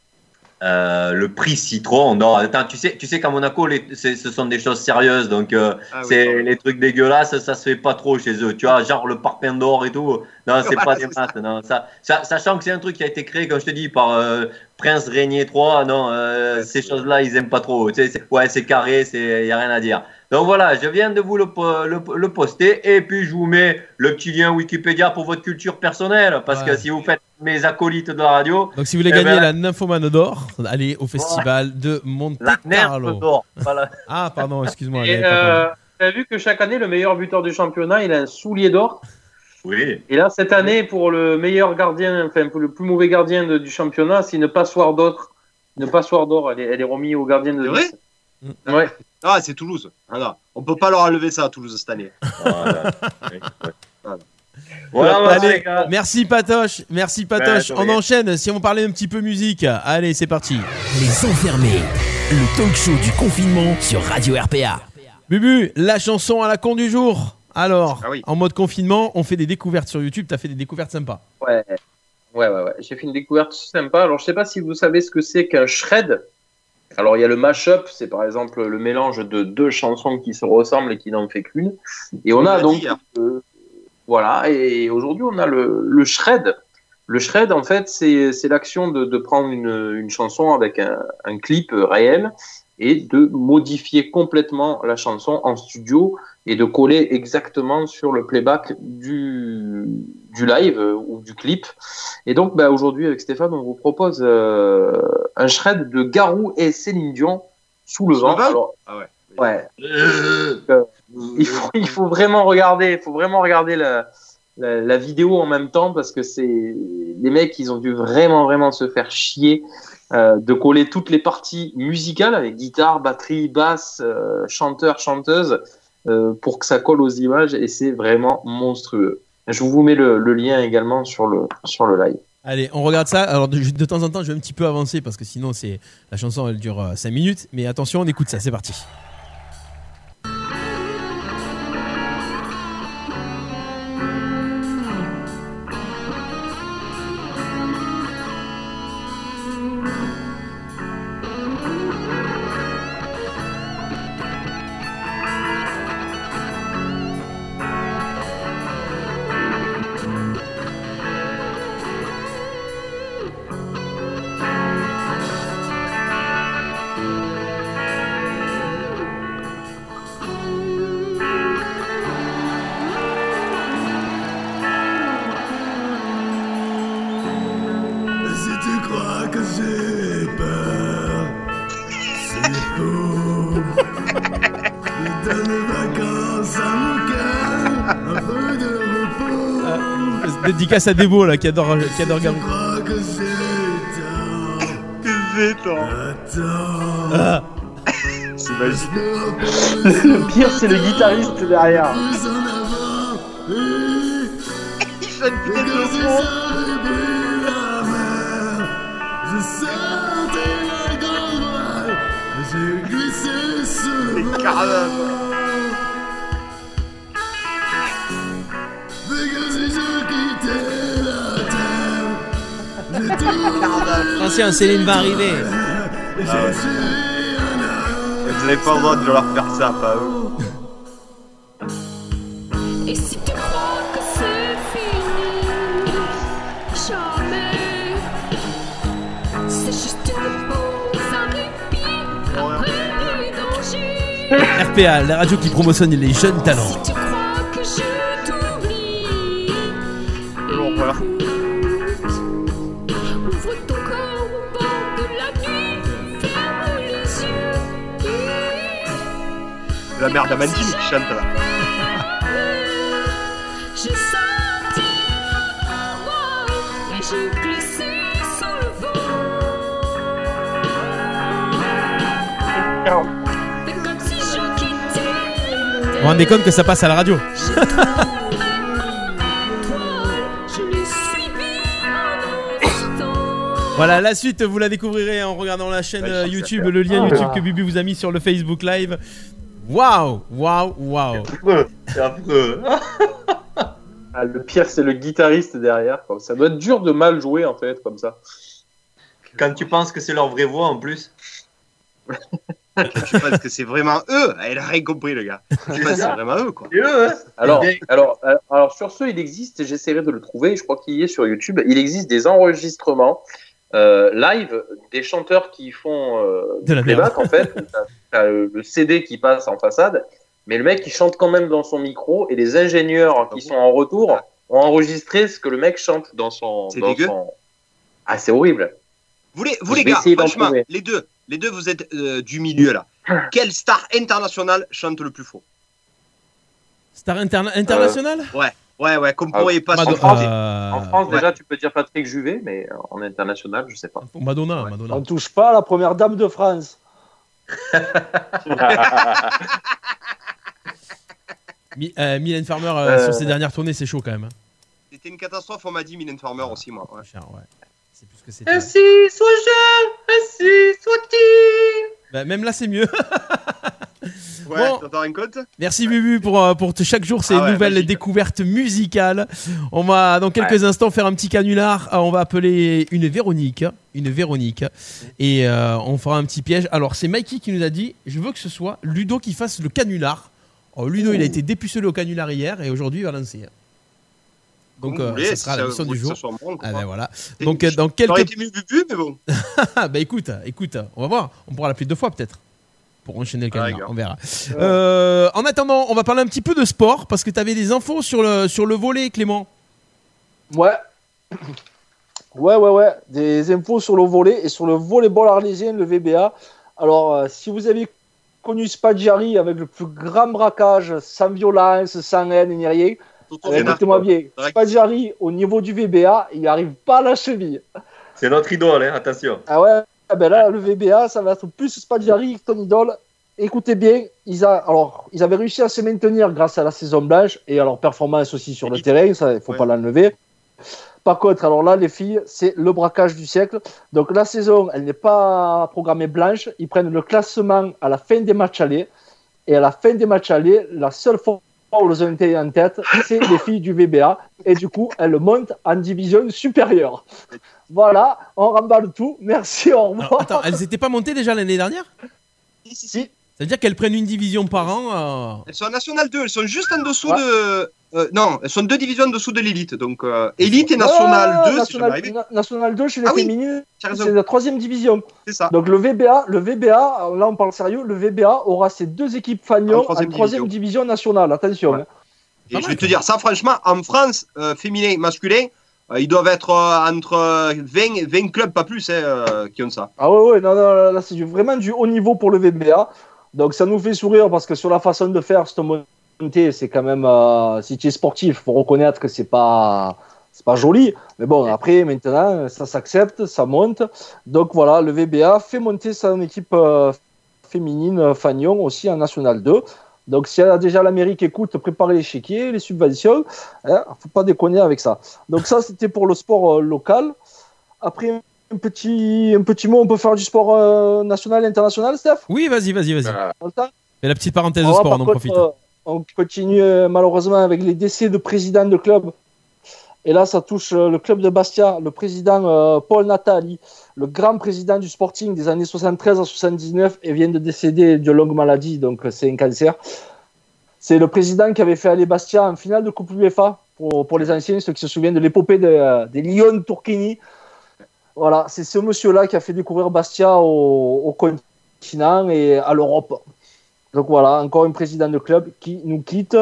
Euh, le prix citron, non, attends, tu sais, tu sais qu'à Monaco, les, ce sont des choses sérieuses, donc euh, ah, oui, c'est les trucs dégueulasses, ça se fait pas trop chez eux, tu vois, genre le parpaing d'or et tout, non, c'est pas des maths, non, ça, ça, sachant que c'est un truc qui a été créé, comme je te dis, par euh, Prince Régnier trois, non, euh, ces choses-là, ils aiment pas trop, tu sais, c'est, ouais, c'est carré, c'est, y a rien à dire. Donc voilà, je viens de vous le, le, le poster et puis je vous mets le petit lien Wikipédia pour votre culture personnelle parce ouais. que si vous faites mes acolytes de la radio. Donc si vous voulez eh gagner ben, la nymphomane d'or, allez au festival ouais. de Monte-Carlo. La nymphe d'or, voilà. Ah pardon, excuse-moi. Et euh, tu as vu que chaque année, le meilleur buteur du championnat, il a un soulier d'or. Oui. Et là, cette année, pour le meilleur gardien, enfin pour le plus mauvais gardien de, du championnat, c'est une passoire d'or. Une passoire d'or, elle est, elle est remise au gardien de c'est vrai mmh. Ouais. Ah, c'est Toulouse. Voilà. On peut pas leur enlever ça à Toulouse cette année. Voilà. Voilà. Voilà, allez, merci Patoche, merci Patoche. Ouais, on enchaîne. Si on parlait un petit peu musique, allez, c'est parti. Les Enfermés, le talk show du confinement sur Radio R P A. Bubu, la chanson à la con du jour. Alors, ah oui. En mode confinement, on fait des découvertes sur YouTube. T'as fait des découvertes sympas. Ouais, ouais, ouais, ouais. J'ai fait une découverte sympa. Alors, je sais pas si vous savez ce que c'est qu'un shred. Alors, il y a le mash-up, c'est par exemple le mélange de deux chansons qui se ressemblent et qui n'en fait qu'une. Et on a donc, euh, voilà, et aujourd'hui on a le, le shred. Le shred, en fait, c'est, c'est l'action de, de prendre une, une chanson avec un, un clip réel et de modifier complètement la chanson en studio et de coller exactement sur le playback du, du live euh, ou du clip. Et donc, bah, aujourd'hui, avec Stéphane, on vous propose euh, un shred de Garou et Céline Dion sous le vent. Alors, ah ouais. Ouais. Euh, il, faut, il faut vraiment regarder, il faut vraiment regarder la, la, la vidéo en même temps parce que c'est les mecs, ils ont dû vraiment, vraiment se faire chier euh, de coller toutes les parties musicales avec guitare, batterie, basse, euh, chanteur, chanteuse, euh, pour que ça colle aux images, et c'est vraiment monstrueux. Je vous mets le, le lien également sur le, sur le live. Allez, on regarde ça. Alors de, de temps en temps, je vais un petit peu avancer parce que sinon, c'est la chanson, elle dure cinq minutes. Mais attention, on écoute ça. C'est parti. Dédicace à Débo là qui adore qui adore Garou. Ah. C'est magique. Le pire, c'est le guitariste derrière. Il fait une putain de fond. C'est carrément. Attention, Céline va arriver. Ah ouais. Vous n'avez pas le droit de leur faire ça, pas eux. Et si tu crois que c'est fini, jamais. C'est juste une pause, un répit après les dangers. R P A, la radio qui promotionne les jeunes talents. Si tu crois que je t'oublie, Bon, voilà. ouvre ton corps au bord de la nuit, ferme les yeux. C'est la mère d'Amandine qui chante là. J'ai senti un moi et j'ai glissé sous le vent. Et comme si je quittais. Vous vous rendez compte que ça passe à la radio. Voilà, la suite, vous la découvrirez en regardant la chaîne euh, YouTube, le lien YouTube que Bubu vous a mis sur le Facebook Live. Waouh, waouh, waouh. C'est affreux. Ah, le pire, c'est le guitariste derrière, quoi. Ça doit être dur de mal jouer, en fait, comme ça. Quand tu penses que c'est leur vraie voix, en plus. Tu penses que c'est vraiment eux. Elle a rien compris, le gars. Tu penses que c'est vraiment eux, quoi. C'est eux, hein. alors, alors, alors, sur ce, il existe, j'essaierai de le trouver, je crois qu'il y est sur YouTube, il existe des enregistrements euh, live des chanteurs qui font euh, de la playback, en fait. T'as, t'as le C D qui passe en façade, mais le mec, il chante quand même dans son micro, et les ingénieurs qui sont en retour ont enregistré ce que le mec chante dans son... C'est dans dégueu. son... Ah, c'est horrible. Vous les, vous les gars, franchement, les deux, les deux, vous êtes euh, du milieu là. Quelle star internationale chante le plus faux? Star interna- internationale euh, Ouais, ouais, ouais, comme Ah, pourrait pas Mado- en France. euh, En France, ouais. déjà, tu peux dire Patrick Juvet, mais en international, je sais pas. Madonna, Ouais. Madonna. On touche pas à la première dame de France. Mi- euh, Mylène Farmer euh, Euh. sur ses dernières tournées, c'est chaud quand même. Hein. C'était une catastrophe, on m'a dit Mylène Farmer aussi, moi. Ouais. Cher, ouais. C'est plus que c'est. Ainsi soit-je, ainsi soit-il. Bah, même là, c'est mieux. Ouais, Bon. t'entends un compte? Merci Bubu pour, euh, pour te- chaque jour ces Ah ouais, nouvelles magique. découvertes musicales. On va dans quelques instants faire un petit canular. Euh, On va appeler une Véronique, une Véronique, et euh, on fera un petit piège. Alors c'est Mikey qui nous a dit, je veux que ce soit Ludo qui fasse le canular. Oh, Ludo, il a été dépucelé au canular hier et aujourd'hui il va lancer. Donc Comme vous euh, voulez, ce si sera la ça- mission vous du voulez que jour. ça soit bon, quoi. Ah ben voilà. C'est- Donc euh, dans Ça aurait quelques été mieux Bubu, mais bon. ah bah écoute, écoute, on va voir. On pourra l'appeler deux fois peut-être pour enchaîner le Ah, canular. d'accord. On verra. Euh, en attendant, on va parler un petit peu de sport parce que tu avais des infos sur le sur le volley, Clément. Ouais. Ouais, ouais, ouais. Des infos sur le volley et sur le volleyball arlésien, le V B A. Alors, euh, si vous avez connu Spaggiari avec le plus grand braquage, sans violence, sans haine ni rien, Toto Alors, Reinhardt, écoutez-moi bien. Drake. Spadjari, au niveau du V B A, il n'arrive pas à la cheville. C'est notre idole, hein, attention. Ah ouais, ah ben là, le V B A, ça va être plus Spadjari que ton idole. Écoutez bien, ils, a, alors, ils avaient réussi à se maintenir grâce à la saison blanche et à leur performance aussi sur le terrain, il ne faut Ouais. pas l'enlever. Par contre, alors là, les filles, c'est le braquage du siècle. Donc la saison, elle n'est pas programmée blanche. Ils prennent le classement à la fin des matchs allés. Et à la fin des matchs allés, la seule fois où elles ont été en tête, c'est les filles du V B A. Et du coup, elles montent en division supérieure. Voilà, on remballe tout. Merci, au revoir. Alors, attends, elles étaient pas montées déjà l'année dernière? Si, si, Si. Ça veut dire qu'elles prennent une division par an euh, Elles sont en National deux, elles sont juste en dessous Ouais. de. euh, non, elles sont deux divisions en dessous de l'élite. Donc, euh, élite et National Ah, deux, c'est jamais National, arrivé. Na- National deux chez les Ah oui, féminines, tu as raison. c'est la troisième division. C'est ça. Donc le V B A, le V B A, là on parle sérieux, le V B A aura ses deux équipes En fanions en troisième troisième division nationale. Attention. Ouais. hein. Et Pas je mal, vais te ça. dire, ça, franchement, en France, euh, féminin et masculin, euh, ils doivent être euh, entre vingt, vingt clubs, pas plus, hein, euh, qui ont ça. Ah ouais, ouais, non, non, là, là, c'est du- vraiment du haut niveau pour le V B A. Donc ça nous fait sourire parce que sur la façon de faire cette montée, c'est quand même, euh, si tu es sportif, faut reconnaître que c'est pas, c'est pas joli. Mais bon, après, maintenant, ça s'accepte, ça monte. Donc voilà, le V B A fait monter son équipe euh, féminine euh, Fagnon aussi en National deux. Donc s'il y a déjà la mairie qui écoute, préparez les chéquiers, les subventions. Hein, faut pas déconner avec ça. Donc ça, c'était pour le sport euh, local. Après, un petit, un petit mot, on peut faire du sport euh, national et international, Steph? Oui, vas-y, vas-y, vas-y. Euh, Dans le temps. Fais la petite parenthèse de Alors, sport, par on en contre, profite. euh, on continue euh, malheureusement avec les décès de présidents de clubs. Et là, ça touche euh, le club de Bastia, le président euh, Paul Natali, le grand président du Sporting des années soixante-treize à soixante-dix-neuf, et vient de décéder de longue maladie, donc euh, c'est un cancer. C'est le président qui avait fait aller Bastia en finale de Coupe UEFA, pour, pour les anciens, ceux qui se souviennent de l'épopée de, euh, des Lions Turchini. Voilà, c'est ce monsieur-là qui a fait découvrir Bastia au, au continent et à l'Europe. Donc voilà, encore un président de club qui nous quitte.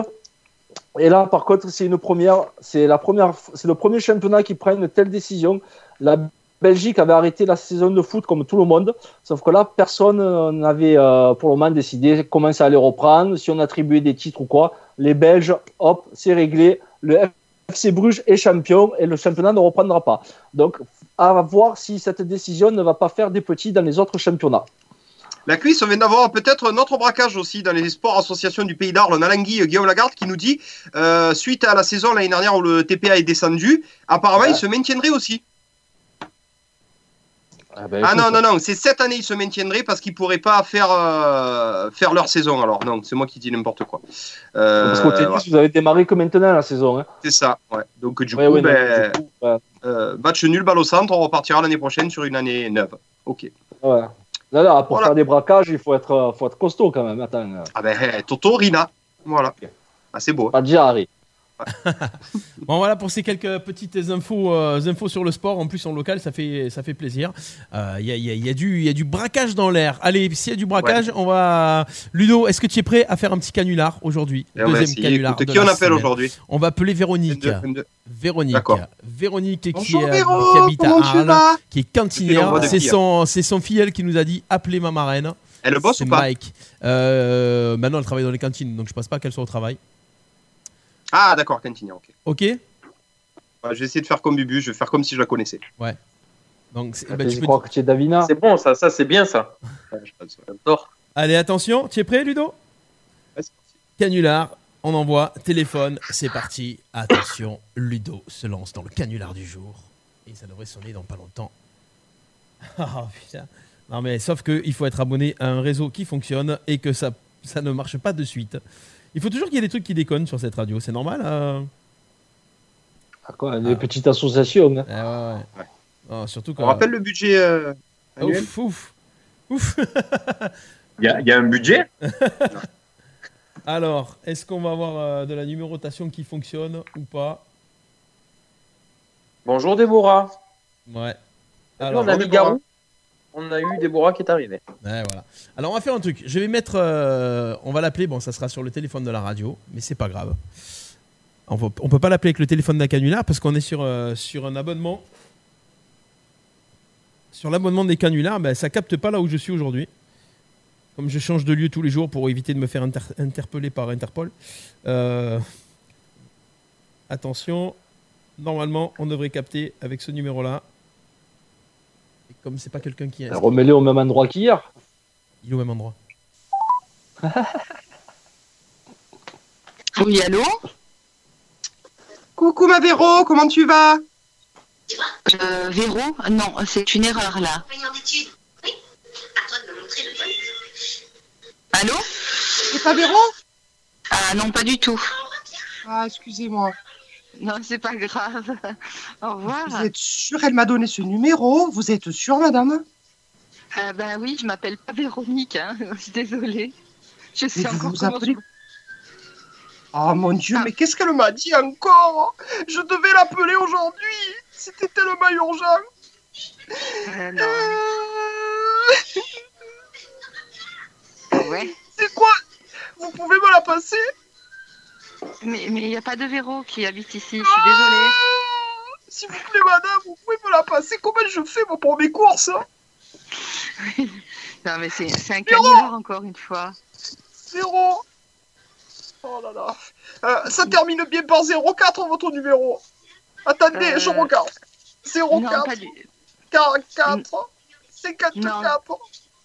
Et là, par contre, c'est une première, c'est la première, c'est le premier championnat qui prend une telle décision. La Belgique avait arrêté la saison de foot comme tout le monde, sauf que là, personne n'avait euh, pour le moment décidé comment ça allait reprendre, si on attribuait des titres ou quoi. Les Belges, hop, c'est réglé. Le F C Bruges est champion et le championnat ne reprendra pas. Donc, à voir si cette décision ne va pas faire des petits dans les autres championnats. La cuisse, on vient d'avoir peut-être un autre braquage aussi dans les sports associations du Pays d'Arles. On a l'Anguille Guillaume Lagarde qui nous dit, euh, suite à la saison l'année dernière où le T P A est descendu, apparemment Ouais. il se maintiendrait aussi. Ah, ben, Ah écoute, non, non, non, c'est cette année ils se maintiendraient parce qu'ils ne pourraient pas faire, euh, faire leur saison. Alors non, c'est moi qui dis n'importe quoi. Euh, Parce qu'au tennis, ouais, vous avez démarré que maintenant la saison. Hein. c'est ça, ouais. Donc du Ouais, coup, ouais, donc, ben, du coup, ouais. euh, match nul, balle au centre, on repartira l'année prochaine sur une année neuve. Ok. Ouais. Là, là, pour Voilà. faire des braquages, il faut être, euh, faut être costaud quand même. Attends, euh, Ah ben, Toto, Rina. Voilà. Ah, c'est beau. pas de Gérard. Bon, voilà pour ces quelques petites infos, euh, infos sur le sport. En plus, en local, ça fait, ça fait plaisir. Il euh, y, a, y, a, y, a du, y a du braquage dans l'air. Allez, s'il y a du braquage, ouais. on va. Ludo, est-ce que tu es prêt à faire un petit canular aujourd'hui? Deuxième canular. Écoute, qui on appelle aujourd'hui? On va appeler Véronique. vingt-deux, vingt-deux. Véronique. Véronique qui, Bonjour, est, Véro, qui habite à Arles, qui est cantinière. C'est son, c'est son filleul qui nous a dit appelez ma marraine. Elle bosse ou pas? Mike. Euh, maintenant, elle travaille dans les cantines, donc je pense pas qu'elle soit au travail. Ah, d'accord, cantinière, ok. Ok. Ouais, je vais essayer de faire comme Bubu, je vais faire comme si je la connaissais. Ouais. Donc, Ah, bah, tu crois que tu es Davina? C'est bon, ça, ça c'est bien ça. J'adore. Allez, attention, tu es prêt, Ludo? Ouais, c'est parti. Canular, on envoie, téléphone, c'est parti. Attention, Ludo se lance dans le canular du jour. Et ça devrait sonner dans pas longtemps. Oh putain. Non mais sauf qu'il faut être abonné à un réseau qui fonctionne et que ça, ça ne marche pas de suite. Il faut toujours qu'il y ait des trucs qui déconnent sur cette radio, c'est normal euh... Ah quoi, des ah. petites associations. Hein. Ah ouais, ouais. ouais. Non, surtout quand... On rappelle le budget euh, annuel. Ouf, ouf, ouf. Il y, y a un budget. Alors, est-ce qu'on va avoir euh, de la numérotation qui fonctionne ou pas? Bonjour Déborah. Ouais. Alors, on a mis Garou. On a eu Déborah qui est arrivée. Ouais, voilà. Alors, on va faire un truc. Je vais mettre... Euh, on va l'appeler. Bon, ça sera sur le téléphone de la radio, mais c'est pas grave. On va, on peut pas l'appeler avec le téléphone d'un canular parce qu'on est sur, euh, sur un abonnement. Sur l'abonnement des canulars, ben, ça capte pas là où je suis aujourd'hui. Comme je change de lieu tous les jours pour éviter de me faire inter- interpeller par Interpol. Euh... Attention, normalement, on devrait capter avec ce numéro-là. Et comme c'est pas quelqu'un qui est... Remets-le au même endroit qu'hier. Il est au même endroit. Oui, allô? Coucou ma Véro, comment tu vas? euh, Véro? Non, c'est une erreur là. Allô? C'est pas Véro? Ah non, pas du tout. Ah, excusez-moi. Non, c'est pas grave. Au revoir. Vous êtes sûre, elle m'a donné ce numéro? Vous êtes sûre, madame? Euh, ben oui, je m'appelle pas Véronique, hein. Je suis désolée. Je sais Mais vous encore vous comment appelez- je- Oh mon Dieu, mais qu'est-ce qu'elle m'a dit encore? Je devais l'appeler aujourd'hui. C'était tellement urgent. Euh, non. Euh, Ouais. C'est quoi? Vous pouvez me la passer? Mais il n'y a pas de Véro qui habite ici, je suis désolée. S'il vous plaît, madame, vous pouvez me la passer? Comment je fais moi, pour mes courses, hein? Non, mais c'est c'est un Véro canular encore une fois. Zéro. Oh là là. Euh, ça termine bien par zéro quatre votre numéro. Attendez, Euh, je regarde. zéro Non, quatre pas du... quarante-quatre cinquante-quatre.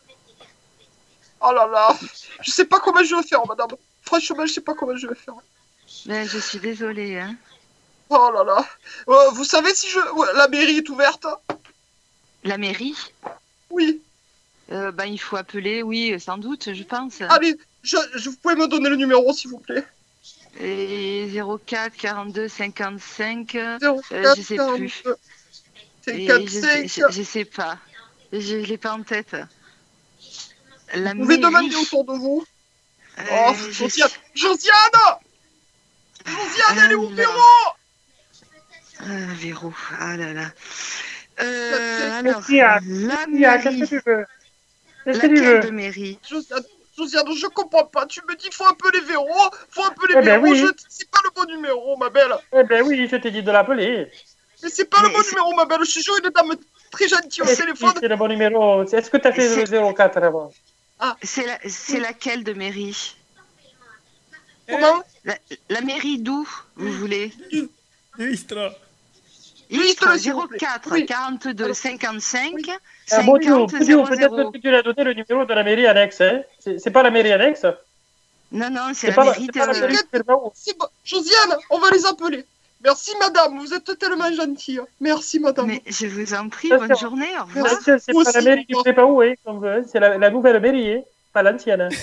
Oh là là. Je sais pas comment je vais faire, madame. Franchement, je sais pas comment je vais faire. Mais je suis désolée, hein. Oh là là. Euh, vous savez si je... ouais, la mairie est ouverte? La mairie? Oui. Euh, ben, il faut appeler, oui, sans doute, je pense. Allez, je, je, vous pouvez me donner le numéro, s'il vous plaît? Et zéro quatre quarante-deux cinquante-cinq, zéro euh, quatre je sais quarante-deux plus. Et cinquante-cinq. je, je, je sais pas. Je ne l'ai pas en tête. La Vous pouvez mairie. demander autour de vous. Euh, Oh, je Josiane, sais- Josiane Josiane, elle est où, Ah, Véro? Ah, Véro, ah là là. Euh, alors, Josiane, la Josiane, mairie. qu'est-ce que tu veux? Qu'est-ce que tu Laquelle veux? de mairie? Josiane, Josiane, je comprends pas. Tu me dis faut appeler Véro, faut appeler Eh ben Véro. oui. Je... C'est pas le bon numéro, ma belle. Eh ben oui, je t'ai dit de l'appeler. Mais c'est pas le Mais bon c'est- numéro, ma belle. Je suis sûre, une dame très gentille au Est-ce que téléphone. c'est le bon numéro? Est-ce que tu as fait le C'est- zéro quatre avant? C'est la, c'est laquelle de mairie? Comment? La, la mairie d'où vous voulez? Istra. Istres, s'il vous zéro plaît. quatre Oui. quarante-deux cinquante-cinq Ah, Bonjour, cinquante Bonjour, zéro peut-être zéro. que tu lui as donné le numéro de la mairie annexe. Hein? C'est c'est pas la mairie annexe? Non, non, c'est C'est la pas, mairie c'est pas la de... mairie de Firmaou. C'est bon. Josiane, on va les appeler. Merci, madame. Vous êtes tellement gentille. Merci, madame. Mais je vous en prie, Bien bonne sûr. journée, au Bien revoir. sûr, c'est Moi pas la aussi, mairie du moi. Firmaou, hein, comme veut, hein. C'est la, la nouvelle mairie, hein, pas l'ancienne. hein.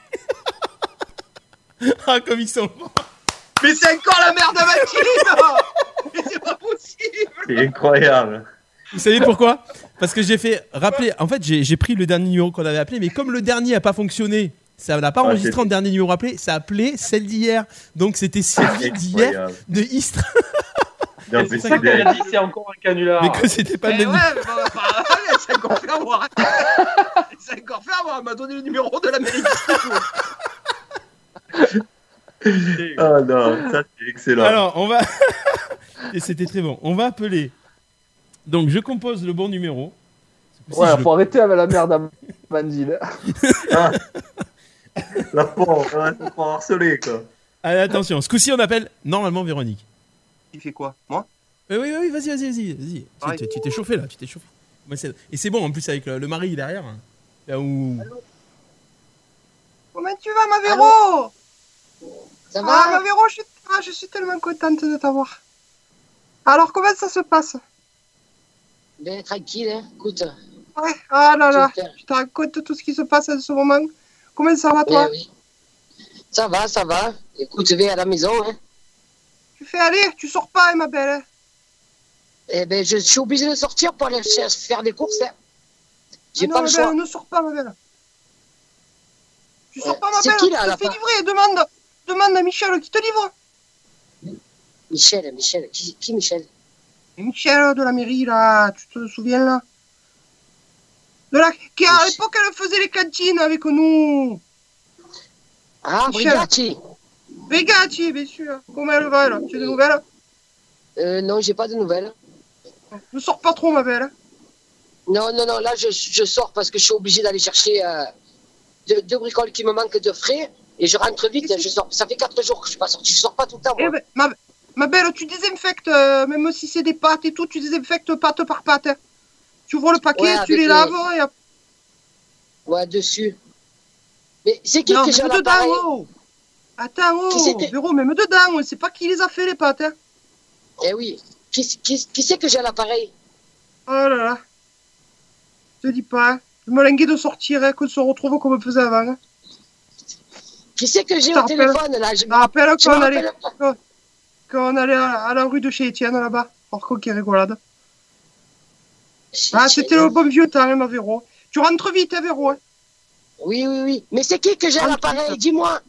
Ah, comme ils sont. Mais c'est encore la mère de Mathilde. Mais c'est pas possible. C'est incroyable. Vous savez pourquoi? Parce que j'ai fait rappeler. En fait, j'ai j'ai pris le dernier numéro qu'on avait appelé, mais comme le dernier a pas fonctionné, ça n'a pas Ah, enregistré c'est- en dernier numéro appelé, ça a appelé celle d'hier. Donc c'était celle d'hier Incroyable. de Istra. Non, mais C'est c'est ça qu'elle dingue. a dit, c'est encore un canular. Mais que c'était pas Eh le ouais, même. mais bon, bah, elle s'est encore fait avoir. Elle s'est encore fait avoir. Elle m'a donné le numéro de la mairie. Oh non, ça c'est excellent. Alors, on va. Et c'était très bon. On va appeler. Donc, je compose le bon numéro. Si Ouais, je le- faut arrêter avec la merde d'Amandine. Ah. La pauvre, hein, faut pas harceler quoi. Allez, attention. Ce coup-ci, on appelle normalement Véronique. Il fait quoi? Moi? Euh, oui, oui, oui, vas-y, vas-y, vas-y. vas-y. Ouais. Tu- Tu t'es chauffé là, tu t'es chauffé. Ouais, c'est- Et c'est bon en plus avec le, le mari derrière. Là où. Comment tu vas, ma Véro? Ça Ah, va? ma Véro, je suis... Ah, je suis tellement contente de t'avoir. Alors, comment ça se passe? Ben, tranquille, hein. Écoute. Ouais, ah là là. Super. Tu te rends compte de tout ce qui se passe en ce moment? Comment ça va, Eh toi? oui. Ça va, ça va. Écoute, viens à la maison, hein. Tu fais aller, tu sors pas, hein, ma belle. hein. Eh ben, je suis obligé de sortir pour aller ch- faire des courses, hein. J'ai Ah non, pas le ma choix. belle, ne sors pas, ma belle. Tu sors Euh, pas, ma c'est belle. qui, là, à Tu la te fais fin livrer. Demande, demande à Michel qui te livre. Michel, Michel. Qui, qui Michel? Et Michel de la mairie, là, tu te souviens, là? De la... Qui, à Michel. l'époque, elle faisait les cantines avec nous. Ah, Michel. Brigatti. Brigatti, bien sûr. Comment elle va, là? Tu as des nouvelles? Euh, non, j'ai pas de nouvelles. Ne sors pas trop, ma belle. Non, non, non, là, je, je sors parce que je suis obligé d'aller chercher euh, deux, deux bricoles qui me manquent de frais et je rentre vite. Je sors. Ça fait quatre jours que je suis pas sorti. Je sors pas tout le temps, moi. Eh ben, ma, ma belle, tu désinfectes, euh, même si c'est des pâtes et tout, tu désinfectes pâte par pâte. Hein. Tu ouvres le paquet, Ouais, tu les avec laves le- et... hop. Ouais, dessus. Mais c'est qui Non, que j'ai à même dedans, l'appareil? oh. Attends, Qui c'est oh, que- Véro, même dedans, on sait pas qui les a fait, les pâtes. Hein. Eh oui. Qui, qui, qui c'est que j'ai à l'appareil? Oh là là. Je te dis pas, hein. Je me languais de sortir, hein, qu'on se retrouve comme on faisait avant. Hein. Qui c'est que j'ai Je te au rappelle- téléphone là? Je Je me rappelle je me quand on allait, rappelle pas. quand, quand on allait à, à la rue de chez Étienne, là-bas. Par contre, qui rigolade. Ah, c'était le bon vieux temps, hein, ma Véro. Tu rentres vite, hein, Véro. Hein. Oui, oui, oui. Mais c'est qui que j'ai à Rentre l'appareil? vite. Dis-moi.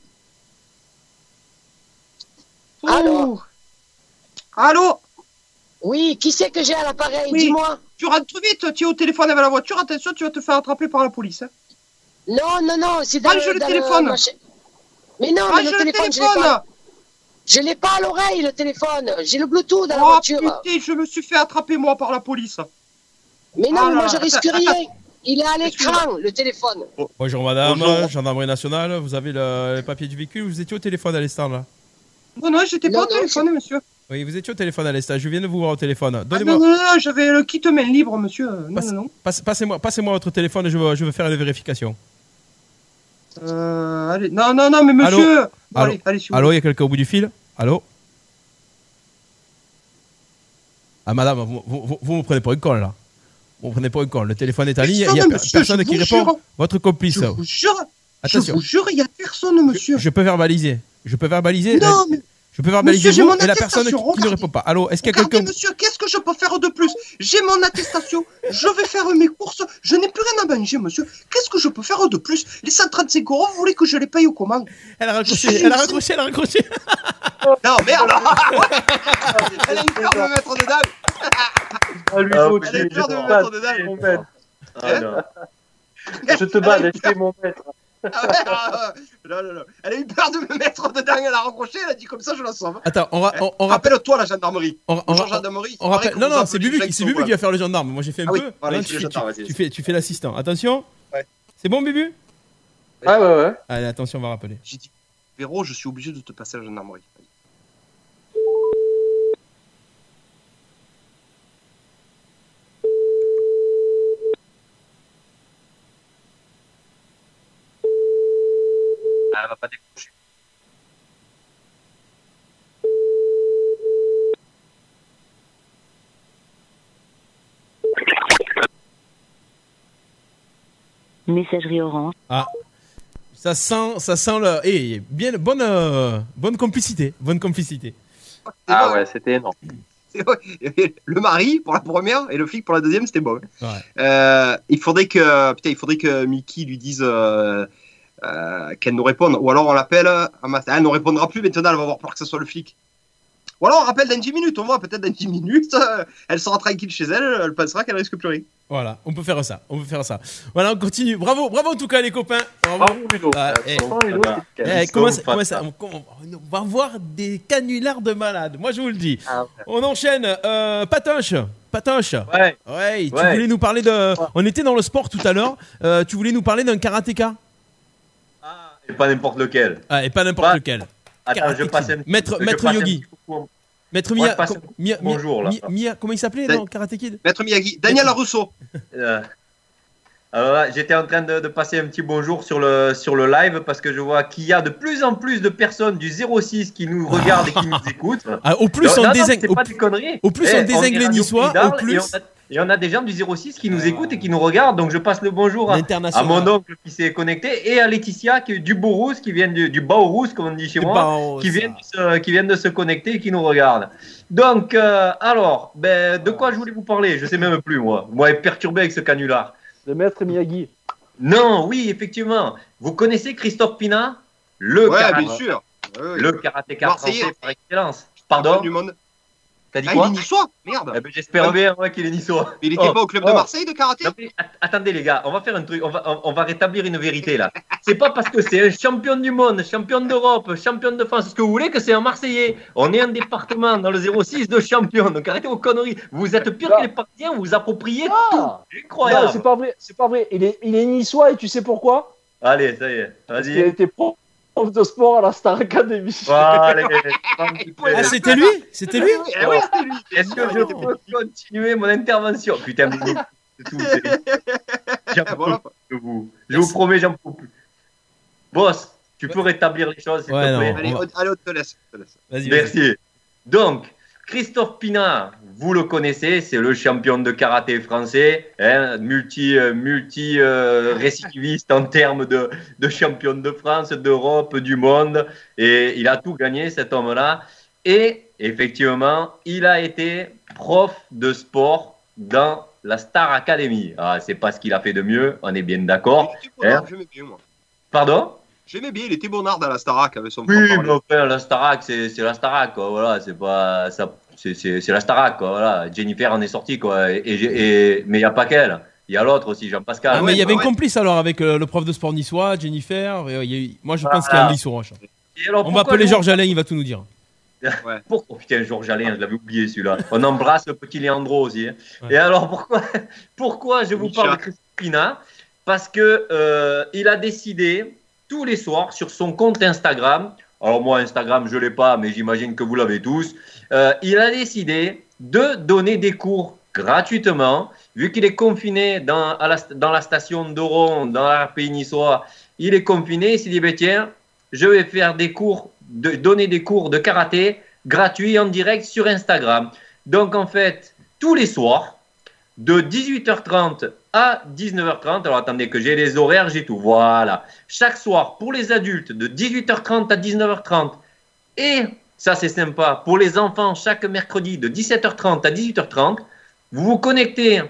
Allô. Allô. Oui, qui c'est que j'ai à l'appareil? Oui. Dis-moi. Tu rentres vite, tu es au téléphone avec la voiture, attention, tu vas te faire attraper par la police. Hein. Non, non, non, c'est dans Range le dans téléphone. machin. Mais non, Range mais le le téléphone, je l'ai téléphone. pas. Je l'ai pas à l'oreille, le téléphone. J'ai le Bluetooth dans la Oh voiture. putain, je me suis fait attraper moi par la police. Mais non, Ah mais là moi je là, risque attends, rien. attends. Il est à l'écran, le téléphone. Bonjour madame, Bonjour. gendarmerie nationale, vous avez le, les papiers du véhicule, vous étiez au téléphone à l'instant là. Non, non, j'étais pas Non, au non, téléphone, monsieur. Oui, vous étiez au téléphone à l'instant, je viens de vous voir au téléphone. Ah, Donnez-moi, non, non, non, j'avais le kit main libre, monsieur. Non, Passe- non, non. passe- passez-moi, passez-moi votre téléphone et je veux, je veux faire les vérifications. Euh, allez, non, non, non, mais monsieur. Bon, Allô allez, allez, s'il vous Allô, il plaît. y a quelqu'un au bout du fil? Allô? Ah madame, vous, vous, vous- vous me prenez pour une con là. Vous me prenez pour une con. Le téléphone est en ligne, il n'y a Personne, per- monsieur, personne je qui vous répond. jure. Votre complice. Je vous jure. Attention. Je vous jure, il n'y a personne, monsieur. Je peux verbaliser. Je peux verbaliser. Non, mais Je peux verbaliser Monsieur, j'ai vous mon et la personne qui, attestation, qui ne regardez. répond pas. Allô, est-ce qu'il y a regardez, quelqu'un? monsieur, qu'est-ce que je peux faire de plus? J'ai mon attestation, je vais faire mes courses, je n'ai plus rien à manger, monsieur. Qu'est-ce que je peux faire de plus? Les cent trente-cinq euros, vous voulez que je les paye ou comment? Elle a Je suis raccroché, elle a une- raccroché, elle a raccroché. Non, merde. Elle a eu peur de me mettre dedans. Ah, lui, Ah, faut mais tuer, elle a eu peur je de me te mettre bats, dedans. mon maître. Ah, non. Je te bats, laisse tuer mon maître. Ah ouais, ah ouais. Non, non, non. Elle a eu peur de me mettre dedans, elle a raccroché, elle a dit comme ça, je la sauve. Attends, on, ra- on, on rappelle. Rappelle-toi la gendarmerie. On, on, Bonjour, on- gendarmerie. on Il rappelle. paraît que Non, vous non, appelez c'est les Bubu gens qui, qui c'est sont Bubu là. qui va faire le gendarme. Moi, j'ai fait un Ah oui, peu. voilà, Là, il tu, fait le fais- gendarme, tu- vas-y. tu fais, tu fais l'assistant. Attention. Ouais. C'est bon, Bubu? Ouais, ouais, ouais. Allez, attention, on va rappeler. J'ai dit, Véro, je suis obligé de te passer à la gendarmerie. Ah, elle va pas décrocher. Messagerie Orange. Ah. Ça sent, ça sent le. Eh, bien, bonne, euh, bonne complicité. Bonne complicité. Ah bon, ouais, c'était énorme. C'est vrai. Le mari pour la première et le flic pour la deuxième, c'était bon. Ouais. Euh, il faudrait que, putain, il faudrait que Mickey lui dise euh, euh, qu'elle nous réponde. Ou alors on l'appelle. Ah, elle ne répondra plus maintenant, elle va avoir peur que ce soit le flic. Ou alors on rappelle dans dix minutes, on voit peut-être dans dix minutes, euh, elle sera tranquille chez elle, elle pensera qu'elle risque plus rien. Voilà, on peut faire ça. On peut faire ça. Voilà, on continue. Bravo, bravo en tout cas les copains. Bravo. Bravo, Ludo. Ah, eh, Franchement, Ludo, Ah, c'est- eh, Ils comment sont ça- comment pas ça- ça. on, on- on va voir des canulars de malades. Moi je vous le dis. Ah, On enchaîne. Euh, Patoche. Patoche. ouais. Ouais, tu Ouais. voulais nous parler de. On était dans le sport tout à l'heure. Euh, tu voulais nous parler d'un karatéka. Ah, et pas n'importe lequel. Ah, et pas n'importe Ouais. lequel. Attends, Karate je passe Kid. un petit- Maître- je Maître passe un Yogi. petit coucou. Maître Moi, Mia. je passe com- un Mia- Mia- bonjour, là. Mia- Mia- comment il s'appelait Salut. dans Karate Kid? Maître Miyagi, Daniel Russo. Euh, Alors là, j'étais en train de, de passer un petit bonjour sur le, sur le live parce que je vois qu'il y a de plus en plus de personnes du zéro six qui nous regardent et qui nous écoutent. Ah, au plus Non, on non, non, désingue. c'est au pas plus- des conneries. au plus Eh, on est désingue les Radio Niçois, Pays d'Arles au plus- Et on, a, et on a des gens du zéro six qui nous écoutent et qui nous regardent. Donc je passe le bonjour à, à L'international. mon oncle qui s'est connecté et à Laetitia qui, du Beaurousse qui vient du, du Baurousse, comme on dit chez Du moi, Baurousse. qui vient, de se, qui vient de se connecter et qui nous regarde. Donc, euh, alors, ben, de quoi je voulais vous parler? Je sais même plus, moi. Moi, perturbé avec ce canular. Le maître Miyagi. Non, oui, effectivement. Vous connaissez Christophe Pina? Le Ouais, karaté- bien sûr. Ouais, ouais. Le karatéka Marseillais. français par excellence. Champion Pardon? du monde. T'as dit Ah, quoi? il est niçois. Merde. Eh ben, j'espère bien ouais, qu'il est niçois. Mais il était Oh, pas au club de oh. Marseille de karaté? Non, mais at- attendez les gars, on va faire un truc, on va, on, on va rétablir une vérité là. C'est pas parce que c'est un champion du monde, champion d'Europe, champion de France, ce que vous voulez, que c'est un Marseillais. On est un département dans le zéro six de champion, donc arrêtez vos conneries. Vous êtes pire Non. que les Parisiens, vous vous appropriez Ah tout. Non, Incroyable. c'est pas vrai, c'est pas vrai. Il est, il est niçois et tu sais pourquoi? Allez, ça y est, Parce qu'il a vas-y. été pro- prof de sport à la Star Academy. Voilà, allez, Ah, c'était lui C'était lui Eh oui, c'était lui. Est-ce que je peux continuer mon intervention? Putain, mais c'est tout. c'est- J'en peux plus de vous. Je vous promets, j'en peux plus. Boss, tu peux rétablir les choses, s'il Ouais, te non, plaît. Allez, on va- on- allez, on te laisse. on te laisse. Vas-y, vas-y. Merci. Donc, Christophe Pina, vous le connaissez, c'est le champion de karaté français, hein, multi, euh, multi euh, récidiviste en termes de, de champion de France, d'Europe, du monde, et il a tout gagné, cet homme-là. Et effectivement, il a été prof de sport dans la Star Academy. Ah, c'est pas ce qu'il a fait de mieux, on est bien d'accord. Il était bonnard, Hein. J'aimais bien, moi. Pardon? J'aimais bien, il était bonnard dans la Starac avec son Oui, mais franc-parler. enfin, la Starac, c'est c'est la Starac, quoi. Voilà, c'est pas ça, c'est c'est c'est la Starac, quoi. Voilà, Jennifer en est sortie, quoi. Et, et, et- mais il y a pas qu'elle, il y a l'autre aussi, Jean-Pascal. Ah, mais il y avait bah une ouais. complice alors avec euh, le prof de sport niçois, Jennifer. et, euh, il y a eu- Moi, je pense Voilà. qu'il y a un lit sur roche. Et alors, On va pourquoi appeler nous- Georges Alain, il va tout nous dire. Pour... Oh putain, Georges Alain, je l'avais oublié celui-là. On embrasse le petit Leandro aussi. hein. Ouais. Et alors, pourquoi, pourquoi je vous Micha. parle de Christophe Pina? Parce que euh, il a décidé tous les soirs sur son compte Instagram. Alors moi, Instagram, je l'ai pas, mais j'imagine que vous l'avez tous. Euh, il a décidé de donner des cours gratuitement, vu qu'il est confiné dans, à la, dans la station d'Oron, dans l'R P I niçois. Il est confiné. Il s'est dit, ben, tiens, je vais faire des cours, de, donner des cours de karaté gratuits en direct sur Instagram. Donc en fait, tous les soirs, de dix-huit heures trente à dix-neuf heures trente, alors attendez que j'ai les horaires, j'ai tout, voilà. Chaque soir, pour les adultes, de dix-huit heures trente à dix-neuf heures trente, et ça c'est sympa, pour les enfants, chaque mercredi, de dix-sept heures trente à dix-huit heures trente, vous vous connectez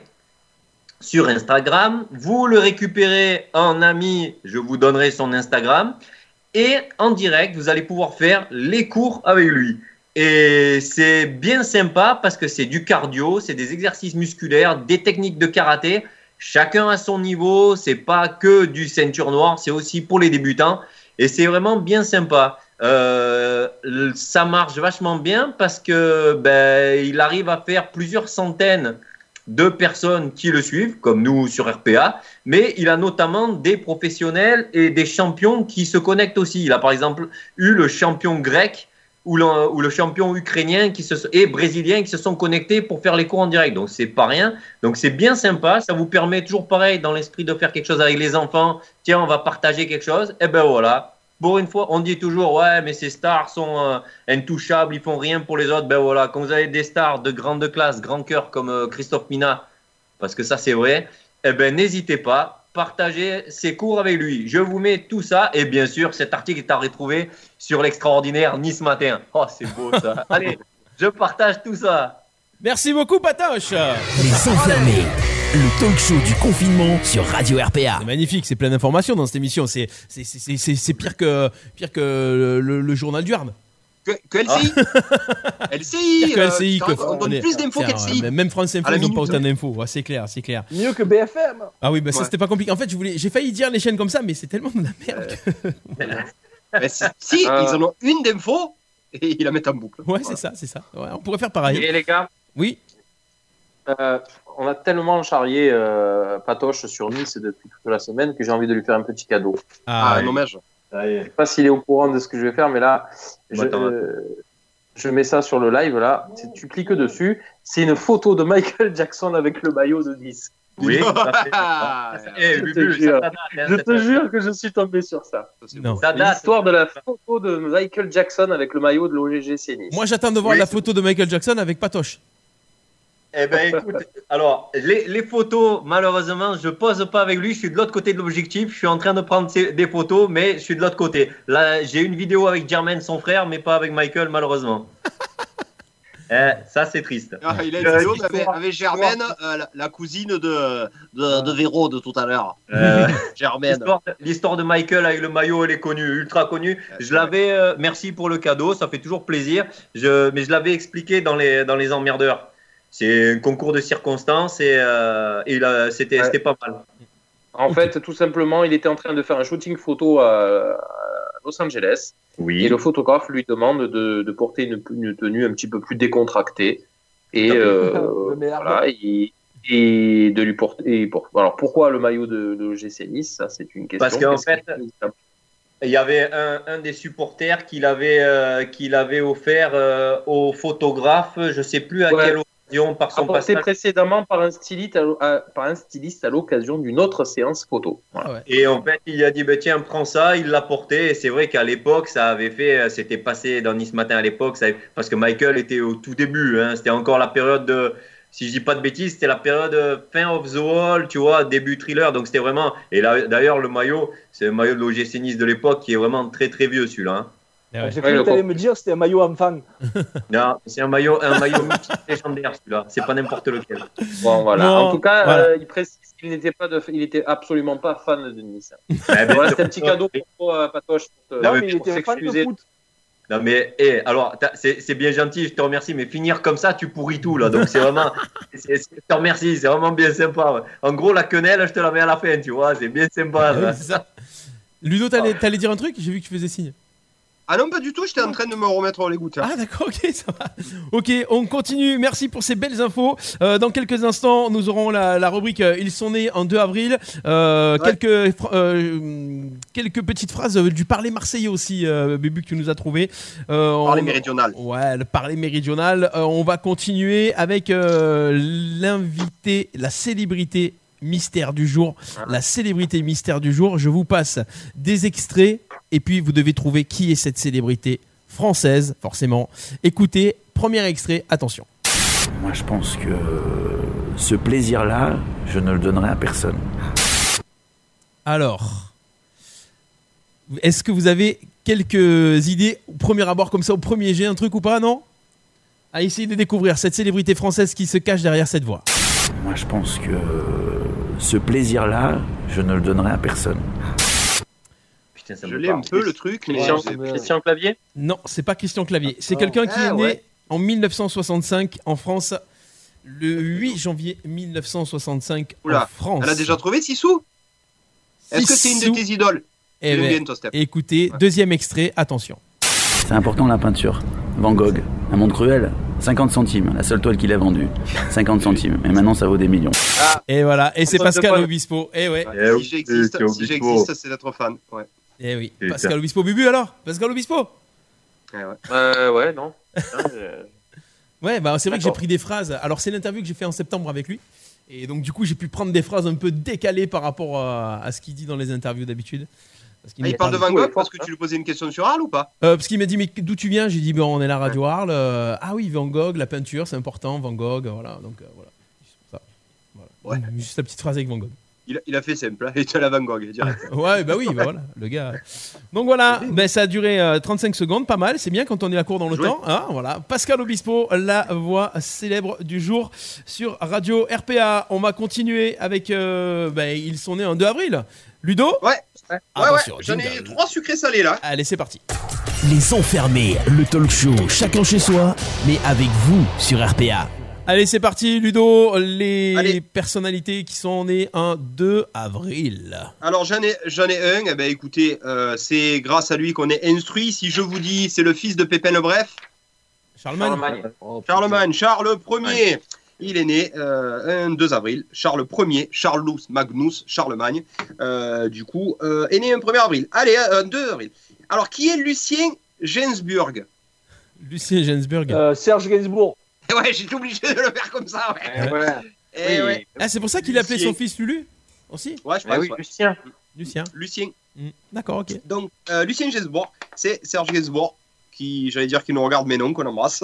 sur Instagram, vous le récupérez en ami, je vous donnerai son Instagram, et en direct, vous allez pouvoir faire les cours avec lui. Et c'est bien sympa parce que c'est du cardio, c'est des exercices musculaires, des techniques de karaté. Chacun à son niveau, c'est pas que du ceinture noire, c'est aussi pour les débutants. Et c'est vraiment bien sympa. Euh, ça marche vachement bien parce que ben, il arrive à faire plusieurs centaines de personnes qui le suivent, comme nous sur R P A, mais il a notamment des professionnels et des champions qui se connectent aussi. Il a par exemple eu le champion grec ou le, ou le champion ukrainien qui se, et brésilien qui se sont connectés pour faire les cours en direct. Donc c'est pas rien. Donc c'est bien sympa. Ça vous permet toujours pareil dans l'esprit de faire quelque chose avec les enfants. Tiens, on va partager quelque chose. Et ben voilà. Pour une fois, on dit toujours ouais, mais ces stars sont euh, intouchables, ils font rien pour les autres. Ben voilà, quand vous avez des stars de grande classe, grand cœur comme euh, Christophe Pina, parce que ça c'est vrai. Eh ben n'hésitez pas, partagez ses cours avec lui. Je vous mets tout ça et bien sûr cet article est à retrouver sur l'extraordinaire Nice Matin. Oh c'est beau ça. Allez, je partage tout ça. Merci beaucoup, Patoche. Les enfermés, le talk show du confinement sur Radio R P A. C'est magnifique, c'est plein d'informations dans cette émission. C'est c'est c'est c'est c'est pire que pire que le, le- le journal du Hard. Que, que L C I L C I Pire que euh, L C I. putain, que- on donne est- plus d'infos c'est- qu'L C I. euh, Même France Info, À la ils n'ont pas minute. autant d'infos. Ouais, c'est clair, c'est clair. Mieux que B F M. Ah oui, bah ça Ouais. c'était pas compliqué. En fait, je voulais, j'ai failli dire les chaînes comme ça, mais c'est tellement de la merde. que- Mais si, si, Euh. ils en ont une d'infos et ils la mettent en boucle. Ouais, c'est ça, c'est ça. Ouais, on pourrait faire pareil. Et les gars, Oui. euh, on a tellement charrié euh, Patoche sur Nice depuis toute la semaine que j'ai envie de lui faire un petit cadeau. Ah, Ah, un hommage. Je sais pas s'il est au courant de ce que je vais faire, mais là, je, Attends, euh, je mets ça sur le live. Là, C'est- tu cliques dessus. C'est une photo de Michael Jackson avec le maillot de Nice. Oui. ça fait- Ah, Eh, Je te Bubu, jure. ça date, hein, Je cette- te jure que je suis tombé sur ça. non. Ça date. L'histoire de la photo de Michael Jackson avec le maillot de l'O G C Nice. Moi, j'attends de voir Oui, la c'est- photo de Michael Jackson avec Patoche. Eh ben écoute, alors les, les photos, malheureusement, je pose pas avec lui. Je suis de l'autre côté de l'objectif. Je suis en train de prendre ces- des photos, mais je suis de l'autre côté. Là, j'ai une vidéo avec Jermaine, son frère, mais pas avec Michael, malheureusement. eh, ça c'est triste. Ah, il a une Euh, vidéo l'histoire- avec, avec Germaine, euh, la, la cousine de, de, de Véro de tout à l'heure. Euh, Germaine. L'histoire de- L'histoire de Michael avec le maillot, elle est connue, ultra connue. Je l'avais, euh, merci pour le cadeau, ça fait toujours plaisir. Je, mais je l'avais expliqué dans les, dans les emmerdeurs. C'est un concours de circonstances et, euh, et là, c'était, Ouais. c'était pas mal. En fait, tout simplement, il était en train de faire un shooting photo à, à Los Angeles. Oui. Et le photographe lui demande de, de porter une, une tenue un petit peu plus décontractée. Et euh, De merde. voilà, et, et de lui porter. et pour- alors pourquoi le maillot de, de G C Nice? Ça, c'est une question. Parce qu'en Qu'est-ce fait, que- il y avait un, un des supporters qui l'avait, euh, qui l'avait offert euh, au photographe, je ne sais plus à Ouais. quelle occasion, par son Apporté passage. précédemment par un styliste à, à- par un styliste à l'occasion d'une autre séance photo. Voilà. Ah ouais. Et en fait, il a dit, bah, tiens, prends ça, il l'a porté. Et c'est vrai qu'à l'époque, ça avait fait, c'était passé dans Nice Matin à l'époque, ça avait- parce que Michael était au tout début. Hein, c'était encore la période de, si je dis pas de bêtises, c'était la période euh, fin of the wall, tu vois, début thriller. Donc c'était vraiment. Et là, d'ailleurs, le maillot, c'est le maillot de l'O G C Nice de l'époque qui est vraiment très très vieux celui-là. Hein. Ah ouais. J'ai Ouais, cru le que tu allais con. me dire que c'était un maillot enfant. Non, c'est un maillot, un maillot mythique légendaire celui-là. C'est pas n'importe lequel. Bon, voilà. Non, en tout cas, voilà. euh, il précise qu'il n'était pas de, il était absolument pas fan de Nice. Eh ben, Voilà, c'était un petit cadeau pour toi, Patoche. Pour te- Non, ouais, mais il pour était fan de s'excuser. foot. Non mais eh, alors t'as- c'est c'est bien gentil, je te remercie, mais finir comme ça, tu pourris tout là. Donc c'est vraiment, c'est- c'est- je te remercie, c'est vraiment bien sympa. Ouais. En gros, la quenelle, je te la mets à la fin, tu vois, c'est bien sympa. Ah oui, là. c'est ça. Ludo, t'allais, t'allais dire un truc? J'ai vu que tu faisais signe. Ah non, pas du tout, j'étais en train de me remettre les gouttes. hein. Ah d'accord, ok, ça va. Ok, on continue. Merci pour ces belles infos. Euh, dans quelques instants, nous aurons la, la rubrique euh, Ils sont nés en deux avril. Euh, Ouais. quelques, fra- euh, quelques petites phrases euh, du parler marseillais aussi, euh, Bébu, que tu nous as trouvé. Euh, Parler on- méridional. Ouais, le parler méridional. Euh, on va continuer avec euh, l'invité, la célébrité mystère du jour. La célébrité mystère du jour. Je vous passe des extraits et puis vous devez trouver qui est cette célébrité française, forcément. Écoutez, premier extrait, attention. Moi, je pense que ce plaisir-là, je ne le donnerai à personne. Alors, est-ce que vous avez quelques idées au premier abord comme ça, au premier jet, un truc ou pas, non? À essayer de découvrir cette célébrité française qui se cache derrière cette voix. Moi, je pense que ce plaisir-là, je ne le donnerai à personne. Putain, ça Je me l'ai un parle. peu le truc, mais Christian, j'ai- Christian Clavier. Non, c'est pas Christian Clavier. C'est Ah. quelqu'un qui Ah, est né ouais. en mille neuf cent soixante-cinq en France, le huit janvier mille neuf cent soixante-cinq en Oula, France. elle a déjà trouvé Sissou. Est-ce que c'est une de Sissou. tes idoles? Eh J'aime ben, bien toi, Steph. écoutez, Ouais. deuxième extrait, attention. C'est important la peinture. Van Gogh, un monde cruel, cinquante centimes, la seule toile qu'il a vendue. cinquante centimes. Et maintenant, ça vaut des millions. Et voilà, et c'est Antoine Pascal Depaul. Obispo. Eh ouais, Eh oui, Si j'existe, c'est si Obispo. j'existe, c'est d'être fan. Ouais. eh oui. Putain. Pascal Obispo, Bubu alors Pascal Obispo. Ouais, ouais. Euh, ouais, non. Hein, euh, Ouais, bah c'est vrai que j'ai D'accord. pris des phrases. Alors c'est l'interview que j'ai fait en septembre avec lui. Et donc du coup j'ai pu prendre des phrases un peu décalées par rapport à, à ce qu'il dit dans les interviews d'habitude. Parce qu'il Ah, nous il parle de Van Sissou est Gogh parce fort, que tu lui posais une question sur Arles ou pas? Euh, parce qu'il m'a dit mais d'où tu viens? J'ai dit bon on est la radio Arles. Euh, ah oui Van Gogh, la peinture c'est important, Van Gogh, voilà donc euh, voilà. Juste ça. Voilà. Ouais. Juste la petite phrase avec Van Gogh. Il a, il a fait simple, hein. Il était à la Van Gogh, direct. Ouais bah oui bah voilà le gars. Donc voilà, ben ça a duré euh, trente-cinq secondes, pas mal, c'est bien quand on est à court dans le Joué. temps. Hein, voilà, Pascal Obispo, la voix célèbre du jour sur Radio R P A. On va continuer avec euh, ben, ils sont nés en deux avril. Ludo. Ouais, ouais, ouais. Attention, J'en ai jingle. trois sucrés salés là. Allez c'est parti. Les enfermés, le talk show, chacun chez soi, mais avec vous sur R P A. Allez, c'est parti, Ludo. Les Allez. personnalités qui sont nées un deux avril. Alors j'en ai, j'en ai un. Eh ben, écoutez, euh, c'est grâce à lui qu'on est instruit. Si je vous dis, c'est le fils de Pépin le Bref. Charlemagne. Charlemagne. Oh, Charlemagne, Charles Ier. Il est né euh, un deux avril. Charles Ier, Charlus Magnus Charlemagne. Euh, du coup, euh, est né un premier avril. Allez, un deux avril. Alors, qui est Lucien Gainsbourg? Lucien Gainsbourg. Euh, Serge Gainsbourg. Ouais, j'étais obligé de le faire comme ça. Ouais. Eh, ouais. Eh Oui. ouais. Ah, c'est pour ça qu'il appelait Lucien. son fils Lulu aussi. Ouais, je Eh pense. oui, ouais. Lucien. Lucien. Lucien. Hmm, D'accord, ok. Donc, euh, Lucien Gainsbourg, c'est Serge Gainsbourg, qui, j'allais dire, qui nous regarde, mais non, qu'on embrasse.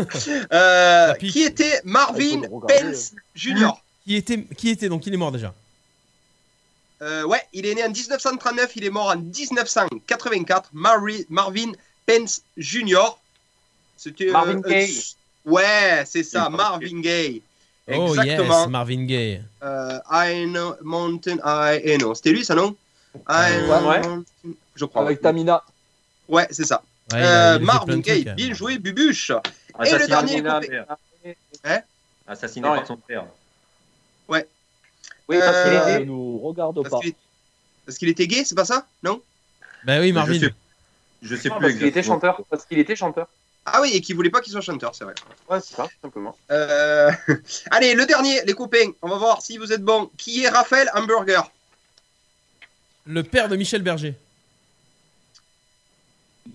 euh, pique. qui était Marvin Il faut le regarder. Pence Junior Qui était, qui était donc il est mort déjà. Euh, ouais, il est né en dix-neuf cent trente-neuf, il est mort en dix-neuf cent quatre-vingt-quatre. Mari- Marvin Pence Junior C'était. euh, Marvin un- Gaye. Ouais, c'est ça, Oui, Marvin Gaye. Oh Exactement. yes, Marvin Gaye. Euh, I know Mountain, I I know. C'était lui, ça, non I know Ouais. Mountain- Je crois. Avec Tamina. Ouais, c'est ça. Ouais, il a- Euh, il a fait Marvin plein de Gaye, trucs, bien hein. joué, Bubuche. Et le Assassiné dernier par coupé- son père. Hein Assassiné Non, par ouais. son père. Oui, parce qu'il Euh, Ça était. ne nous regarde pas. Parce qu'il parce qu'il était gay, c'est pas ça? Non? Bah oui, Marvin. Je sais, je sais Non, plus parce qu'il était exactement. chanteur. Parce qu'il était chanteur. Ah oui, et qui voulait pas qu'il soit chanteur, c'est vrai. Ouais, c'est ça, tout simplement. Euh, Allez, le dernier, les copains, on va voir si vous êtes bons. Qui est Raphaël Hamburger? Le père de Michel Berger.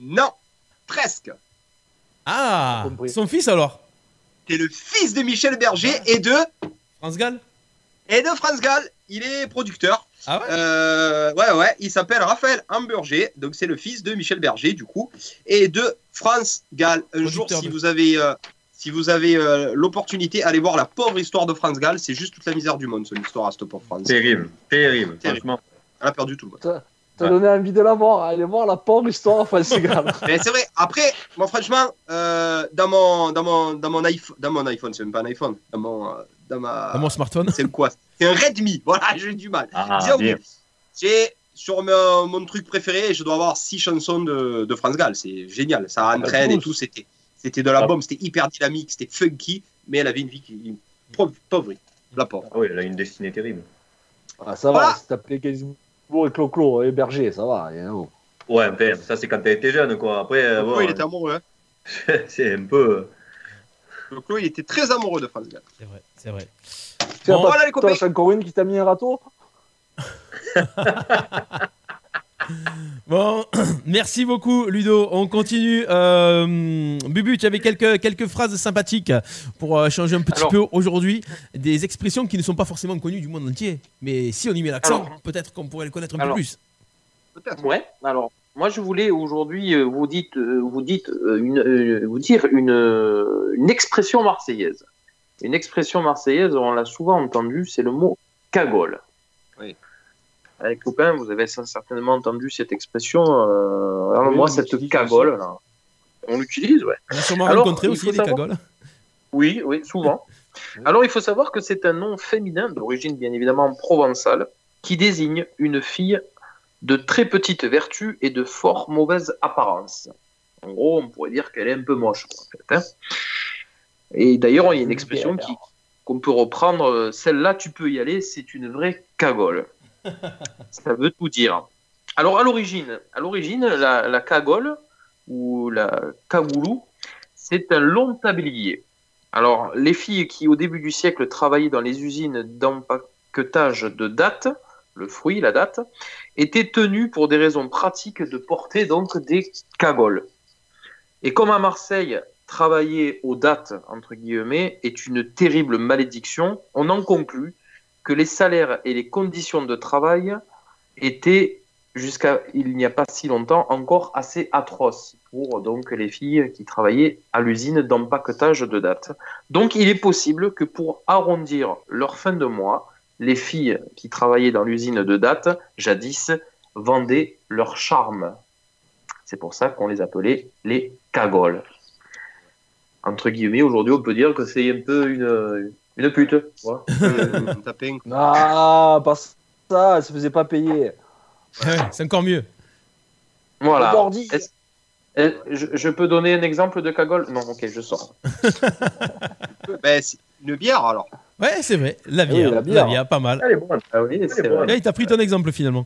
Non, presque. Ah, son fils alors? C'est le fils de Michel Berger et de France Gall. Et de France Gall. Il est producteur. Ah ouais euh, Ouais, ouais. Il s'appelle Raphaël Hamburger. Donc, c'est le fils de Michel Berger, du coup. Et de France Gall. Un jour, si de... vous avez, euh, si vous avez euh, l'opportunité, allez voir la pauvre histoire de France Gall. C'est juste toute la misère du monde, son histoire à cette pauvre France. Terrible, terrible. Terrible. Elle a perdu tout le monde. T'as donné envie de la voir. Allez voir la pauvre histoire de France Gall. Mais c'est vrai. Après, moi, franchement, euh, dans, mon, dans, mon, dans, mon iPhone, dans mon iPhone, c'est même pas un iPhone. Dans mon, euh, dans ma... dans mon smartphone. C'est quoi? C'est un Redmi. Voilà, j'ai du mal. Ah, Disons, bien. J'ai sur mon, mon truc préféré, je dois avoir six chansons de, de France Gall. C'est génial. Ça entraîne et tout. C'était, c'était de la bombe. C'était hyper dynamique. C'était funky. Mais elle avait une vie qui pauvre, pauvre la pauvre. Ah oui, elle a une destinée terrible. Ah, ça Voilà. va. Si t'appelais Gainsbourg et Clo-Clo et Berger, ça va. Et, oh. Ouais, ben, ça c'est quand t'as été jeune, quoi. Après, euh, Clo, bon, il était amoureux. Hein. c'est un peu. Le Clo, il était très amoureux de France Gall. C'est vrai, c'est vrai. Tu Bon, as voilà, les pas copains. toi, encore une qui t'a mis un râteau? Bon, merci beaucoup Ludo. On continue. Euh, Bubu, tu avais quelques, quelques phrases sympathiques pour euh, changer un petit Alors, peu aujourd'hui. Des expressions qui ne sont pas forcément connues du monde entier. Mais si on y met l'accent, Alors, peut-être qu'on pourrait le connaître un alors, peu plus. Peut-être. Ouais. Alors, moi, je voulais aujourd'hui euh, vous dites, euh, vous dites euh, une, euh, vous dire une, euh, une expression marseillaise. Une expression marseillaise, on l'a souvent entendu, c'est le mot cagole. Oui. Les copains, vous avez certainement entendu cette expression. Euh, alors Oui, moi, on cette l'utilise cagole, là, on l'utilise, ouais. On a sûrement Alors, rencontré il aussi faut des savoir- cagoles. Oui, oui, souvent. Alors, il faut savoir que c'est un nom féminin, d'origine bien évidemment provençale, qui désigne une fille de très petite vertu et de fort mauvaise apparence. En gros, on pourrait dire qu'elle est un peu moche, en fait, hein. Et d'ailleurs, il y a une expression qui, qu'on peut reprendre, euh, celle-là, tu peux y aller, c'est une vraie cagole. Ça veut tout dire. Alors, à l'origine, à l'origine la, la cagole, ou la cagoulou, c'est un long tablier. Alors, les filles qui, au début du siècle, travaillaient dans les usines d'empaquetage de dattes, le fruit, la date, étaient tenues pour des raisons pratiques de porter donc des cagoles. Et comme à Marseille, travailler aux dates, entre guillemets, est une terrible malédiction, on en conclut que les salaires et les conditions de travail étaient, jusqu'à il n'y a pas si longtemps, encore assez atroces pour donc les filles qui travaillaient à l'usine d'empaquetage de dates. Donc il est possible que pour arrondir leur fin de mois, les filles qui travaillaient dans l'usine de dates, jadis, vendaient leur charme. C'est pour ça qu'on les appelait les cagoles. Entre guillemets, aujourd'hui, on peut dire que c'est un peu une, une pute. Voilà. Ah, pas ça, elle se faisait pas payer. Ouais, c'est encore mieux. Voilà. Bordi. Est-ce- est- je, je peux donner un exemple de cagole? Non, ok, je sors. Ben, c'est une bière alors. Ouais, c'est vrai. La Ah oui, bière, la la bière. bière, pas mal. Elle est bonne. Ah oui, c'est vrai. Là, il t'a pris ton exemple finalement.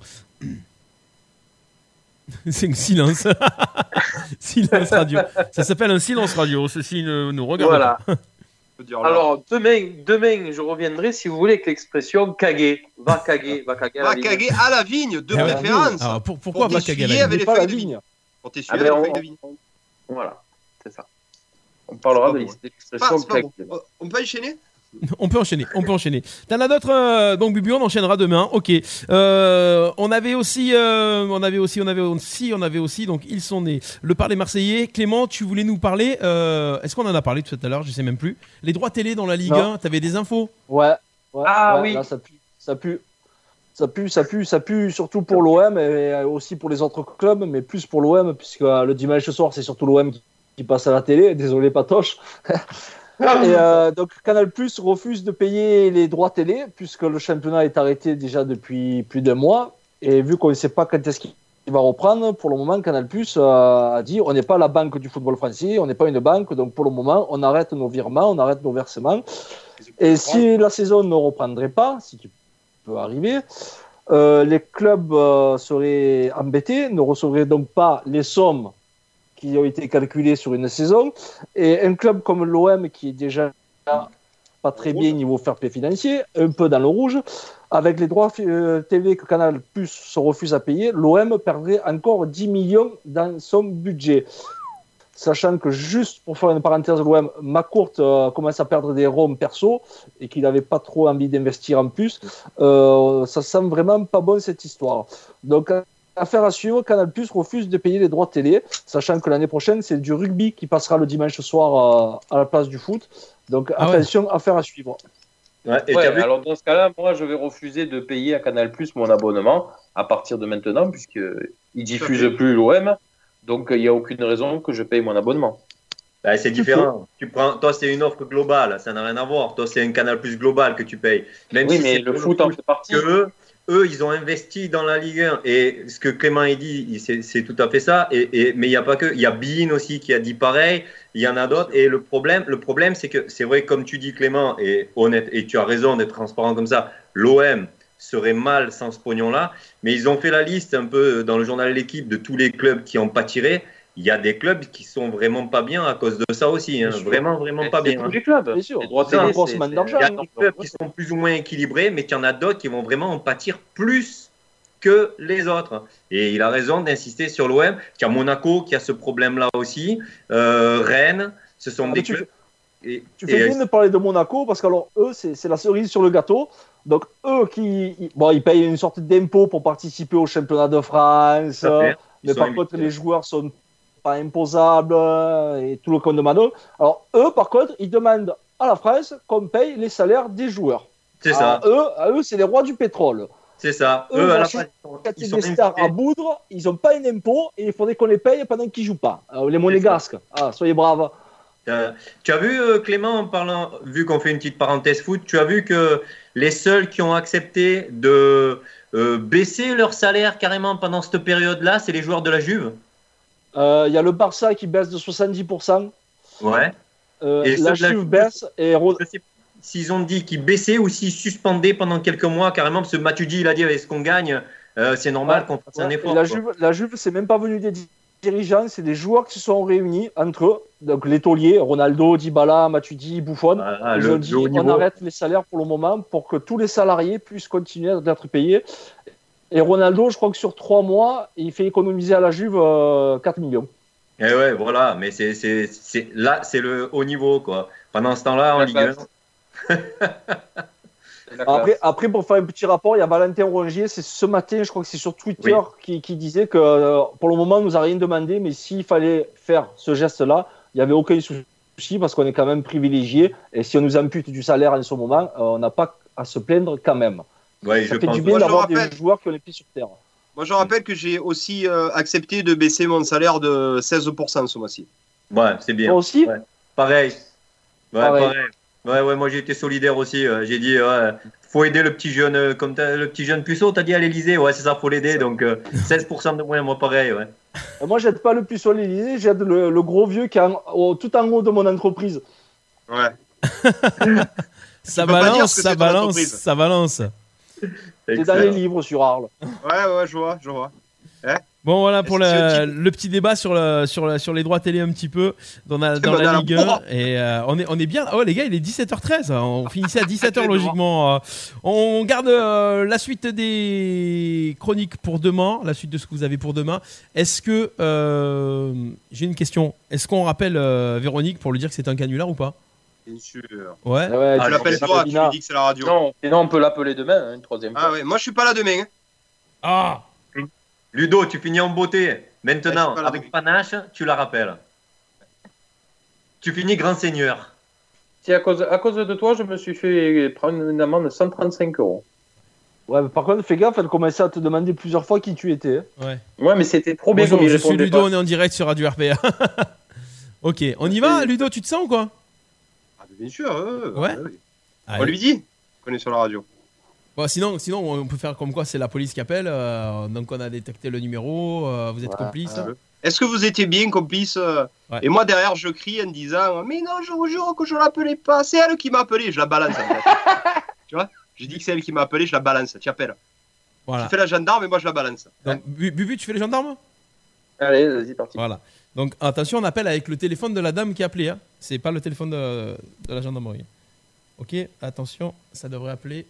C'est un silence. Silence radio. Ça s'appelle un silence radio. Ceci ne nous regarde Voilà. pas. Faut dire là. Alors, demain, demain, je reviendrai, si vous voulez, avec l'expression caguer. Va caguer, va caguer. à la Va vigne. caguer à la vigne, de Ah ouais. préférence. Alors, pour- pourquoi Pour va caguer à la t'essuyer vigne avec les Pas la feuilles de vigne. vigne. Pour Ah t'essuyer ben, avec les on- feuilles de vigne. Voilà, c'est ça. On parlera C'est de pas bon. l'expression Pas- c'est pas caguer. bon. On peut enchaîner? On peut enchaîner, on peut enchaîner. T'en as d'autres, euh, donc Bubu, on enchaînera demain. Ok. Euh, on avait aussi, euh, on avait aussi, on avait aussi, on avait aussi. Donc ils sont nés. Le parler marseillais. Clément, tu voulais nous parler. euh, Est-ce qu'on en a parlé tout à l'heure? Je sais même plus. Les droits télé dans la Ligue Non. un. T'avais des infos? Ouais. ouais, Ah ouais, oui. Là, ça pue. Ça pue. Ça pue, ça pue, ça pue, surtout pour l'O M et aussi pour les autres clubs, mais plus pour l'O M, puisque euh, le dimanche soir, c'est surtout l'O M qui, qui passe à la télé. Désolé, Patoche. Et euh, donc Canal+ refuse de payer les droits télé puisque le championnat est arrêté déjà depuis plus d'un mois et vu qu'on ne sait pas quand est-ce qu'il va reprendre, pour le moment Canal+ euh, a dit on n'est pas la banque du football français, on n'est pas une banque, donc pour le moment on arrête nos virements, on arrête nos versements. Et si la saison ne reprendrait pas, ce qui peut arriver, euh, les clubs euh, seraient embêtés, ne recevraient donc pas les sommes qui ont été calculés sur une saison. Et un club comme l'O M, qui est déjà pas très bien niveau fair play financier, un peu dans le rouge. Avec les droits euh, T V que Canal Plus se refuse à payer, l'O M perdrait encore dix millions dans son budget. Sachant que, juste pour faire une parenthèse, l'O M, McCourt euh, commence à perdre des roms perso et qu'il n'avait pas trop envie d'investir en plus. Euh, ça sent vraiment pas bon cette histoire. Donc, affaire à suivre, Canal Plus refuse de payer les droits télé, sachant que l'année prochaine, c'est du rugby qui passera le dimanche soir euh, à la place du foot. Donc, ah attention, ouais. Affaire à suivre. Ouais, et ouais, alors dans ce cas-là, moi, je vais refuser de payer à Canal Plus mon abonnement à partir de maintenant, puisqu'il ne diffuse plus l'O M. Donc, il n'y a aucune raison que je paye mon abonnement. Bah, c'est différent. Tu prends, toi, c'est une offre globale, ça n'a rien à voir. Toi, c'est un Canal Plus global que tu payes. Même oui, si mais le foot en fait partie. Que eux, eux, ils ont investi dans la Ligue un. Et ce que Clément a dit, c'est, c'est tout à fait ça. Et, et, mais il n'y a pas que. Il y a Bein aussi qui a dit pareil. Il y en a d'autres. Et le problème, le problème, c'est que c'est vrai, comme tu dis, Clément, et honnête, et tu as raison d'être transparent comme ça, l'O M serait mal sans ce pognon-là. Mais ils ont fait la liste un peu dans le journal L'Équipe de tous les clubs qui n'ont pas tiré. Il y a des clubs qui sont vraiment pas bien à cause de ça aussi. Hein. Vraiment, vraiment mais pas c'est bien. Tous les clubs. Bien sûr. Les droits télé, c'est, c'est, il y a des clubs qui sont plus ou moins équilibrés, mais qu'il y en a d'autres qui vont vraiment en pâtir plus que les autres. Et il a raison d'insister sur l'O M. Il y a Monaco qui a ce problème-là aussi. Euh, Rennes, ce sont ah, des clubs. Et, tu fais et bien euh... de parler de Monaco parce que alors eux, c'est, c'est la cerise sur le gâteau. Donc eux qui, bon, ils payent une sorte d'impôt pour participer au championnat de France. Euh, mais par contre, les joueurs sont pas imposables et tout le compte de Mano. Alors eux, par contre, ils demandent à la France qu'on paye les salaires des joueurs. C'est ça. À eux, à eux, c'est les rois du pétrole. C'est ça. Eux, eux à la fin, ils sont des stars à boudre, ils n'ont pas un impôt et il faudrait qu'on les paye pendant qu'ils jouent pas. Alors, les monégasques, ah, soyez braves. Euh, tu as vu, euh, Clément, en parlant, vu qu'on fait une petite parenthèse foot, tu as vu que les seuls qui ont accepté de euh, baisser leur salaire carrément pendant cette période-là, c'est les joueurs de la Juve. Il euh, y a le Barça qui baisse de soixante-dix pour cent. Ouais. Euh, et la Juve baisse. Et... Je sais s'ils ont dit qu'ils baissaient ou s'ils suspendaient pendant quelques mois carrément, parce que Matuidi, il a dit avec ce qu'on gagne, euh, c'est normal ouais, qu'on fasse ouais. un effort. La Juve, la Juve, c'est même pas venu des dirigeants, c'est des joueurs qui se sont réunis entre eux. Donc les tauliers, Ronaldo, Dybala, Matuidi, Buffon. Ah, ils le, ont dit on niveau. arrête les salaires pour le moment pour que tous les salariés puissent continuer d'être payés. Et Ronaldo, je crois que sur trois mois, il fait économiser à la Juve euh, quatre millions. Et ouais, voilà, mais c'est, c'est, c'est, là, c'est le haut niveau, quoi. Pendant ce temps-là, en Ligue un. après, après, pour faire un petit rapport, il y a Valentin Rongier, c'est ce matin, je crois que c'est sur Twitter, oui. qui, qui disait que euh, pour le moment, on nous a rien demandé, mais s'il fallait faire ce geste-là, il n'y avait aucun souci parce qu'on est quand même privilégié. Et si on nous ampute du salaire en ce moment, euh, on n'a pas à se plaindre quand même. Ouais, ça je fait pense du bien moi, d'avoir rappelle... des joueurs qui ont les pieds sur terre. Moi, je rappelle que j'ai aussi euh, accepté de baisser mon salaire de seize pour cent ce mois-ci. Ouais, c'est bien. Toi aussi ouais. Pareil. Ouais, pareil. pareil. Ouais, ouais, moi j'ai été solidaire aussi. Euh, j'ai dit, ouais, faut aider le petit jeune, euh, comme le petit jeune puceau, t'as dit à l'Elysée. Ouais, c'est ça, faut l'aider. Donc euh, seize pour cent de moins, moi pareil. Ouais. Et moi, j'aide pas le puceau à l'Elysée, j'aide le, le gros vieux qui est en, au, tout en haut de mon entreprise. Ouais. ça, balance, ça, balance, ça balance, ça balance. C'est dans les livres sur Arles. Ouais, ouais, je vois, je vois. Eh Bon voilà pour le, le petit débat sur, le, sur, le, sur les droits télé un petit peu dans la, dans la Ligue un et euh, on, est, on est bien. Oh les gars, il est dix-sept heures treize, on finissait à dix-sept heures logiquement. On garde euh, la suite des chroniques pour demain, la suite de ce que vous avez pour demain. Est-ce que euh, j'ai une question, est-ce qu'on rappelle euh, Véronique pour lui dire que c'est un canular ou pas? Bien sûr. Ouais. ouais ah, tu l'appelles toi, tu lui dis que c'est la radio. Non, sinon on peut l'appeler demain, hein, une troisième fois. Ah ouais, moi je suis pas là demain. Hein. Ah. Ludo, tu finis en beauté. Maintenant, ouais, avec panache, tu la rappelles. Tu finis grand seigneur. Si à cause, à cause de toi, je me suis fait prendre une amende de cent trente-cinq euros. Ouais, mais par contre, fais gaffe, elle commençait à te demander plusieurs fois qui tu étais. Ouais, ouais mais c'était trop bien. Bonjour, je suis Ludo, pas. On est en direct sur Radio R P A. Ok, on y va, Ludo, tu te sens ou quoi? Ah, bien sûr, euh, ouais. ouais. On lui dit qu'on est sur la radio. Bon, sinon, sinon, on peut faire comme quoi c'est la police qui appelle. Euh, donc, on a détecté le numéro. Euh, vous êtes ouais, complice. Euh, Est-ce que vous étiez bien complice euh, ouais. Et moi, derrière, je crie en disant mais non, je vous jure que je l'appelais pas. C'est elle qui m'a appelé. Je la balance. En fait. Tu vois? J'ai dit que c'est elle qui m'a appelé. Je la balance. Tu appelles. Voilà. Tu fais la gendarme et moi, je la balance. Donc, Bubu, tu fais les gendarmes? Allez, vas-y, parti. Voilà. Donc, attention, on appelle avec le téléphone de la dame qui a appelé. Hein. C'est pas le téléphone de, de la gendarmerie. Ok, attention, ça devrait appeler.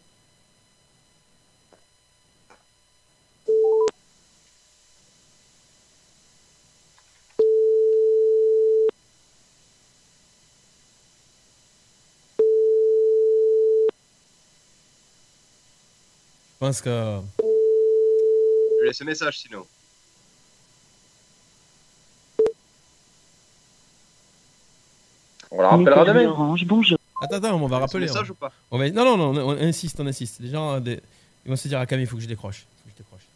Je pense que... Je laisse un message sinon. On la rappellera demain. Orange, bonjour. Attends, attends, on va rappeler. Message on... ou pas on va... Non, non, non, on insiste, on insiste. Les gens, des... ils vont se dire à Camille, il faut que je décroche. Faut que je décroche.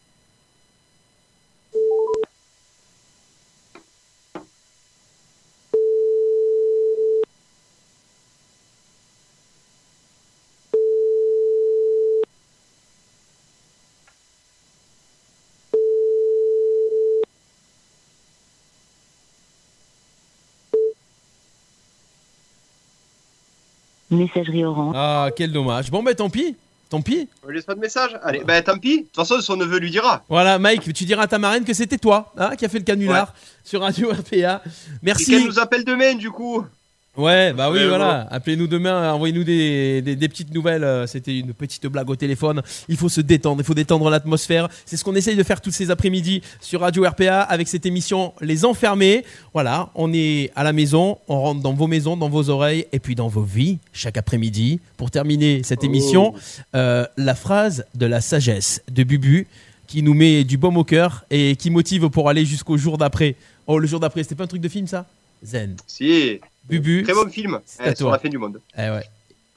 Messagerie Orange. Ah, quel dommage. Bon, ben tant pis. Tant pis. On laisse pas de message. Allez, bah tant pis. De toute façon, son neveu lui dira. Voilà, Mike, tu diras à ta marraine que c'était toi hein, qui a fait le canular Ouais. sur Radio R P A. Merci. Et qu'elle nous appelle demain, du coup. Ouais, bah oui, Ouais, voilà. bon. Appelez-nous demain, envoyez-nous des, des, des petites nouvelles. Euh, C'était une petite blague au téléphone. Il faut se détendre, il faut détendre l'atmosphère. C'est ce qu'on essaye de faire tous ces après-midi sur Radio R P A avec cette émission Les Enfermés. Voilà, on est à la maison, on rentre dans vos maisons, dans vos oreilles et puis dans vos vies chaque après-midi. Pour terminer cette émission, euh, la phrase de la sagesse de Bubu qui nous met du baume au cœur et qui motive pour aller jusqu'au jour d'après. Oh, le jour d'après, c'était pas un truc de film ça ? Zen. Si. Bubu. Très bon film. C'est à Eh, sur toi. la fin du monde. Eh ouais.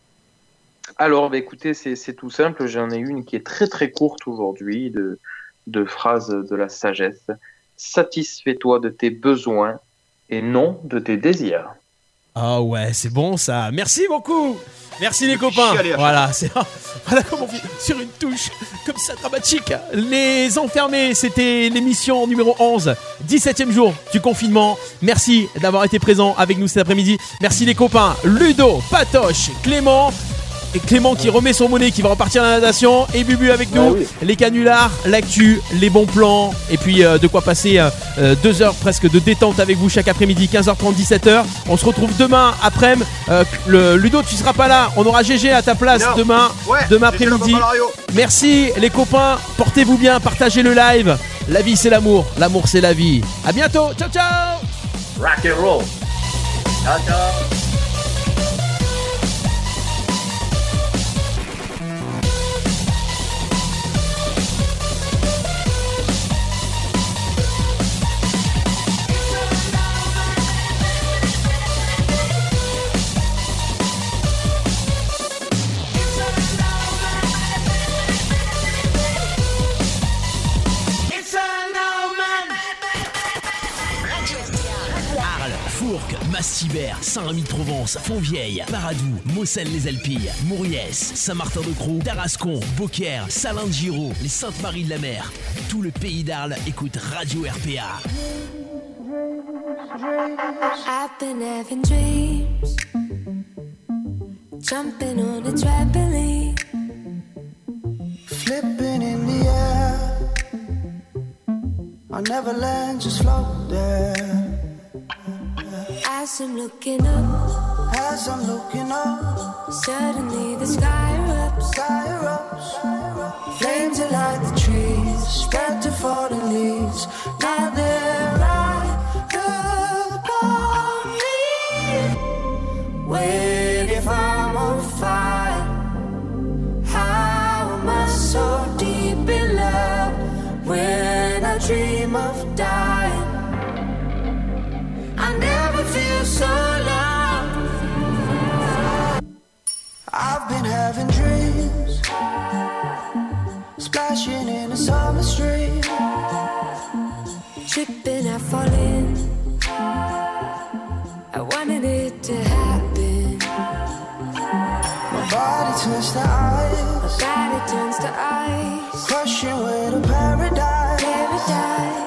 Alors, bah, écoutez, c'est c'est tout simple. J'en ai une qui est très très courte aujourd'hui, de, de phrases de la sagesse. Satisfais-toi de tes besoins et non de tes désirs. Ah ouais, c'est bon ça. Merci beaucoup. Merci les copains. chialer à chaque Voilà, c'est voilà comment on fait sur une touche comme ça dramatique. Les Enfermés, c'était l'émission numéro onze, dix-septième jour du confinement. Merci d'avoir été présents avec nous cet après-midi. Merci les copains Ludo, Patoche, Clément. Et Clément qui remet son monnaie, qui va repartir à la natation. Et Bubu avec nous. Ah oui. Les canulars, l'actu, les bons plans. Et puis euh, de quoi passer euh, euh, deux heures presque de détente avec vous chaque après-midi, quinze heures trente, dix-sept heures. On se retrouve demain après-midi. Euh, le Ludo, tu seras pas là. On aura G G à ta place Non. demain, Ouais, demain G G le après-midi. Papa Mario. Merci les copains. Portez-vous bien, partagez le live. La vie c'est l'amour, l'amour c'est la vie. À bientôt. Ciao ciao. Rock and roll. Ciao, ciao. Arles, Fourques, Massibert, Saint-Rémy-de-Provence, Fontvieille, Paradou, Mosselles-les-Alpilles, Mouriès, Saint-Martin-de-Croix, Tarascon, Beaucaire, Salins-de-Giraud, les Saintes-Maries-de-la-Mer. Tout le pays d'Arles écoute Radio R P A. I've been having dreams, jumping on a trampoline, Flipping in the air, I'll never land, just float there. as I'm looking up, As I'm looking up, suddenly the sky erupts, sky erupts, flames that light the trees, spread to fallen leaves. Now they're right upon me. Wait, if I'm on fire, how am I so deep in love when I dream of dying? I never feel so loved. I've been having dreams, splashing in a summer stream, tripping, I fall in. I wanted it to happen. my body turns to ice, My body turns to ice, crushing with a paradise. paradise.